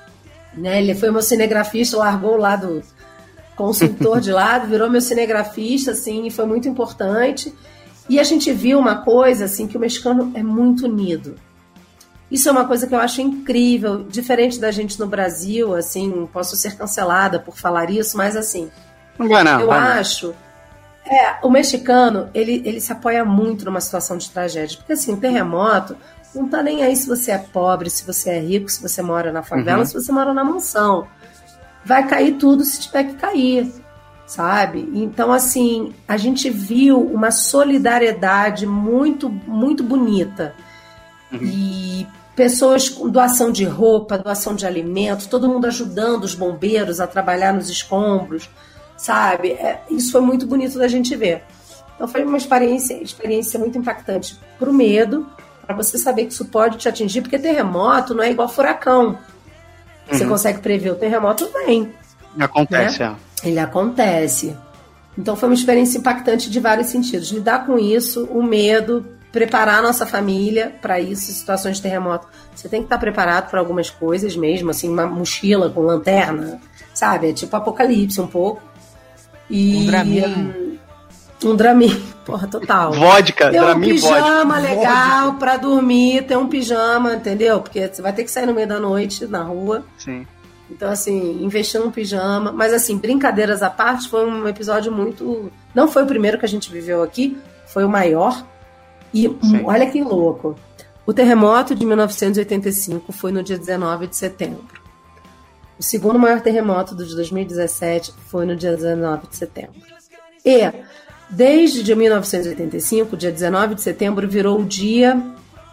S6: né? Ele foi meu cinegrafista, largou lá do consultor de lado, virou meu cinegrafista, assim, e foi muito importante. E a gente viu uma coisa, assim, que o mexicano é muito unido. Isso é uma coisa que eu acho incrível, diferente da gente no Brasil, assim, posso ser cancelada por falar isso, mas assim,
S2: não vai não,
S6: eu
S2: vai
S6: acho, não. É, o mexicano, ele, ele se apoia muito numa situação de tragédia, porque assim, o terremoto não tá nem aí se você é pobre, se você é rico, se você mora na favela, uhum. se você mora na mansão. Vai cair tudo se tiver que cair, sabe? Então, assim, a gente viu uma solidariedade muito, muito bonita. Uhum. E pessoas com doação de roupa, doação de alimento, todo mundo ajudando os bombeiros a trabalhar nos escombros, sabe? É, isso foi muito bonito da gente ver. Então foi uma experiência, experiência muito impactante pro medo, para você saber que isso pode te atingir, porque terremoto não é igual furacão. Você uhum. consegue prever, o terremoto vem.
S2: Acontece, né?
S6: é. Ele acontece. Então foi uma experiência impactante de vários sentidos. Lidar com isso, o medo, preparar a nossa família para isso, situações de terremoto. Você tem que estar preparado para algumas coisas mesmo, assim, uma mochila com lanterna, sabe? É tipo apocalipse um pouco. E,
S3: um draminho.
S6: Um draminho, porra, total.
S2: Vodka,
S6: ter
S2: draminho
S6: um pijama
S2: vodka.
S6: legal para dormir, ter um pijama, entendeu? Porque você vai ter que sair no meio da noite na rua.
S2: Sim.
S6: Então, assim, investir num pijama. Mas, assim, brincadeiras à parte, foi um episódio muito... Não foi o primeiro que a gente viveu aqui, foi o maior. E Sim. olha que louco. O terremoto de mil novecentos e oitenta e cinco foi no dia dezenove de setembro. O segundo maior terremoto de dois mil e dezessete foi no dia dezenove de setembro. E, desde mil novecentos e oitenta e cinco, dia dezenove de setembro, virou o dia...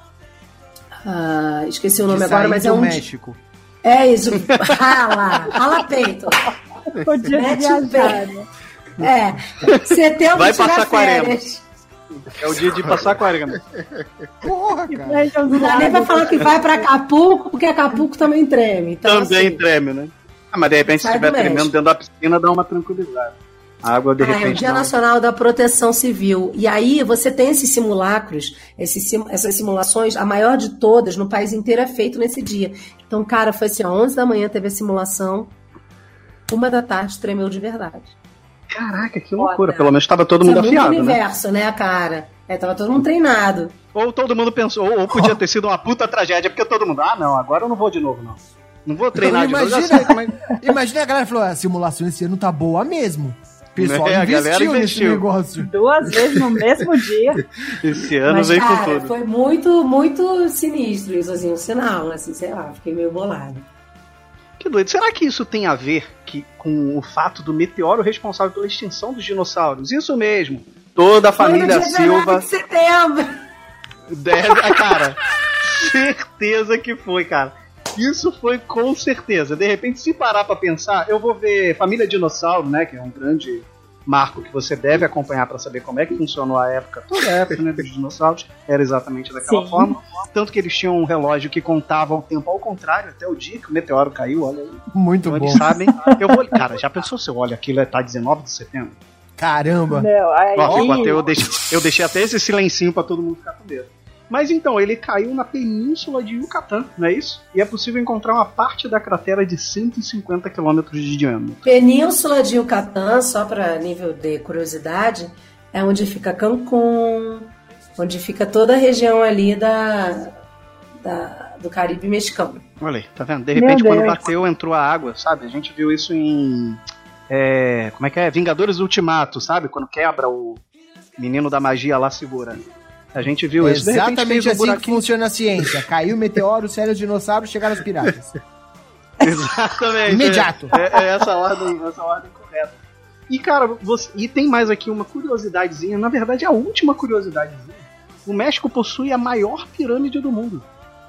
S6: Uh, esqueci o nome agora, mas é um...
S3: México.
S6: É isso. Rala. Rala peito.
S5: O dia de viajar.
S6: É. Setembro
S2: vai
S6: tira
S2: passar
S6: férias.
S2: É o dia de passar quarenta.
S3: Porra, cara.
S6: Não dá nem pra falar que vai pra Acapulco, porque Acapulco também treme. Então,
S2: também
S6: assim,
S2: treme, né? Ah, mas de repente, se estiver tremendo dentro da piscina, dá uma tranquilizada. A água, de
S6: Ah,
S2: repente...
S6: é o Dia
S2: não.
S6: Nacional da Proteção Civil. E aí você tem esses simulacros, esses, sim- essas simulações, a maior de todas, no país inteiro, é feito nesse dia. Então, cara, foi assim, ó, onze da manhã teve a simulação, uma da tarde tremeu de verdade.
S2: Caraca, que loucura.
S6: Olha,
S2: Pelo menos estava todo
S6: Isso
S2: mundo
S6: é muito
S2: afiado, né?
S6: universo, né, cara? É, tava todo mundo treinado.
S2: Ou todo mundo pensou, ou, ou podia ter sido uma puta tragédia, porque todo mundo, ah, não, agora eu não vou de novo, não. Não vou treinar de novo. já
S3: imagina,
S2: sei como é-
S3: imagina a galera falou, a simulação esse ano tá boa mesmo. O pessoal
S2: É, a galera
S3: investiu nesse
S2: investiu.
S3: negócio.
S5: Duas vezes no mesmo dia.
S2: Esse ano
S6: Mas,
S2: veio com
S6: cara,
S2: tudo.
S6: foi muito, muito sinistro isso, assim, um sinal, assim, sei lá, fiquei meio bolado.
S2: Que doido. Será que isso tem a ver que, com o fato do meteoro responsável pela extinção dos dinossauros? Isso mesmo. Toda a família
S6: Foi no dia dezenove
S2: Silva
S6: de setembro.
S2: deve... Ah, cara, certeza que foi, cara. Isso foi com certeza. De repente, se parar pra pensar, eu vou ver Família Dinossauro, né? Que é um grande marco que você deve acompanhar pra saber como é que funcionou a época, toda a época, né, dos dinossauros. Era exatamente daquela
S5: Sim.
S2: forma. Tanto que eles tinham um relógio que contava o tempo ao contrário, até o dia que o meteoro caiu, olha aí.
S3: Muito
S2: Então
S3: bom.
S2: eles sabem. Eu vou... Cara, já pensou se eu olho aquilo, tá dezenove de setembro?
S3: Caramba.
S5: Não, aí...
S2: Ó, ficou até- eu, deixei, eu deixei até esse silencinho pra todo mundo ficar com medo. Mas então, ele caiu na península de Yucatán, não é isso? E é possível encontrar uma parte da cratera de cento e cinquenta quilômetros de diâmetro.
S6: Península de Yucatán, só para nível de curiosidade, é onde fica Cancún, onde fica toda a região ali da, da- do Caribe mexicano.
S2: Olha aí, tá vendo? De
S5: Meu
S2: repente, quando
S5: Deus.
S2: bateu, entrou a água, sabe? A gente viu isso em... é, como é que é? Vingadores Ultimato, sabe? Quando quebra o menino da magia lá segura. A gente viu
S3: É
S2: isso. De repente,
S3: exatamente
S2: fez um
S3: assim que
S2: buraquinho.
S3: funciona a ciência. Caiu o meteoro, sério, os dinossauros, chegaram os piratas.
S2: Exatamente.
S3: Imediato.
S2: É, é essa ordem, essa ordem correta. E, cara, você, e tem mais aqui uma curiosidadezinha. Na verdade, a última curiosidadezinha. O México possui a maior pirâmide do mundo.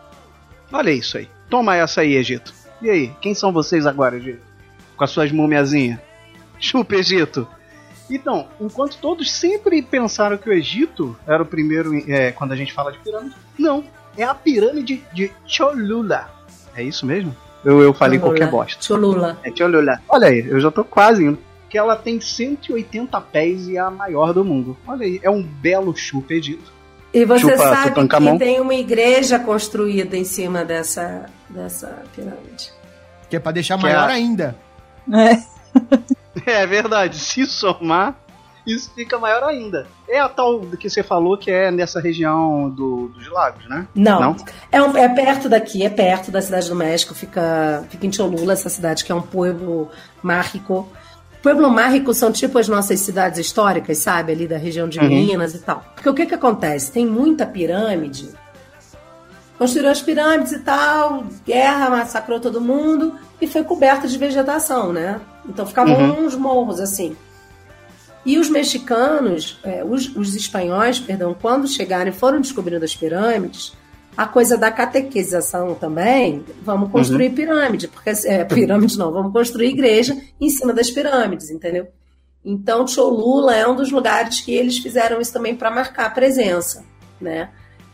S2: Olha isso aí. Toma essa aí, Egito. E aí, quem são vocês agora, Egito? Com as suas mumiazinhas. Chupa, Egito. Então, enquanto todos sempre pensaram que o Egito era o primeiro, é, quando a gente fala de pirâmide, não. É a pirâmide de Cholula. É isso mesmo? Eu, eu falei
S6: Cholula.
S2: qualquer bosta.
S6: Cholula.
S2: É Cholula. Olha aí, eu já tô quase indo. Que ela tem cento e oitenta pés e é a maior do mundo. Olha aí, é um belo chupa, Egito.
S6: E você
S2: Chupa
S6: sabe
S2: Tutankhamon.
S6: que tem uma igreja construída em cima dessa, dessa pirâmide.
S3: Que é pra deixar
S2: Que
S3: maior
S2: é a-
S3: ainda.
S5: É.
S2: É verdade, se somar, isso fica maior ainda. É a tal do que você falou que é nessa região do- dos lagos, né?
S6: Não,
S2: Não?
S6: É, um- é perto daqui, é perto da cidade do México, fica, fica em Cholula, essa cidade que é um pueblo mágico. Pueblo mágico são tipo as nossas cidades históricas, sabe? Ali da região de
S2: Uhum.
S6: Minas e tal. Porque o que que acontece? Tem muita pirâmide, construíram as pirâmides e tal, guerra, massacrou todo mundo e foi coberta de vegetação, né? Então ficavam
S2: Uhum.
S6: uns morros assim. E os mexicanos, é, os, os espanhóis, perdão, quando chegaram e foram descobrindo as pirâmides, a coisa da catequização também, vamos construir pirâmide, porque é, pirâmide não, vamos construir igreja em cima das pirâmides, entendeu? Então Cholula é um dos lugares que eles fizeram isso também para marcar a presença, né?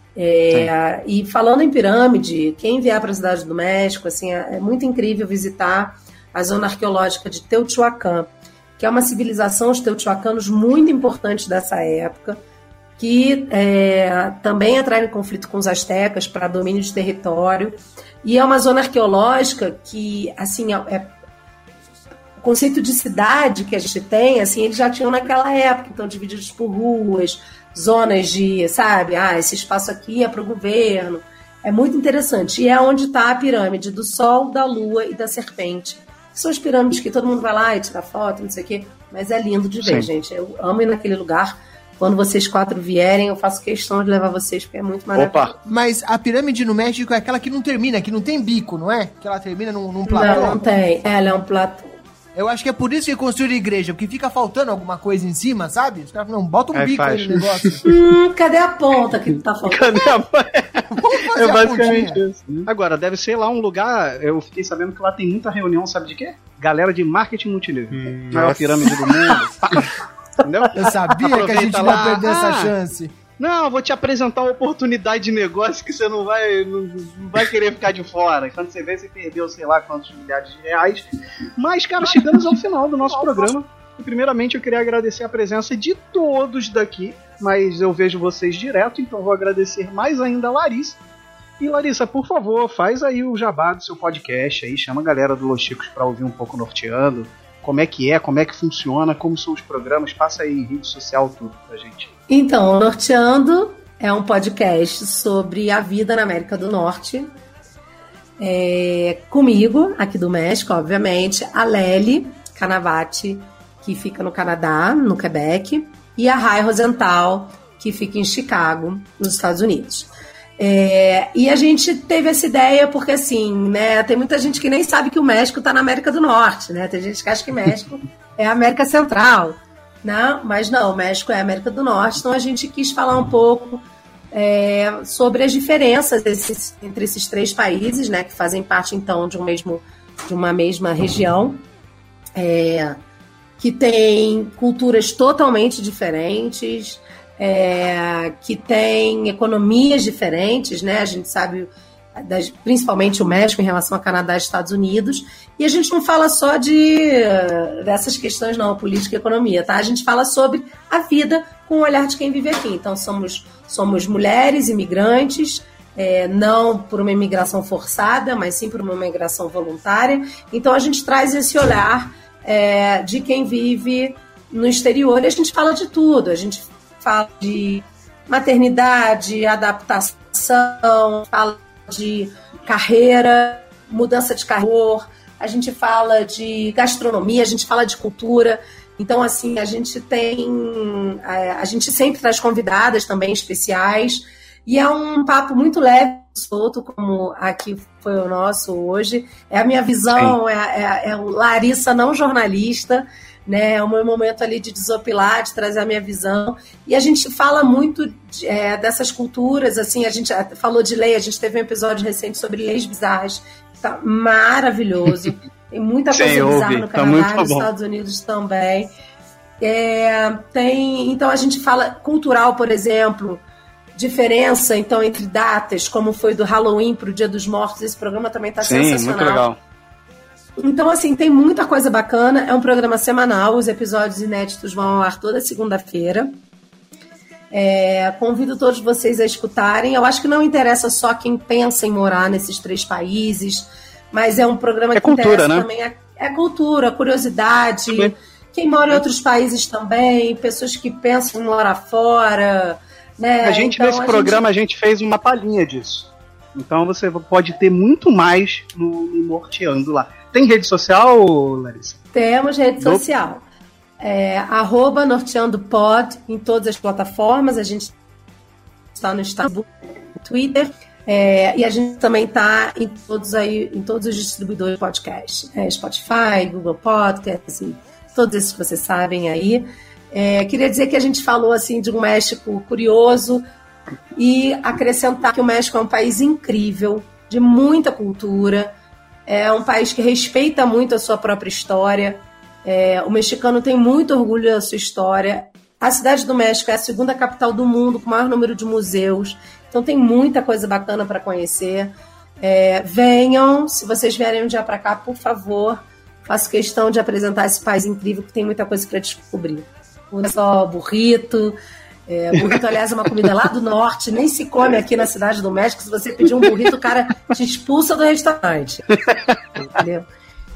S6: É, e falando em pirâmide, quem vier para a cidade do México, assim, é, é muito incrível visitar a zona arqueológica de Teotihuacan, que é uma civilização, os teotihuacanos, muito importante dessa época, que é, também entraram em conflito com os astecas para domínio de território, e é uma zona arqueológica que, assim, é, é, o conceito de cidade que a gente tem, assim, eles já tinham naquela época, então divididos por ruas, zonas de, sabe, ah, esse espaço aqui é para o governo, é muito interessante, e é onde está a pirâmide do Sol, da Lua e da Serpente. São as pirâmides que todo mundo vai lá e tira foto, não sei o quê, mas é lindo de ver,
S2: Sim.
S6: gente, eu amo ir naquele lugar. Quando vocês quatro vierem, eu faço questão de levar vocês, porque é muito maravilhoso.
S2: Opa!
S3: Mas a pirâmide no México é aquela que não termina, que não tem bico, não é? Que ela termina num, num platô.
S6: Não, não tem. Ela é um platô.
S3: Eu acho que é por isso que construíram a igreja, porque fica faltando alguma coisa em cima, sabe? Os caras falam, não, bota um
S2: Aí
S3: bico
S2: faz.
S3: aí no negócio.
S6: Hum, cadê a ponta que tá faltando?
S2: Cadê a...
S3: Vamos fazer
S2: É
S3: a
S2: basicamente
S3: pontinha.
S2: isso. Agora, deve ser lá um lugar. Eu fiquei sabendo que lá tem muita reunião, sabe de quê? Galera de marketing multinível.
S4: Hum,
S2: Maior
S4: nossa.
S2: pirâmide do mundo. Entendeu?
S3: Eu sabia que a
S2: Aproveita
S3: gente
S2: lá.
S3: ia perder essa
S2: Ah,
S3: chance.
S2: Não, eu vou te apresentar uma oportunidade de negócio que você não vai, não, não vai querer ficar de fora. Quando você vê, você perdeu, sei lá, quantos milhares de reais. Mas, cara, chegamos ao final do nosso programa. primeiramente eu queria agradecer a presença de todos daqui, mas eu vejo vocês direto, então vou agradecer mais ainda a Larissa. E Larissa, por favor, faz aí o jabá do seu podcast aí, chama a galera do Los Chicos pra ouvir um pouco Norteando, como é que é, como é que funciona, como são os programas, passa aí em rede social tudo pra gente.
S6: Então, Norteando é um podcast sobre a vida na América do Norte, é, comigo, aqui do México, obviamente, a Lely Canavati, que fica no Canadá, no Quebec, e a Rai Rosenthal, que fica em Chicago, nos Estados Unidos. É, e a gente teve essa ideia porque, assim, né, tem muita gente que nem sabe que o México está na América do Norte, né? Tem gente que acha que o México é a América Central, né? Mas não, o México é a América do Norte. Então a gente quis falar um pouco é, sobre as diferenças desses, entre esses três países, né, que fazem parte, então, de, um mesmo, de uma mesma região, é, que tem culturas totalmente diferentes, É, que tem economias diferentes, né? A gente sabe, das, principalmente o México em relação ao Canadá e Estados Unidos, e a gente não fala só de, dessas questões, não, política e economia, tá? A gente fala sobre a vida com o olhar de quem vive aqui. Então, somos, somos mulheres imigrantes, é, não por uma imigração forçada, mas sim por uma imigração voluntária. Então, a gente traz esse olhar é, de quem vive no exterior, e a gente fala de tudo. A gente fala de maternidade, adaptação, fala de carreira, mudança de carreira, a gente fala de gastronomia, a gente fala de cultura. Então, assim, a gente tem... A gente sempre traz convidadas também especiais, e é um papo muito leve, solto, como aqui foi o nosso hoje. É a minha visão, é, é, é o Larissa não jornalista, né, é o meu momento ali de desopilar, de trazer a minha visão, e a gente fala muito de, é, dessas culturas, assim, a gente falou de lei, a gente teve um episódio recente sobre leis bizarras, tá maravilhoso, tem muita coisa Sim, bizarra ouvi. no Canadá, tá nos bom. Estados Unidos também, é, tem, então a gente fala cultural, por exemplo, diferença, então, entre datas, como foi do Halloween para o Dia dos Mortos, esse programa também está sensacional. Muito legal. Então, assim, tem muita coisa bacana. É um programa semanal, os episódios inéditos vão ao ar toda segunda-feira. É, convido todos vocês a escutarem. Eu acho que não interessa só quem pensa em morar nesses três países, mas é um programa é que cultura, interessa né? também. É, é cultura, curiosidade. Sim. Quem mora em outros países também, pessoas que pensam em morar fora. Né?
S2: A gente, então, nesse a programa, gente... a gente fez uma palhinha disso. Então você pode ter muito mais no, no Norteando lá. Tem rede social, Larissa?
S6: Temos rede Do... social. É, arroba NorteandoPod em todas as plataformas. A gente está no Instagram, no Twitter. É, e a gente também está em todos, aí, em todos os distribuidores de podcast. É, Spotify, Google Podcasts, e todos esses que vocês sabem aí. É, queria dizer que a gente falou assim, de um México curioso, e acrescentar que o México é um país incrível, de muita cultura, é um país que respeita muito a sua própria história, é, o mexicano tem muito orgulho da sua história. A cidade do México é a segunda capital do mundo com o maior número de museus, então tem muita coisa bacana para conhecer. É, venham, se vocês vierem um dia para cá, por favor, faço questão de apresentar esse país incrível que tem muita coisa para descobrir. Não é só burrito. É, burrito, aliás, é uma comida lá do norte, nem se come aqui na cidade do México. Se você pedir um burrito, o cara te expulsa do restaurante. Entendeu?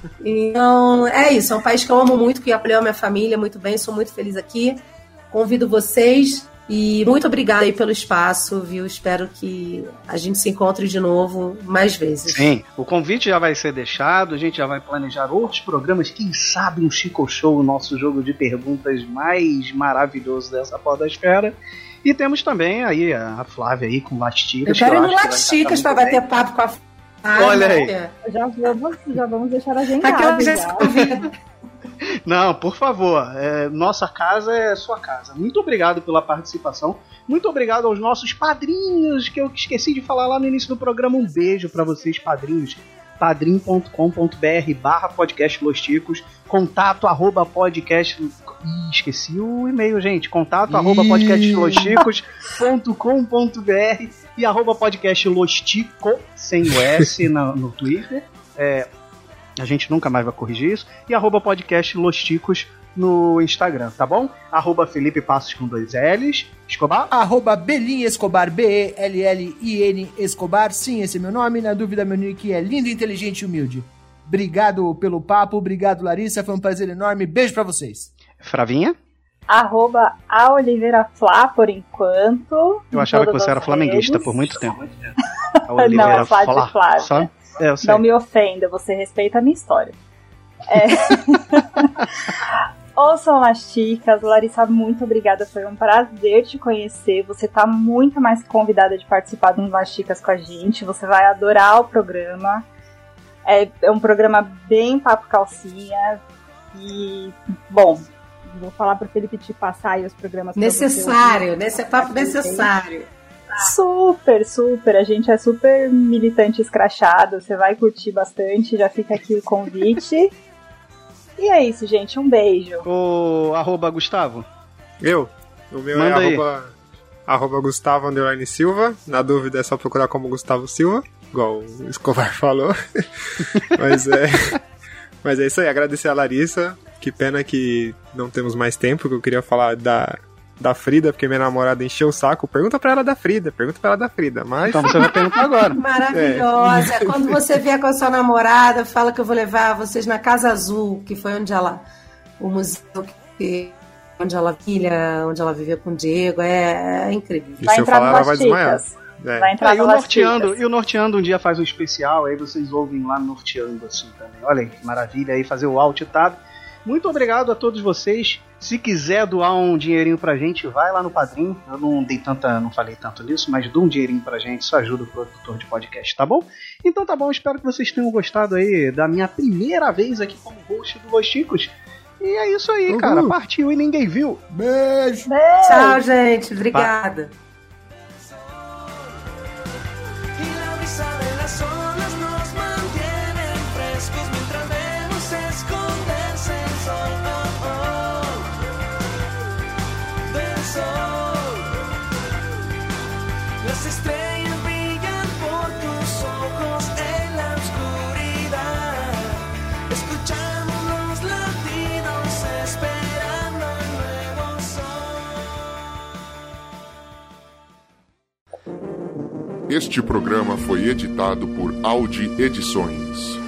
S6: Então, é isso. É um país que eu amo muito, que apoiou a minha família muito bem. Sou muito feliz aqui. Convido vocês e muito obrigada aí pelo espaço, viu? Espero que a gente se encontre de novo mais vezes.
S2: Sim, o convite já vai ser deixado, a gente já vai planejar outros programas, quem sabe um Chico Show, o nosso jogo de perguntas mais maravilhoso dessa podosfera. E temos também aí a Flávia aí com Las Chicas.
S6: Eu quero ir no Las Chicas para bater papo com a Flávia.
S2: Olha aí.
S5: Já vamos, já vamos deixar a gente já.
S2: Não, por favor, é, nossa casa é sua casa. Muito obrigado pela participação. Muito obrigado aos nossos padrinhos, que eu esqueci de falar lá no início do programa. Um beijo para vocês, padrinhos. padrim ponto com ponto br barra podcast Los Chicos. Contato arroba podcast... Ih, esqueci o e-mail, gente. Contato arroba podcast los chicos ponto com ponto br e arroba podcast Los Chico, sem o S no, no Twitter. É... A gente nunca mais vai corrigir isso. E arroba podcast Los Chicos no Instagram, tá bom? Arroba Felipe Passos com dois L's, Escobar.
S3: Arroba Belin Escobar, B E L L I N Escobar. Sim, esse é meu nome. Na dúvida, meu nick é lindo, inteligente e humilde. Obrigado pelo papo, obrigado, Larissa. Foi um prazer enorme. Beijo pra vocês.
S2: Fravinha?
S5: Arroba a Oliveira Flá, por enquanto.
S2: Eu achava que você era flamenguista
S5: redes.
S2: por muito tempo. A Oliveira
S5: Não, Flá de Flávia.
S2: Só? É, eu sei.
S5: Não me ofenda, você respeita a minha história. É... Ouçam Las Chicas. Larissa, muito obrigada, foi um prazer te conhecer. Você tá muito mais convidada de participar de um Las Chicas com a gente. Você vai adorar o programa. É, é um programa bem papo calcinha. E, bom, vou falar pro Felipe te passar aí os programas.
S6: Necessário, nesse papo necessário.
S5: Super, super. A gente é super militante escrachado. Você vai curtir bastante. Já fica aqui o convite. E é isso, gente. Um beijo.
S2: O arroba Gustavo.
S4: Eu? O meu
S2: Manda
S4: é
S2: aí.
S4: arroba, arroba Gustavo underline Silva. Na dúvida é só procurar como Gustavo Silva, igual o Escobar falou. Mas é. Mas é isso aí. Agradecer a Larissa. Que pena que não temos mais tempo, que eu queria falar da. Da Frida, porque minha namorada encheu o saco. Pergunta pra ela da Frida, pergunta pra ela da Frida, mas...
S2: Então você vai perguntar agora.
S6: Maravilhosa. É. Quando você vier com a sua namorada, fala que eu vou levar vocês na Casa Azul, que foi onde ela... O museu que... Onde ela filha, onde ela viveu com o Diego. É, é incrível.
S4: E se eu falar, ela vai desmaiar.
S5: É. Vai entrar
S2: é, e, o
S5: Las
S2: Norteando,
S5: Chicas.
S2: e o Norteando um dia faz um especial, aí vocês ouvem lá no Norteando assim também. Olha aí, que maravilha aí, fazer o alt tab. Muito obrigado a todos vocês. Se quiser doar um dinheirinho pra gente, vai lá no Padrim. Eu não dei tanta, não falei tanto nisso, mas dá um dinheirinho pra gente, isso ajuda o produtor de podcast, tá bom? Então tá bom, espero que vocês tenham gostado aí da minha primeira vez aqui como host do Los Chicos. E é isso aí,
S3: Uhul.
S2: cara. Partiu e ninguém viu.
S3: Beijo.
S5: Beijo.
S6: Tchau, gente. Obrigada.
S7: Las estrellas brillan por tus ojos en la oscuridad. Escuchamos los latidos esperando el nuevo sol.
S1: Este programa foi editado por Audi Edições.